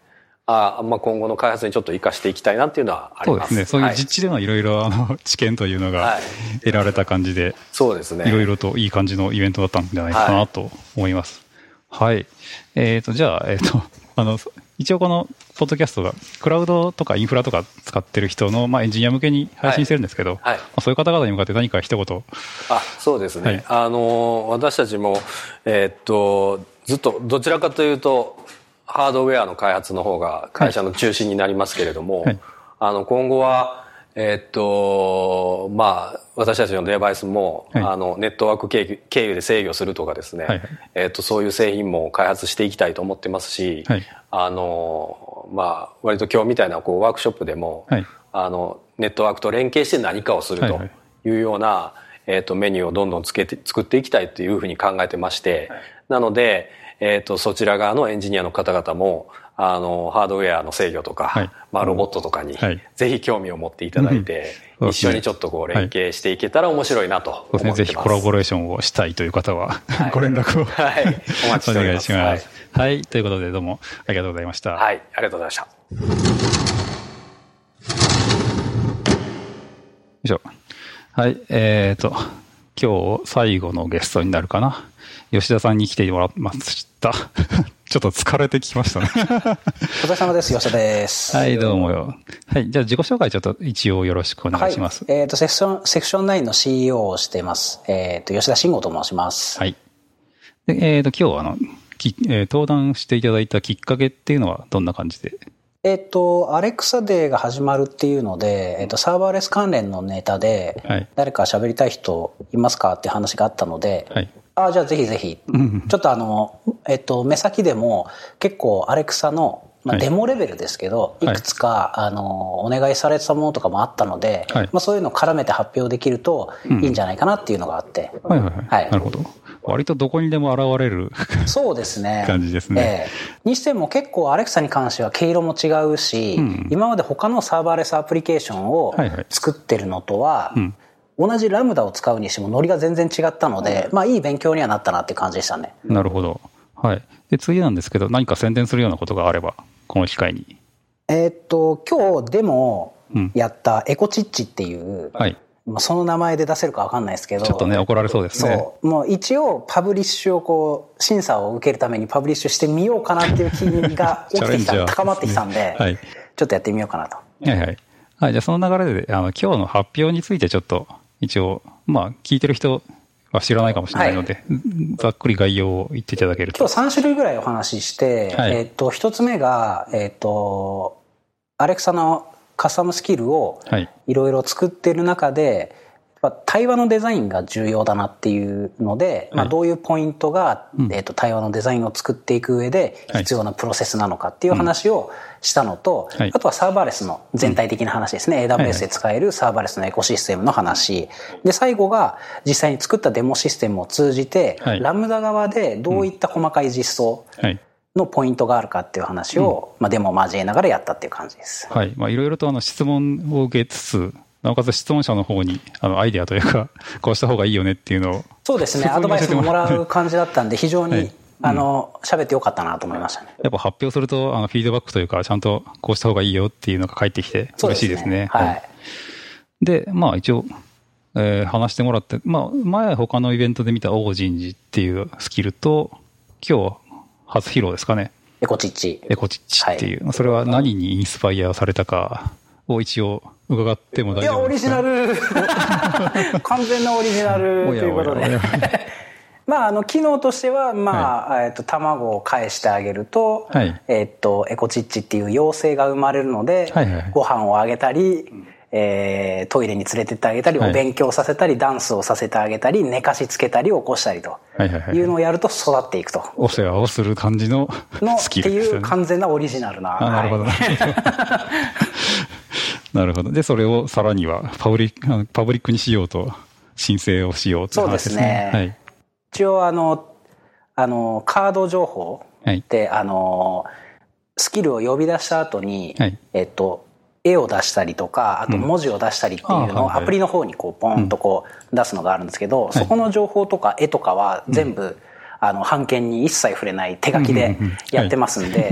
Speaker 8: あまあ、今後の開発にちょっと活かしていきたいなっていうのはあります。
Speaker 1: そうですね。そういう実地でのいろいろあの知見というのが得られた感じで、はい、
Speaker 8: そうですね。
Speaker 1: いろいろといい感じのイベントだったんじゃないかなと思います。はい。はい、えっ、ー、と、じゃあ、えっ、ー、と、あの、一応このポッドキャストがクラウドとかインフラとか使ってる人の、まあ、エンジニア向けに配信してるんですけど、はいはい、まあ、そういう方々に向かって何か一言。
Speaker 8: あ、そうですね。はい、あの、私たちも、えー、っと、ずっとどちらかというと、ハードウェアの開発の方が会社の中心になりますけれども、はい、あの、今後は、えー、っと、まあ、私たちのデバイスも、はい、あの、ネットワーク経由で制御するとかですね、はいはい、えー、っと、そういう製品も開発していきたいと思ってますし、はい、あの、まあ、割と今日みたいなこうワークショップでも、はい、あの、ネットワークと連携して何かをするというような、はいはい、えー、っと、メニューをどんどんつけて、作っていきたいというふうに考えてまして、はい、なので、えっと、そちら側のエンジニアの方々も、あの、ハードウェアの制御とか、はい、まあ、ロボットとかに、ぜひ興味を持っていただいて、うん、一緒にちょっとこう、連携していけたら面白いなと思ってます。そうですね。ぜひコ
Speaker 1: ラボレーションをしたいという方は、はい、ご連絡を、はい、
Speaker 8: お待ちしております。
Speaker 1: お願いします。はい、はい。ということで、どうもありがとうございました。
Speaker 8: はい。ありがとうございました。
Speaker 1: よいしょ。はい。えっと、今日最後のゲストになるかな。吉田さんに来てもらいました。ちょっと疲れてきましたね。
Speaker 9: お疲れ様です。吉田です。
Speaker 1: はい、どうもよ。はい、じゃあ自己紹介ちょっと一応よろしくお願いします。
Speaker 9: はい、えっ、ー、と、セクション、セクションナインの シーイーオー をしています。えっ、ー、と、吉田慎吾と申します。
Speaker 1: はい。で、えっ、ー、と、今日はあの、きえー、登壇していただいたきっかけっていうのはどんな感じで？
Speaker 9: えっと、アレクサデーが始まるっていうので、えっと、サーバーレス関連のネタで、はい、誰か喋りたい人いますかっていう話があったので、はい、あ、じゃあぜひぜひ。ちょっとあの、えっと、目先でも結構アレクサの、まあ、デモレベルですけど、はい、いくつか、あの、お願いされたものとかもあったので、はい、まあそういうのを絡めて発表できるといいんじゃないかなっていうのがあって。
Speaker 1: うん、はいはいはい。はい、なるほど。割とどこにでも現れる
Speaker 9: そうですね
Speaker 1: 感じですね、
Speaker 9: えー、にしても結構アレクサに関しては毛色も違うし、うん、今まで他のサーバーレスアプリケーションを作ってるのとは、はいはいうん、同じラムダを使うにしてもノリが全然違ったので、うん、まあいい勉強にはなったなっていう感じでしたね。
Speaker 1: なるほど。はい。で次なんですけど、何か宣伝するようなことがあればこの機会に。
Speaker 9: えー、っと今日デモやったエコチッチっていう、うんはいその名前で出せるか分かんないですけど。
Speaker 1: ちょっとね、怒られそうですね。
Speaker 9: そう。もう一応、パブリッシュをこう、審査を受けるためにパブリッシュしてみようかなっていう気が起きてきた、高まってきたんで、はい、ちょっとやってみようかなと。
Speaker 1: はいはい。はい、じゃあその流れで、あの、今日の発表についてちょっと、一応、まあ、聞いてる人は知らないかもしれないので、はい、ざっくり概要を言っていただけると。
Speaker 9: 今日さん種類ぐらいお話しして、はい、えっと、一つ目が、えっと、アレクサのカスタムスキルをいろいろ作ってる中で、はい、対話のデザインが重要だなっていうので、はい、まあどういうポイントが、うん、えっと対話のデザインを作っていく上で必要なプロセスなのかっていう話をしたのと、はい、あとはサーバーレスの全体的な話ですね。うん、エーダブリューエス で使えるサーバーレスのエコシステムの話。で、最後が実際に作ったデモシステムを通じて、はい、ラムダ側でどういった細かい実装、うんはいのポイントがあるかっていう話を、うん、まあデモを交えながらやったっていう感じです。
Speaker 1: はい。まあいろいろとあの質問を受けつつ、なおかつ質問者の方にあのアイデアというか、こうした方がいいよねっていうのを。
Speaker 9: そうですね。アドバイスももらう感じだったんで、非常に、はい、あの、喋ってよかったなと思いましたね。
Speaker 1: やっぱ発表すると、あの、フィードバックというか、ちゃんとこうした方がいいよっていうのが返ってきて、嬉しいですね。
Speaker 9: はい。
Speaker 1: で、まあ一応、えー、話してもらって、まあ前他のイベントで見たオージンジっていうスキルと、今日、初披露ですかね。
Speaker 9: エコチッチ。
Speaker 1: エコチッチっていう。はい、それは何にインスパイアされたかを一応伺っても大丈夫ですか？
Speaker 9: いや、オリジナル。完全なオリジナルということで。まあ、あの、機能としては、まあ、はい、えっと、卵を返してあげると、はい、えっと、エコチッチっていう妖精が生まれるので、はいはい、ご飯をあげたり、えー、トイレに連れてってあげたり、お勉強させたり、ダンスをさせてあげたり、寝かしつけたり、起こしたりというのをやると育っていくと。
Speaker 1: お世話をする感じのスキルですよね。
Speaker 9: っていう完全なオリジナルな。
Speaker 1: あ、なるほど。なるほど。で、それをさらにはパブリック、パブリックにしようと、申請をしようという話ですね。そうですね。はい、
Speaker 9: 一応、あの、あの、カード情報って、はい、あの、スキルを呼び出した後に、はい、えっと、絵を出したりとか、あと文字を出したりっていうのをアプリの方にこうポンとこう出すのがあるんですけど、そこの情報とか絵とかは全部あの版権に一切触れない手書きでやってますんで、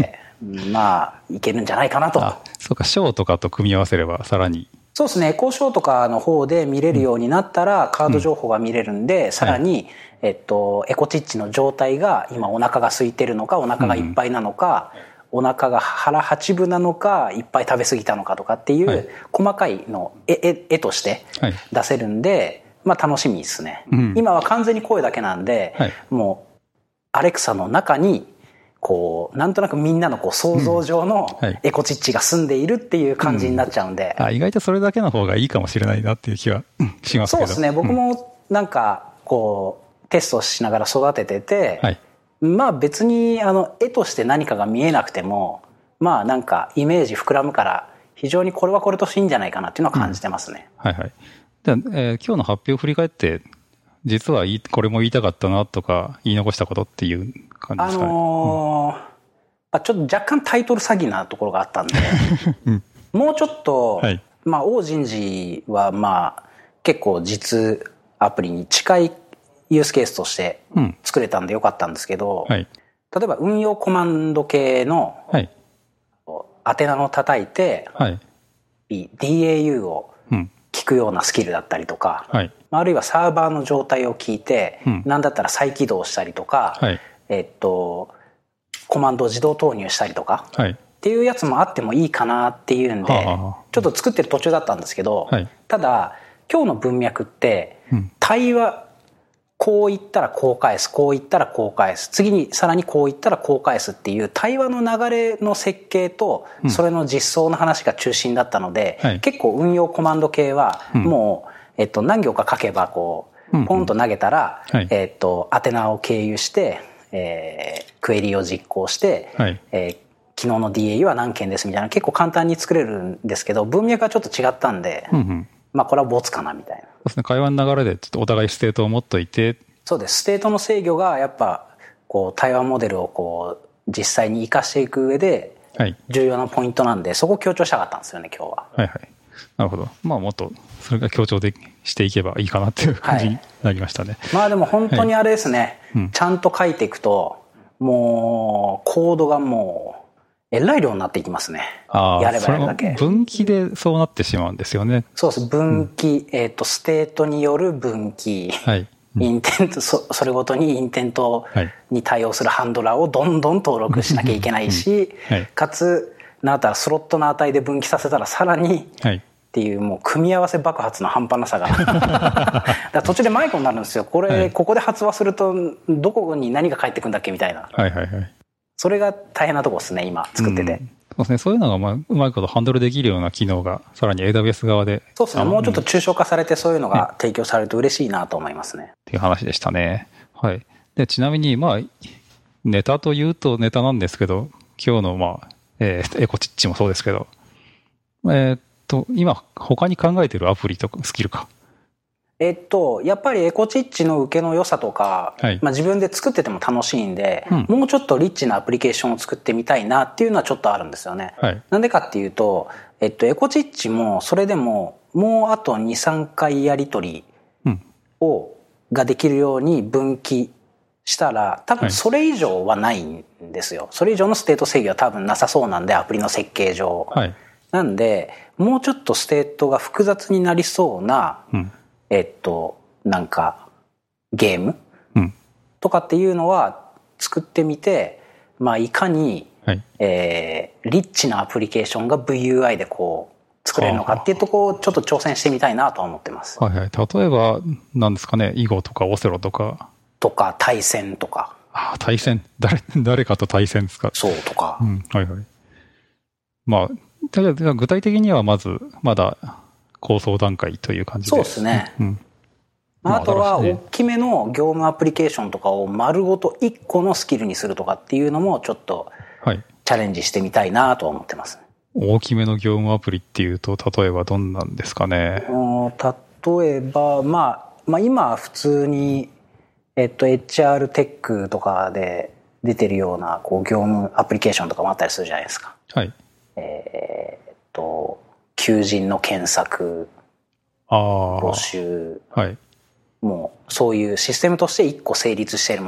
Speaker 9: まあ、いけるんじゃないかなと。あ、
Speaker 1: そうか、ショーとかと組み合わせればさらに。
Speaker 9: そうですね、エコーショーとかの方で見れるようになったら、カード情報が見れるんで、うん、さらに、はい、えっと、エコチッチの状態が、今お腹が空いてるのか、お腹がいっぱいなのか、うん、お腹が腹八分なのか、いっぱい食べ過ぎたのかとかっていう、はい、細かいの絵、絵、絵として出せるんで、はい、まあ楽しみですね、うん。今は完全に声だけなんで、はい、もう、アレクサの中に、こう、なんとなくみんなのこう想像上のエコチッチが住んでいるっていう感じになっちゃうんで。
Speaker 1: うんうん、あ、意外とそれだけの方がいいかもしれないなっていう気はしますけど。
Speaker 9: そうですね。僕もなんか、こう、テストしながら育ててて、はい、まあ別に、あの、絵として何かが見えなくても、まあなんかイメージ膨らむから、非常にこれはこれとしていいんじゃないかなっていうのは感じてますね。
Speaker 1: うん、はいはい。で、えー、今日の発表を振り返って、実はこれも言いたかったなとか、言い残したことっていう感じですかね。あのー
Speaker 9: うん、ちょっと若干タイトル詐欺なところがあったんで、うん、もうちょっと、はい、まあ、王人事はまあ、結構実アプリに近いユースケースとして作れたんでよかったんですけど、うんはい、例えば運用コマンド系の、はい、宛名を叩いて、はい、ディーエーユー を聞くようなスキルだったりとか、はい、あるいはサーバーの状態を聞いて、うん、なんだったら再起動したりとか、はい、えっと、コマンドを自動投入したりとか、はい、っていうやつもあってもいいかなっていうんで、ちょっと作ってる途中だったんですけど、はい、ただ、今日の文脈って、うん、対話、こう言ったらこう返す、こう言ったらこう返す、次にさらにこう言ったらこう返すっていう対話の流れの設計と、それの実装の話が中心だったので、うん、結構運用コマンド系は、もう、えっと、何行か書けば、こう、ポンと投げたら、うんうん、えっと、宛名を経由して、えー、クエリを実行して、はい、えー、昨日の ディーエーユー は何件ですみたいな、結構簡単に作れるんですけど、文脈がちょっと違ったんで、うんうん、まあこれはボツかなみたいな。そう
Speaker 1: ですね、会話の流れでちょっとお互いステートを持っといて。
Speaker 9: そうです、ステートの制御がやっぱ、こう、対話モデルをこう、実際に活かしていく上で、重要なポイントなんで、はい、そこを強調したかったんですよね、今日は。
Speaker 1: はいはい。なるほど。まあもっと、それが強調でしていけばいいかなっていう感じになりましたね。
Speaker 9: はい、まあでも本当にあれですね、はいうん、ちゃんと書いていくと、もう、コードがもう、えらい量になっていきますね。ああ。やればやるだけ。
Speaker 1: 分岐でそうなってしまうんですよね。
Speaker 9: そうです。分岐、うん、えっと、ステートによる分岐。はい。うん、インテント、そ、それごとにインテントに対応するハンドラーをどんどん登録しなきゃいけないし、はい、かつ、なんだったらスロットの値で分岐させたらさらに、はい。っていうもう組み合わせ爆発の半端なさがだ途中で迷子になるんですよ。これ、はい、ここで発話するとどこに何が返ってくんだっけみたいな。はいはいはい。それが大変なとこですね、今作ってて。うん、
Speaker 1: そうですね。そういうのがまあうまいことハンドルできるような機能がさらに エーダブリューエス 側で。
Speaker 9: そうですね。もうちょっと抽象化されてそういうのが提供されると嬉しいなと思いますね。ね
Speaker 1: っていう話でしたね。はい。で、ちなみにまあネタというとネタなんですけど、今日のまあ、えー、エコチッチもそうですけど、えーと、今、他に考えてるアプリとか、スキルか。
Speaker 9: えっと、やっぱりエコチッチの受けの良さとか、はい、まあ自分で作ってても楽しいんで、うん、もうちょっとリッチなアプリケーションを作ってみたいなっていうのはちょっとあるんですよね。はい、なんでかっていうと、えっと、エコチッチも、それでも、もうあとに、さんかいやり取りを、ができるように分岐したら、多分それ以上はないんですよ。はい、それ以上のステート制御は多分なさそうなんで、アプリの設計上。はい、なんで、もうちょっとステートが複雑になりそうな、うん、えっと、なんか、ゲーム、うん、とかっていうのは作ってみて、まあ、いかに、はい、えー、リッチなアプリケーションが ブイユーアイ でこう、作れるのかっていうところをちょっと挑戦してみたいなとは思ってます。
Speaker 1: はいはい。例えば、何ですかね、囲碁とかオセロとか。
Speaker 9: とか、対戦とか。
Speaker 1: ああ、対戦。誰、誰かと対戦ですか。
Speaker 9: そうとか。
Speaker 1: うん、はいはい。まあ、具体的にはまず、まだ構想段階という感じで。
Speaker 9: そうですね。うん、あとは、大きめの業務アプリケーションとかを丸ごといっこのスキルにするとかっていうのも、ちょっと、チャレンジしてみたいなと思ってます。
Speaker 1: はい、大きめの業務アプリっていうと、例えばどんなんですかね。
Speaker 9: 例えば、まあ、まあ今普通に、えっと、エイチアール テックとかで出てるような、こう、業務アプリケーションとかもあったりするじゃないですか。はい。えー、っと、求人の検索、募集、はい、もうそういうシステムとして一個成立しているもの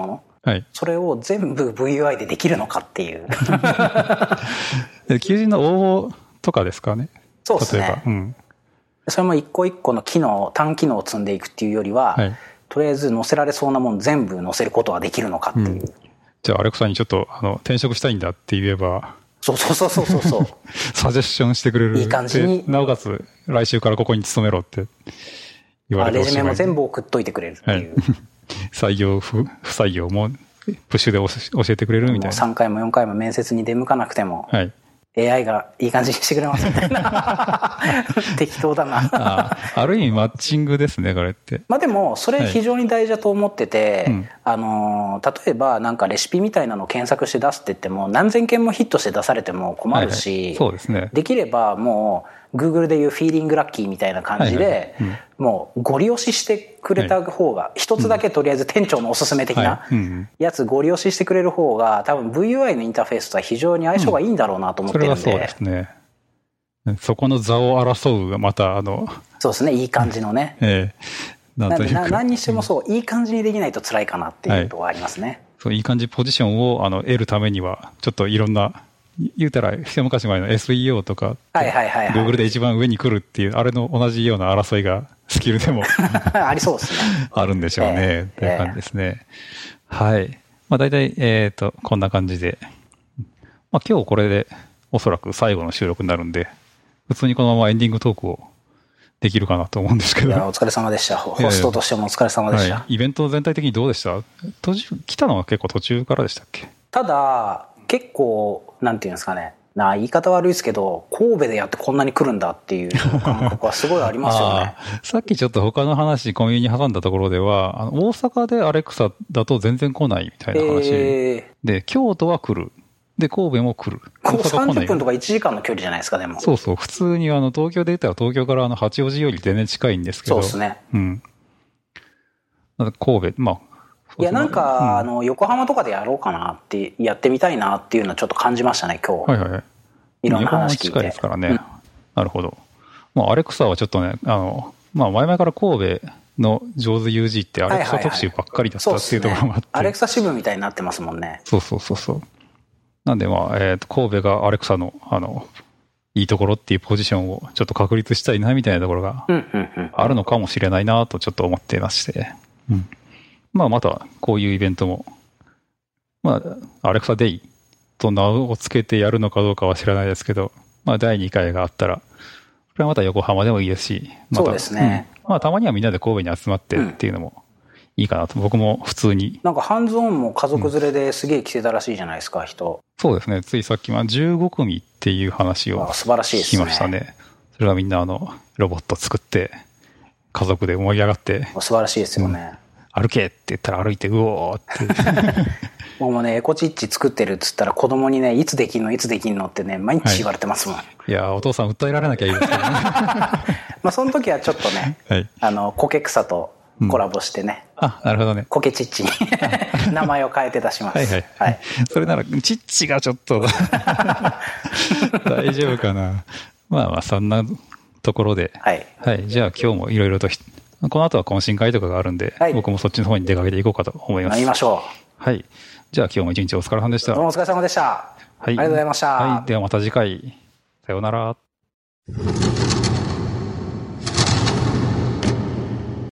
Speaker 9: はい、それを全部 ブイユーアイ でできるのかっていう。
Speaker 1: 求人の応募とかですかね。
Speaker 9: そうですね。例えば、うん、それも一個一個の機能、単機能を積んでいくっていうよりは、はい、とりあえず載せられそうなもの全部載せることができるのかっていう。うん、
Speaker 1: じゃあアレクサにちょっとあの転職したいんだって言えば、
Speaker 9: そうそうそうそうそう。
Speaker 1: サジェッションしてくれる。
Speaker 9: いい感じに。
Speaker 1: なおかつ来週からここに勤めろって言われて、
Speaker 9: レジュメも全部送っといてくれるっていう。はい
Speaker 1: 採用不、不採用もプッシュで教えてくれるみたいな。
Speaker 9: さんかいもよんかいも面接に出向かなくても、はい、エーアイ がいい感じにしてくれますみたいな。適当だな
Speaker 1: あ。ある意味マッチングですね、これって。
Speaker 9: まあでも、それ非常に大事だと思ってて、はい、あの、例えばなんかレシピみたいなのを検索して出すって言っても、何千件もヒットして出されても困るし、はいはい、そうですね。できればもう、Google でいうフィーリングラッキーみたいな感じで、もうご利用ししてくれた方が、一つだけとりあえず店長のおすすめ的なやつご利用ししてくれる方が、多分 ブイユーアイ のインターフェースとは非常に相性がいいんだろうなと思ってるんで。それはそうです
Speaker 1: ね。そこの座を争う、またあの。
Speaker 9: そうですね、いい感じのね。ええ。なんというか。何にしてもそう、いい感じにできないと辛いかなっていうところがありますね。
Speaker 1: そう、いい感じポジションをあの得るためには、ちょっといろんな、言うたら、一昔前の エスイーオー とか、Google で一番上に来るっていう、あれの同じような争いがスキルでも
Speaker 9: ありそうですね。
Speaker 1: あるんでしょうね、えー、っていう感じですね。えー、はい。まあ大体、えっと、こんな感じで。まあ今日これでおそらく最後の収録になるんで、普通にこのままエンディングトークをできるかなと思うんですけど。い
Speaker 9: や、お疲れ様でした。ホストとしてもお疲れ様でした。はい、
Speaker 1: イベント全体的にどうでした？途中、来たのは結構途中からでしたっけ？
Speaker 9: ただ、結構、なんていうんですかね。な言い方悪いですけど、神戸でやってこんなに来るんだっていう感覚はすごいありますよね。
Speaker 1: さっきちょっと他の話、コミュニ挟んだところでは、あの大阪でアレクサだと全然来ないみたいな話。えー、で、京都は来る。で、神戸も来る。
Speaker 9: 大阪来ない。さんじゅっぷんとかいちじかんの距離じゃないですか、でも。
Speaker 1: そうそう。普通にあの、東京で言ったら東京からあの、八王子より全然近いんですけど。
Speaker 9: そうですね。うん。
Speaker 1: 神戸、まあ、
Speaker 9: いや、なんか、うん、あの、横浜とかでやろうかなって、やってみたいなっていうのはちょっと感じましたね、今日。はいはいはい。いろんな話聞いて。
Speaker 1: 横浜近いですからね。うん、なるほど。まあ、アレクサはちょっとね、あの、まあ、前々から神戸の上手 ユージー ってアレクサ特集ばっかりだったっていうところもあって。
Speaker 9: アレクサ支部みたいになってますもんね。
Speaker 1: そうそうそうそう。なんでまあ、えっと、神戸がアレクサの、あの、いいところっていうポジションをちょっと確立したいなみたいなところがあるのかもしれないなとちょっと思っていまして。うん。まあ、また、こういうイベントも、まあ、アレクサデイと名を付けてやるのかどうかは知らないですけど、まあ、だいにかいがあったら、これはまた横浜でもいいですし、また、
Speaker 9: そうですね。
Speaker 1: うん、まあ、たまにはみんなで神戸に集まってっていうのもいいかなと、うん、僕も普通に。
Speaker 9: なんか、ハンズオンも家族連れですげえ来てたらしいじゃないですか、うん、人。
Speaker 1: そうですね。ついさっき、まあ、じゅうごくみっていう話を聞きましたね。それはみんな、あの、ロボット作って、家族で盛り上がって。
Speaker 9: 素晴らしいですよね。うん
Speaker 1: 歩けって言ったら歩いてうおーって
Speaker 9: もうねエコチッチ作ってるっつったら子供にねいつできんのいつできんのってね毎日言われてますもん、はい、
Speaker 1: いやお父さん訴えられなきゃいいですけどね
Speaker 9: まあその時はちょっとね、はい、あのコケ草とコラボしてね、
Speaker 1: うん、あなるほどね
Speaker 9: コケチッチに名前を変えて出しますはいはい、はい、
Speaker 1: それならチッチがちょっと大丈夫かなまあまあそんなところではい、はい、じゃあ今日もいろいろとこの後は懇親会とかがあるんで、はい、僕もそっちの方に出かけていこうかと思います。
Speaker 9: 行きましょ
Speaker 1: う。はい。じゃあ今日も一日お疲れ様でした。
Speaker 9: どうもお疲れ様でした。はい。ありがとうございました。
Speaker 1: はい。ではまた次回。さようなら。